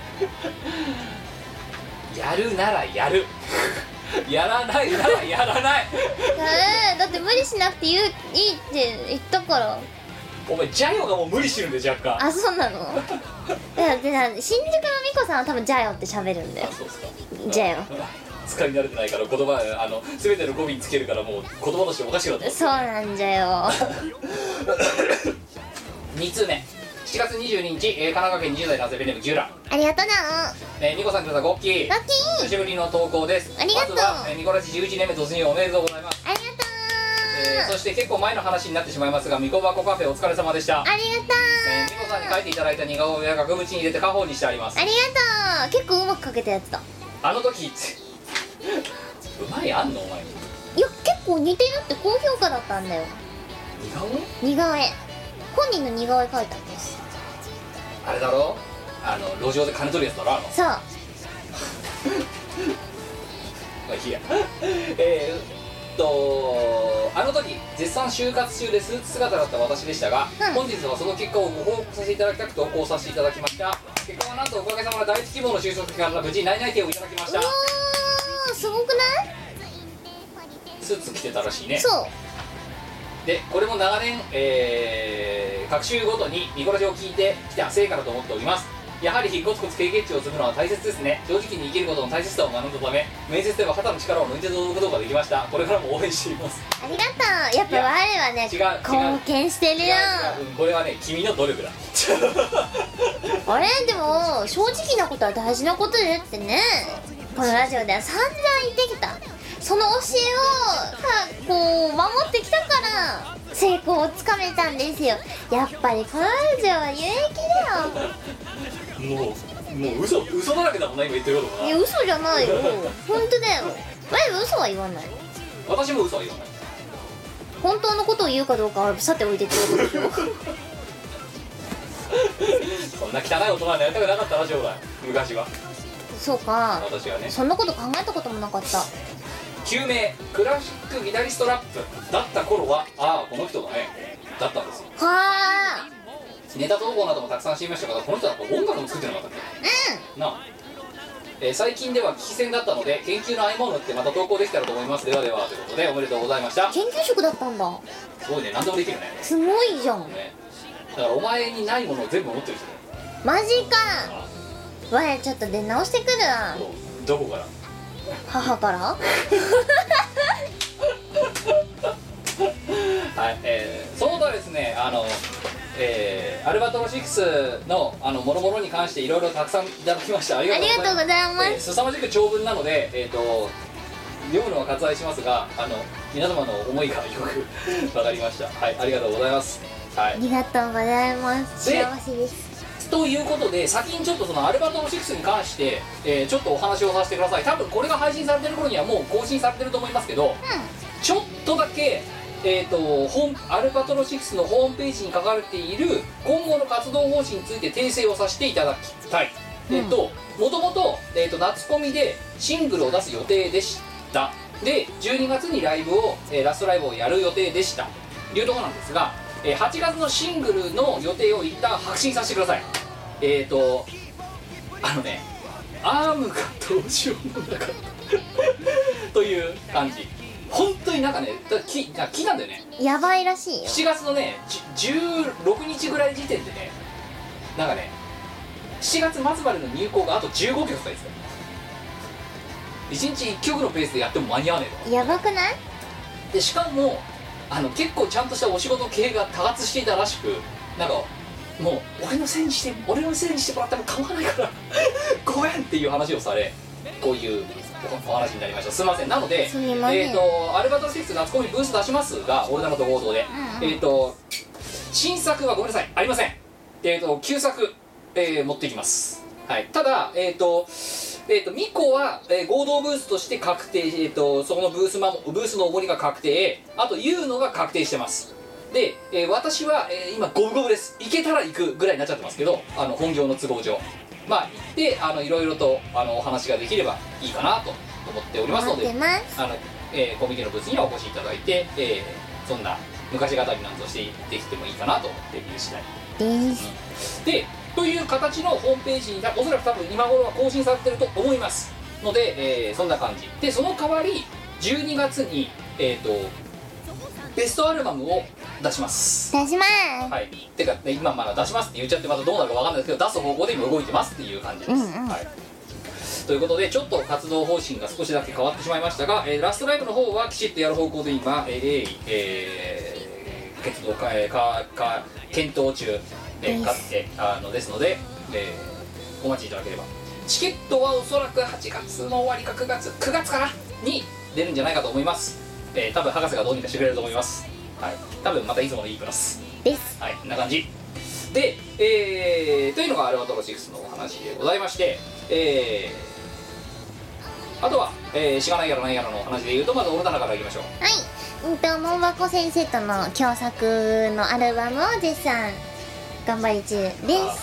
[SPEAKER 1] やるならやるやらないならやらない
[SPEAKER 2] だって無理しなくていいって言ったから。
[SPEAKER 1] お前ジャヨがもう無理してるんで若干。
[SPEAKER 2] あ、そうなので新宿のみこさんは多分ジャヨって喋るんだよ。
[SPEAKER 1] あ、そうっすか。
[SPEAKER 2] ジャヨ
[SPEAKER 1] 使い慣れてないから言葉全ての語尾につけるからもう言葉としておかしくなってます。
[SPEAKER 2] そうなんじゃよ
[SPEAKER 1] 2通目7月22日、神奈川県20代男性ペンネームギュラ。
[SPEAKER 2] ありがとうな。
[SPEAKER 1] ニコさんください、ゴッキー。
[SPEAKER 2] ゴッキー
[SPEAKER 1] 久しぶりの投稿です。
[SPEAKER 2] ありがとう。
[SPEAKER 1] まずは、ニコラジ11年目突入おめでとうございます。
[SPEAKER 2] ありがとう。
[SPEAKER 1] そして結構前の話になってしまいますが、みこばこカフェお疲れ様でした。
[SPEAKER 2] ありがとう。
[SPEAKER 1] ニコさんに書いていただいた似顔絵は額縁に入れて家宝にしてあります。
[SPEAKER 2] ありがとう。結構うまく描けたやつだ。
[SPEAKER 1] あの時うまいあんのお前に。
[SPEAKER 2] いや結構似てるって高評価だったんだよ。似顔絵本人の似顔絵描いたんです。
[SPEAKER 1] あれだろ、路上で金取るやつだろ。
[SPEAKER 2] そう
[SPEAKER 1] まあいいやあの時絶賛就活中でスーツ姿だった私でしたが、本日はその結果をご報告させていただきたく投稿させていただきました。結果はなんとおかげさまで第一希望の就職期間から無事内々定をいただきました。
[SPEAKER 2] おー、すごくない？
[SPEAKER 1] スーツ着てたらしいね。
[SPEAKER 3] そう
[SPEAKER 1] でこれも長年、各週ごとに見殺しを聞いてきた成果だと思っております。やはりコツコツ経験値を積むのは大切ですね。正直に生きることの大切さを学んだため、面接では肩の力を抜いて届くことができました。これからも応援しています。
[SPEAKER 3] ありがとう。やっぱ我はね
[SPEAKER 1] 違う
[SPEAKER 3] 貢献してるよ。
[SPEAKER 1] これはね君の努力だ。
[SPEAKER 3] あれでも正直なことは大事なことでってね、このラジオでは散々言ってきた。その教えをこう守ってきたから成功をつかめたんですよ。やっぱりこのラジオは有益だよ。
[SPEAKER 1] もう嘘だらけだもんな今言ってることが。
[SPEAKER 3] いや嘘じゃないよ本当だよ。我は嘘は言わない。
[SPEAKER 1] 私も嘘は言わない。
[SPEAKER 3] 本当のことを言うかどうかはさておいてってことでしょ。
[SPEAKER 1] そんな汚い大人はやりたくなかったラジオだ昔は。
[SPEAKER 3] そうか、
[SPEAKER 1] 私はね
[SPEAKER 3] そんなこと考えたこともなかった。
[SPEAKER 1] 救命クラシックギタリストラップだった頃はこの人だねだったんですよ。
[SPEAKER 3] はあ
[SPEAKER 1] ネタ投稿などもたくさんしていましたから、この人は音楽も作ってなかったっけなあ、最近では聞き戦だったので研究の合間を縫ってまた投稿できたらと思います。ではではということでおめでとうございました。
[SPEAKER 3] 研究職だったんだ。
[SPEAKER 1] すごいね、何でもできるね。
[SPEAKER 3] すごいじゃん、
[SPEAKER 1] ね、だからお前にないものを全部持ってる人だよ。
[SPEAKER 3] マジか。我ちょっと出直してくるわ。
[SPEAKER 1] どこから
[SPEAKER 3] 母から
[SPEAKER 1] はい、その他ですねアルバトロ6のもろもろに関していろいろたくさんいただきました。ありがとうございます。凄まじく長文なので読むのは割愛しますが皆様の思いがよくわかりました。はい、ありがとうございます。はい、
[SPEAKER 3] ありがとうございます。幸せです。
[SPEAKER 1] ということで先にちょっとそのアルバトロ6に関して、ちょっとお話をさせてください。多分これが配信されてる頃にはもう更新されてると思いますけど、ちょっとだけアルバトロ6のホームページに書かれている今後の活動方針について訂正をさせていただきたい。もともと夏コミでシングルを出す予定でした。で12月にライブを、ラストライブをやる予定でしたというところなんですが、8月のシングルの予定を一旦白紙にさせてください。アームがどうしようもなかったという感じ。本当になんかね木なんだよね。
[SPEAKER 3] やばいらしいよ。
[SPEAKER 1] 7月のね16日ぐらい時点でね、なんかね7月末までの入稿があと15曲とかですよ。1日1曲のペースでやっても間に合わねえと。
[SPEAKER 3] やばくない？
[SPEAKER 1] でしかも結構ちゃんとしたお仕事系が多発していたらしく、なんかもう俺のせいにしてもらっても構わないからごめんっていう話をされ、こういうお話になりました。すいません。なのでアルバトロ6夏コミブース出しますが、俺らのと合同で、新作はごめんなさいありません。旧作、持ってきます。はい、ただミコは、合同ブースとして確定、そこのブースのおごりが確定、あとユーノが確定してます。で、私は、今五分五分です。行けたら行くぐらいになっちゃってますけど、本業の都合上まあ行っていろいろとお話ができればいいかなと思っておりますので、コミケのブースにはお越しいただいて、そんな昔語りなんぞしてできてもいいかなと思っている次第です。でという形のホームページにおそらく多分今頃は更新されてると思いますので、そんな感じで、その代わり12月にベストアルバムを出します。
[SPEAKER 3] 出します。
[SPEAKER 1] はい。てか、ね、今まだ出しますって言っちゃってまたどうなるかわかんないですけど、出す方向で今動いてますっていう感じです。はい。ということでちょっと活動方針が少しだけ変わってしまいましたが、ラストライブの方はきちっとやる方向で今、検討中ですので、お待ちいただければ。チケットはおそらく8月の終わりか9月かなに出るんじゃないかと思います。多分博士がどうにかしてくれると思います。はい、多分またいつものいいプラス
[SPEAKER 3] です。
[SPEAKER 1] はい、こんな感じで、というのがアルバトロ6のお話でございまして、あとは、しがないやらないやらのお話でいうと、まずオルタナからいきましょう。
[SPEAKER 3] はい、モンバコ先生との共作のアルバムを絶賛頑張り中です。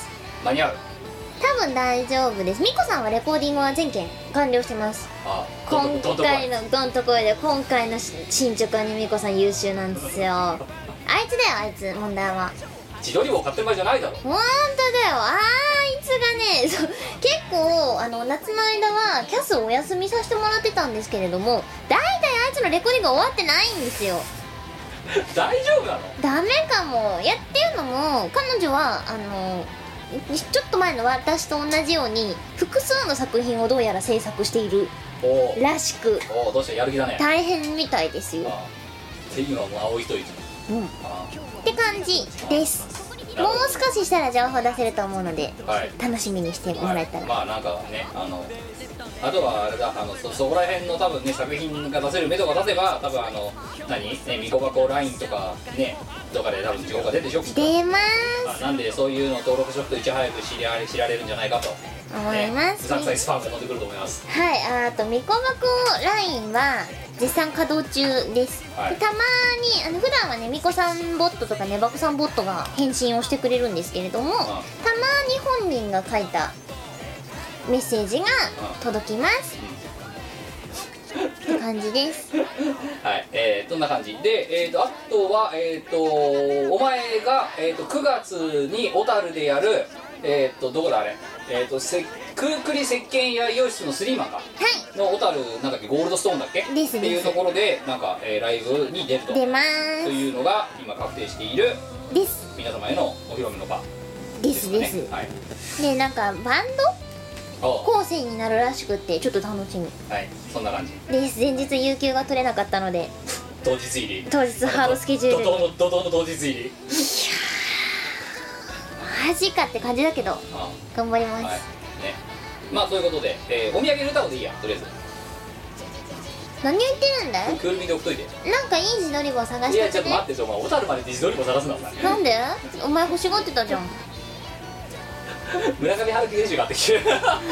[SPEAKER 1] 間に合う？
[SPEAKER 3] 多分大丈夫です。ミコさんはレコーディングは全件完了してます。今回のどんとこいで今回の進捗にミコさん優秀なんですよ。あいつだよ、あいつ問題は。
[SPEAKER 1] 自撮り棒買ってる場合じゃないだろ。
[SPEAKER 3] ほんとだよ、あいつがね結構夏の間はキャスをお休みさせてもらってたんですけれども、だいたいあいつちのレコーディングが終わってないんですよ。
[SPEAKER 1] 大丈夫なの？
[SPEAKER 3] ダメかも。やっていうのも彼女はちょっと前の私と同じように複数の作品をどうやら制作しているらしく、
[SPEAKER 1] おお、どうした、やる気だね。
[SPEAKER 3] 大変みたいですよ。
[SPEAKER 1] っていうのはもう青い人いる。
[SPEAKER 3] って感じです。もう少ししたら情報出せると思うので、
[SPEAKER 1] はい、
[SPEAKER 3] 楽しみにしてもらえたら、
[SPEAKER 1] まあなんかね、あとはあれだ、そこら辺の多分ね、作品が出せる目処が立てば、多分ミコバコラインとかね、とかで多分情報が出るでしょ、きっと。
[SPEAKER 3] 出まーす。
[SPEAKER 1] なんでそういうの登録しておくといち早く知られるんじゃないかと
[SPEAKER 3] 思います。
[SPEAKER 1] うさんくさいスパムが飛んでくると思います。
[SPEAKER 3] はい、あとミコバコラインは絶賛稼働中です、
[SPEAKER 1] はい、
[SPEAKER 3] たまに普段はねミコさんボットとかねバコさんボットが返信をしてくれるんですけれども、たまに本人が書いたメッセージが届きます、って感じです
[SPEAKER 1] はい、そんな感じで、あとはお前が、9月に小樽でやるどこだあれクークリ石鹸屋イオシスのスリーマンか、はい、の小樽なんだっけ、ゴールドストーンだっけ
[SPEAKER 3] です
[SPEAKER 1] っていうところでなんか、ライブに出ると
[SPEAKER 3] 出まーす
[SPEAKER 1] というのが今確定している
[SPEAKER 3] です
[SPEAKER 1] 皆様へのお披露目の場
[SPEAKER 3] ですです、
[SPEAKER 1] はい、
[SPEAKER 3] でなんかバンド構成になるらしくってちょっと楽しみ。
[SPEAKER 1] はい、そんな感じ
[SPEAKER 3] です。前日有給が取れなかったので
[SPEAKER 1] 当日入り、
[SPEAKER 3] 当日ハードスケジュール
[SPEAKER 1] 怒涛の当日入り、
[SPEAKER 3] マジかって感じだけど頑張ります、
[SPEAKER 1] はいね、まあそういうことで、お土産ルタオでいいや、とりあえず
[SPEAKER 3] 何言ってるんだい。
[SPEAKER 1] クールミで置くといて。
[SPEAKER 3] なんかいい自撮り棒探
[SPEAKER 1] いや、
[SPEAKER 3] してて
[SPEAKER 1] ちょっと待ってよ、お前小樽まで自撮り棒探すな、お前
[SPEAKER 3] なんでお前欲しがってたじゃん
[SPEAKER 1] 村上春樹選手があってきてる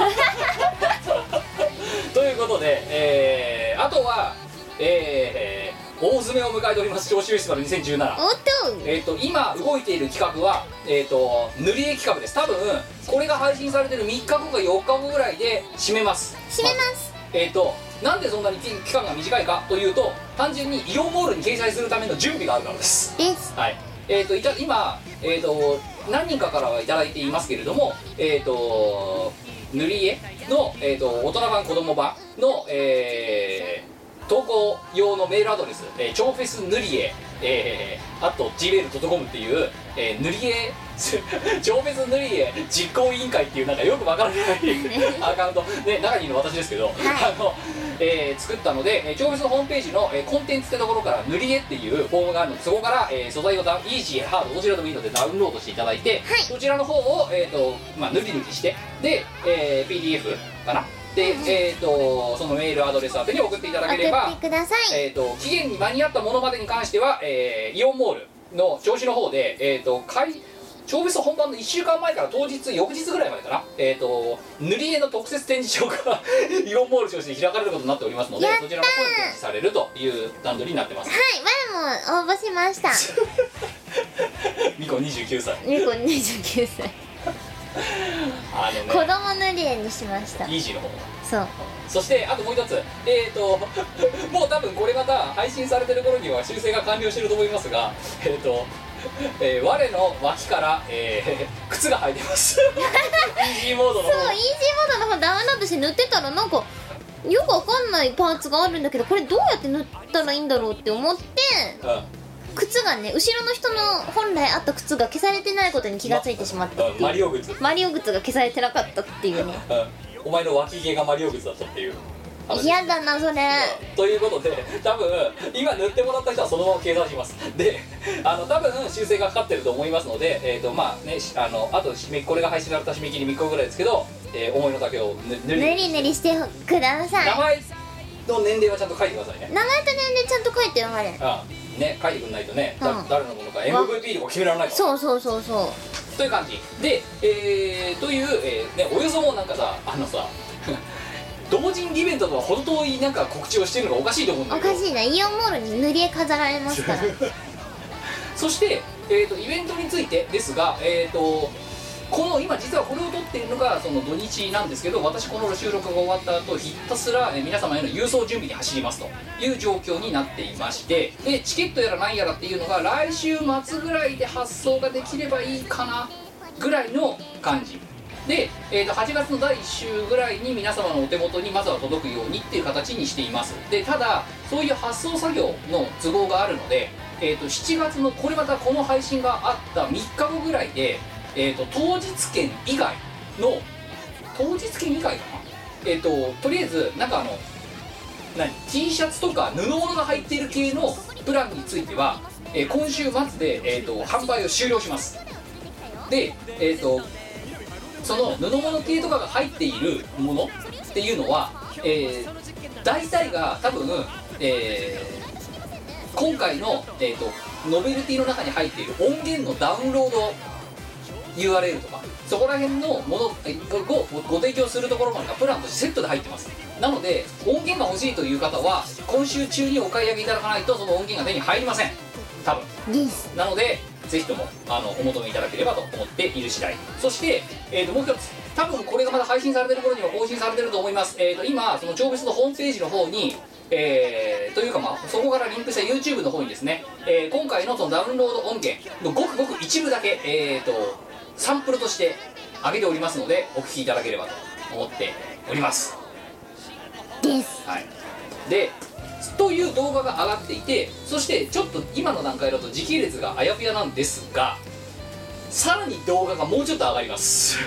[SPEAKER 1] ということで、あとは、大詰めを迎えております銚子フェスティバル2017。
[SPEAKER 3] おっと、
[SPEAKER 1] 今動いている企画は、塗り絵企画です。多分これが配信されてる3日後か4日後ぐらいで締めます。なんでそんなに期間が短いかというと、単純にイオンモールに掲載するための準備があるからです。はい。今、何人かからはいただいていますけれども、塗り絵の、大人版子供版の、投稿用のメールアドレス、超フェス塗り絵、@gmail.com っていう、塗り絵超フェス塗り絵実行委員会っていうなんかよくわからないアカウントで中にいる私ですけど、作ったので、超フェスのホームページの、コンテンツってところから塗り絵っていうフォームがあるので、そこから、素材をイージーハードどちらでもいいのでダウンロードしていただいて、そちらの方を、塗り塗りしてで、PDF かなで、そのメールアドレス宛てに送っていただければ、期限に間に合ったものまでに関しては、イオンモールの銚子の方で、超フェス本番の1週間前から翌日ぐらいまでかな、塗り絵の特設展示場がイオンモール銚子で開かれることになっておりますので、そちらの方に展示されるという段取りになってます。
[SPEAKER 3] はい、前も応募しました
[SPEAKER 1] ミコ29歳
[SPEAKER 3] ミコ29歳子供塗り絵にしました。
[SPEAKER 1] イージーの方。
[SPEAKER 3] そう
[SPEAKER 1] そしてあともう一つ、もう多分これまた配信されてる頃には修正が完了してると思いますが、我の脇から、靴が履いてますイージーモードの方。
[SPEAKER 3] そう、イージーモードの方ダウンロードして塗ってたら、なんかよくわかんないパーツがあるんだけど、これどうやって塗ったらいいんだろうって思って、靴がね、後ろの人の本来あった靴が消されてないことに気がついてしまったっていう、
[SPEAKER 1] マリオ靴
[SPEAKER 3] が消されてなかったっていうね
[SPEAKER 1] お前の脇毛がマリオ靴だったっていう。
[SPEAKER 3] 嫌だなそれ。
[SPEAKER 1] ということで、多分今塗ってもらった人はそのまま計算します。で、多分修正がかかってると思いますので、まあね、あとこれが配信された締め切り3日ぐらいですけど、思いの丈を
[SPEAKER 3] 塗り塗りしてください。
[SPEAKER 1] 名前の年齢はちゃんと書いてくださいね。
[SPEAKER 3] 名前と年齢ちゃんと書いてよ、あれ。
[SPEAKER 1] ね、書いてくんないとね、誰のものか MVP とか決められないから。
[SPEAKER 3] そう
[SPEAKER 1] という感じで、という、およそもうなんかさ、同人イベントとは程遠いなんか告知をしてるのがおかしいと思うんだけど。
[SPEAKER 3] おかしいな、イオンモールに塗り絵飾られますから
[SPEAKER 1] そして、イベントについてですが、この今実はこれを撮っているのがその土日なんですけど、私この収録が終わった後ひたすら皆様への郵送準備に走りますという状況になっていまして、でチケットやら何やらっていうのが来週末ぐらいで発送ができればいいかなぐらいの感じで、8月の第1週ぐらいに皆様のお手元にまずは届くようにっていう形にしています。でただそういう発送作業の都合があるので、7月のこれまたこの配信があった3日後ぐらいで、当日券以外の当日券以外かな、とりあえずなんかT シャツとか布物が入っている系のプランについては、今週末で、販売を終了します。でその布物系とかが入っているものっていうのは、大体が多分、今回の、ノベルティの中に入っている音源のダウンロード URL とかそこら辺のものをご提供するところまでがプランとしてセットで入ってます。なので音源が欲しいという方は今週中にお買い上げいただかないとその音源が手に入りません多分なのでぜひともお求めいただければと思っている次第。そして、もう一つ多分これがまだ配信されてる頃には更新されてると思います。今その超別のホームページの方にというかそこからリンクした YouTube の方にですね、今回のそのダウンロード音源のごくごく一部だけサンプルとして上げておりますのでお聞きいただければと思っております
[SPEAKER 3] です。
[SPEAKER 1] はい。でという動画が上がっていて、そしてちょっと今の段階だと時系列があやふやなんですが、さらに動画がもうちょっと上がります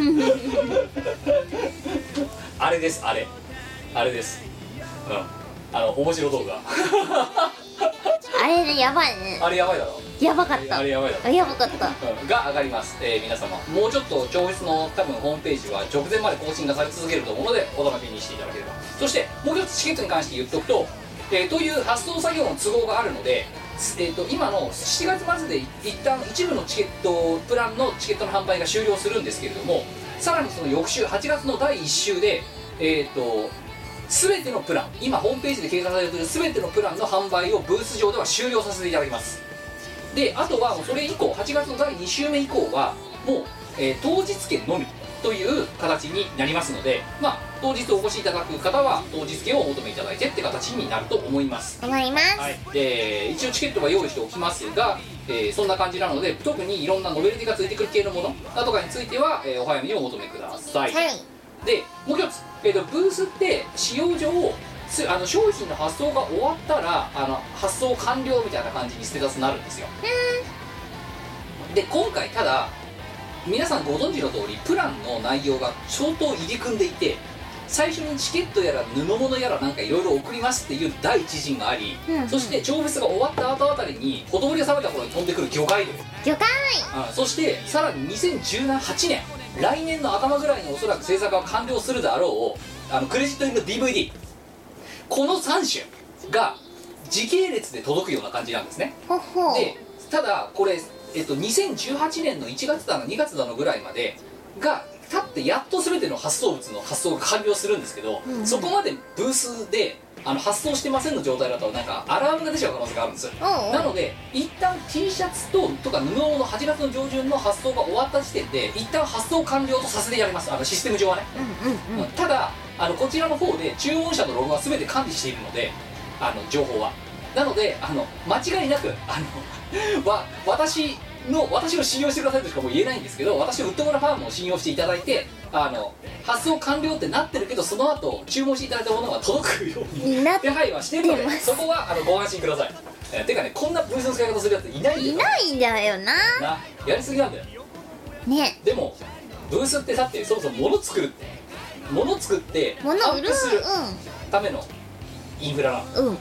[SPEAKER 1] あれですあれです、面白動画
[SPEAKER 3] あれやばいね。
[SPEAKER 1] あれやばいだろ。
[SPEAKER 3] やばかった。
[SPEAKER 1] あれやばいだろ。
[SPEAKER 3] やばかった、
[SPEAKER 1] が上がります。皆様もうちょっと超越の多分ホームページは直前まで更新がされ続けると思うのでお楽しみにしていただければ。そしてもう一つチケットに関して言っておくと、という発送作業の都合があるので、今の7月末で一旦一部のチケットプランのチケットの販売が終了するんですけれども、さらにその翌週8月の第1週で全てのプラン、今ホームページで掲載されている全てのプランの販売をブース上では終了させていただきます。であとはもうそれ以降8月の第2週目以降はもう、当日券のみという形になりますので、当日お越しいただく方は当日券をお求めいただいてって形になると思います。
[SPEAKER 3] 思います、
[SPEAKER 1] はい。一応チケットは用意しておきますが、そんな感じなので特にいろんなノベルティがついてくる系のものだとかについては、お早めにお求めください。
[SPEAKER 3] はい。
[SPEAKER 1] でもう一つ、ブースって使用上商品の発送が終わったら発送完了みたいな感じにステータスになるんですよ。で今回ただ皆さんご存知の通りプランの内容が相当入り組んでいて、最初にチケットやら布物やらなんかいろいろ送りますっていう第一陣があり、そして超別が終わった後あたりにほとぼりが冷めた頃に飛んでくる魚介類、そしてさらに2018年来年の頭ぐらいにおそらく制作が完了するであろうクレジット入りの DVD、 この3種が時系列で届くような感じなんですね。でただこれ、2018年の1月だの2月だのぐらいまでが経ってやっと全ての発送物の発送が完了するんですけど、そこまでブースで発送してませんの状態だとなんかアラームが出ちゃう可能性があるんですよ。なので一旦 T シャツとか布の8月の上旬の発送が終わった時点で一旦発送完了とさせてやります。システム上はね、ただこちらの方で注文者のログは全て管理しているので情報はなので間違いなく私を信用してくださいとしかもう言えないんですけど、私のウッド村ファームを信用していただいて発送完了ってなってるけどその後注文していただいたものが届くように手配はしてるのでそこはご安心ください。てかねこんなブースの使い方するやついないん
[SPEAKER 3] だよな。
[SPEAKER 1] やりすぎなんだよ
[SPEAKER 3] ね。
[SPEAKER 1] でもブースってだってそもそも物作って販布するためのインフラなの。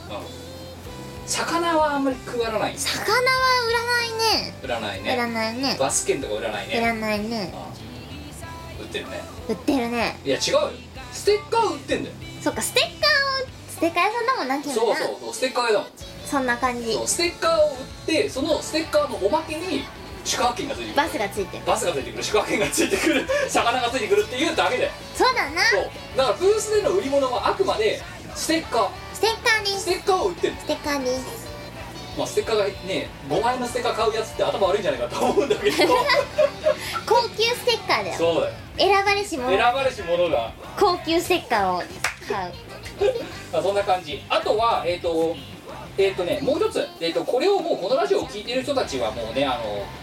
[SPEAKER 1] 魚はあんまり食わない。
[SPEAKER 3] 魚は売らないね。
[SPEAKER 1] バス券とか売らないね。
[SPEAKER 3] 売らないね。
[SPEAKER 1] 売ってるね。
[SPEAKER 3] 売ってるね。
[SPEAKER 1] いや違うよ、ステッカー売ってんだよ。
[SPEAKER 3] そっか、ステッカー屋さんだもんな。
[SPEAKER 1] そうステッカー屋だもん。
[SPEAKER 3] そんな感じ。
[SPEAKER 1] ステッカーを売ってそのステッカーのおまけに宿泊券がついてくる。
[SPEAKER 3] バスがついてくる。宿泊券がついてくる
[SPEAKER 1] 魚がついてくるっていうだけで。
[SPEAKER 3] そうだな。
[SPEAKER 1] そうだからブースでの売り物はあくまでステッカー
[SPEAKER 3] です。
[SPEAKER 1] ステッカーを売ってる。
[SPEAKER 3] ステッカーです。
[SPEAKER 1] ステッカーがね5万円のステッカー買うやつって頭悪いんじゃないかと思うんだけど
[SPEAKER 3] 高級ステッカーだよ。
[SPEAKER 1] そうだよ。
[SPEAKER 3] 選ばれし者
[SPEAKER 1] が
[SPEAKER 3] 高級ステッカーを買う
[SPEAKER 1] そんな感じ。あとはもう一つ、これをもうこのラジオを聞いている人たちはもうね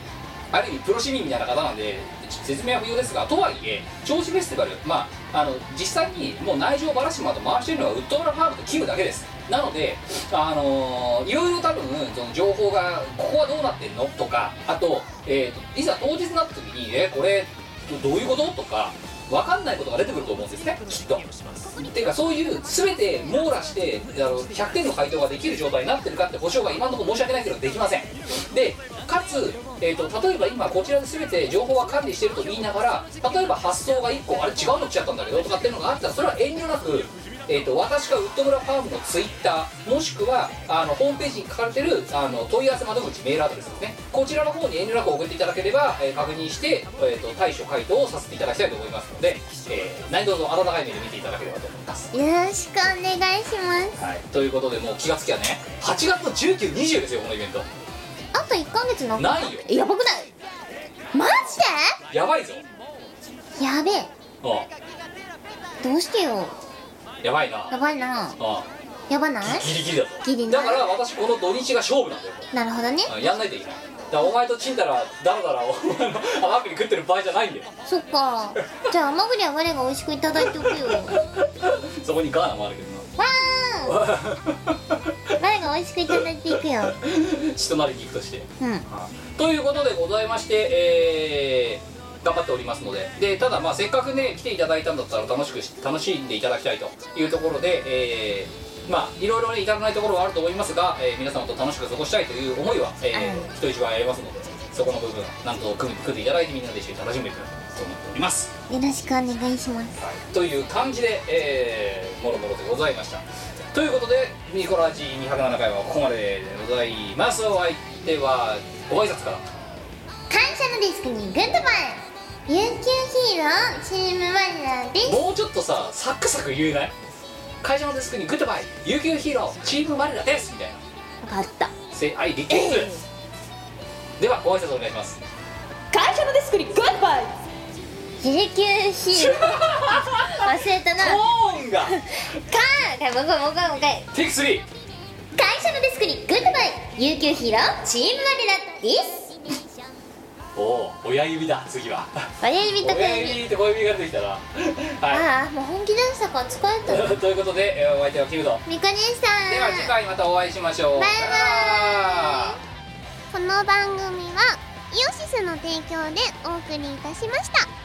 [SPEAKER 1] ある意味プロ市民みたいな方なんで説明は不要ですが、とはいえ銚子フェスティバル、実際にもう内情をばらしてもらうと回してるのはウッド村ファームとキムだけです。なので、いろいろ多分その情報がここはどうなってんのとか、あと、いざ当日になった時にこれどういうこととか分かんないことが出てくると思うんですね、きっと。っていうか、そういう全て網羅して100点の回答ができる状態になってるかって保証が今のところ申し訳ないけどできません。でかつ、例えば今こちらで全て情報は管理してると言いながら、例えば発送が1個あれ違うの来ちゃったんだけどとかっていうのがあったら、それは遠慮なく私がウッド村ファームのツイッターもしくはホームページに書かれてる問い合わせ窓口メールアドレスですね、こちらの方に遠慮なく送っていただければ、確認して、対処回答をさせていただきたいと思いますので、何卒温かい目で見ていただければと思います。
[SPEAKER 3] よろしくお願いします。
[SPEAKER 1] はい、ということで、もう気がつきゃね8月の19、20ですよ、このイベント。
[SPEAKER 3] あと1ヶ月の
[SPEAKER 1] ないよ。
[SPEAKER 3] やばくない？マジ
[SPEAKER 1] やばいぞ。
[SPEAKER 3] で？やべえ。
[SPEAKER 1] うん、
[SPEAKER 3] どうしてよ。
[SPEAKER 1] やばいな。
[SPEAKER 3] やばいな。やばない？
[SPEAKER 1] ギリギリだぞ。
[SPEAKER 3] ギリ
[SPEAKER 1] だから私この土日が勝負なんだよ。
[SPEAKER 3] なるほどね。
[SPEAKER 1] やんないといけない。だからお前とチンタラダラダラを甘栗食ってる場合じゃないんだよ。
[SPEAKER 3] そっか。じゃあ甘栗は我が美味しくいただいておくよ。
[SPEAKER 1] そこにガーナもあるけどな。
[SPEAKER 3] わー我が美味しくいただいていくよ。
[SPEAKER 1] 血となり肉として、
[SPEAKER 3] うん。
[SPEAKER 1] ということでございまして、頑張っておりますので、ただせっかくね来ていただいたんだったら楽しんでいただきたいというところで、いろいろね至らないところはあると思いますが、皆様と楽しく過ごしたいという思いは、人一倍ありますので、そこの部分なんと組んでいただいてみんなで一緒に楽しんでいくと思っております。
[SPEAKER 3] よろしくお願いします。
[SPEAKER 1] という感じで、もろもろでございました。ということでミコラジ207回はここまででございます。お相手はご挨拶から。
[SPEAKER 3] 会社のデスクにグッドバイ、琉球ヒーローチームワイヤーです。
[SPEAKER 1] もうちょっとさサクサク言えない？会社のデスクにグッドバイ琉球ヒーローチーム我らですみたいな。
[SPEAKER 3] 分かった。
[SPEAKER 1] リケッツ、ではご挨拶お願いします。
[SPEAKER 2] 会社のデスクにグッバイ
[SPEAKER 3] 琉球ヒーロー忘れたな。
[SPEAKER 1] トーンが
[SPEAKER 3] もう一回
[SPEAKER 1] テイク3。
[SPEAKER 3] 会社のデスクにグッドバイ、琉球ヒーローチーム我らです。
[SPEAKER 1] おお、親指だ。次は
[SPEAKER 3] 親指と小
[SPEAKER 1] 親
[SPEAKER 3] 指。
[SPEAKER 1] 指と小指が出てきたら
[SPEAKER 3] ああ、もう本気出したから疲れた。
[SPEAKER 1] ということで、お相手はキムド
[SPEAKER 3] みこ姉さん。
[SPEAKER 1] では次回またお会いしましょう。
[SPEAKER 3] バイバイ
[SPEAKER 1] さよなら。
[SPEAKER 3] この番組はイオシスの提供でお送りいたしました。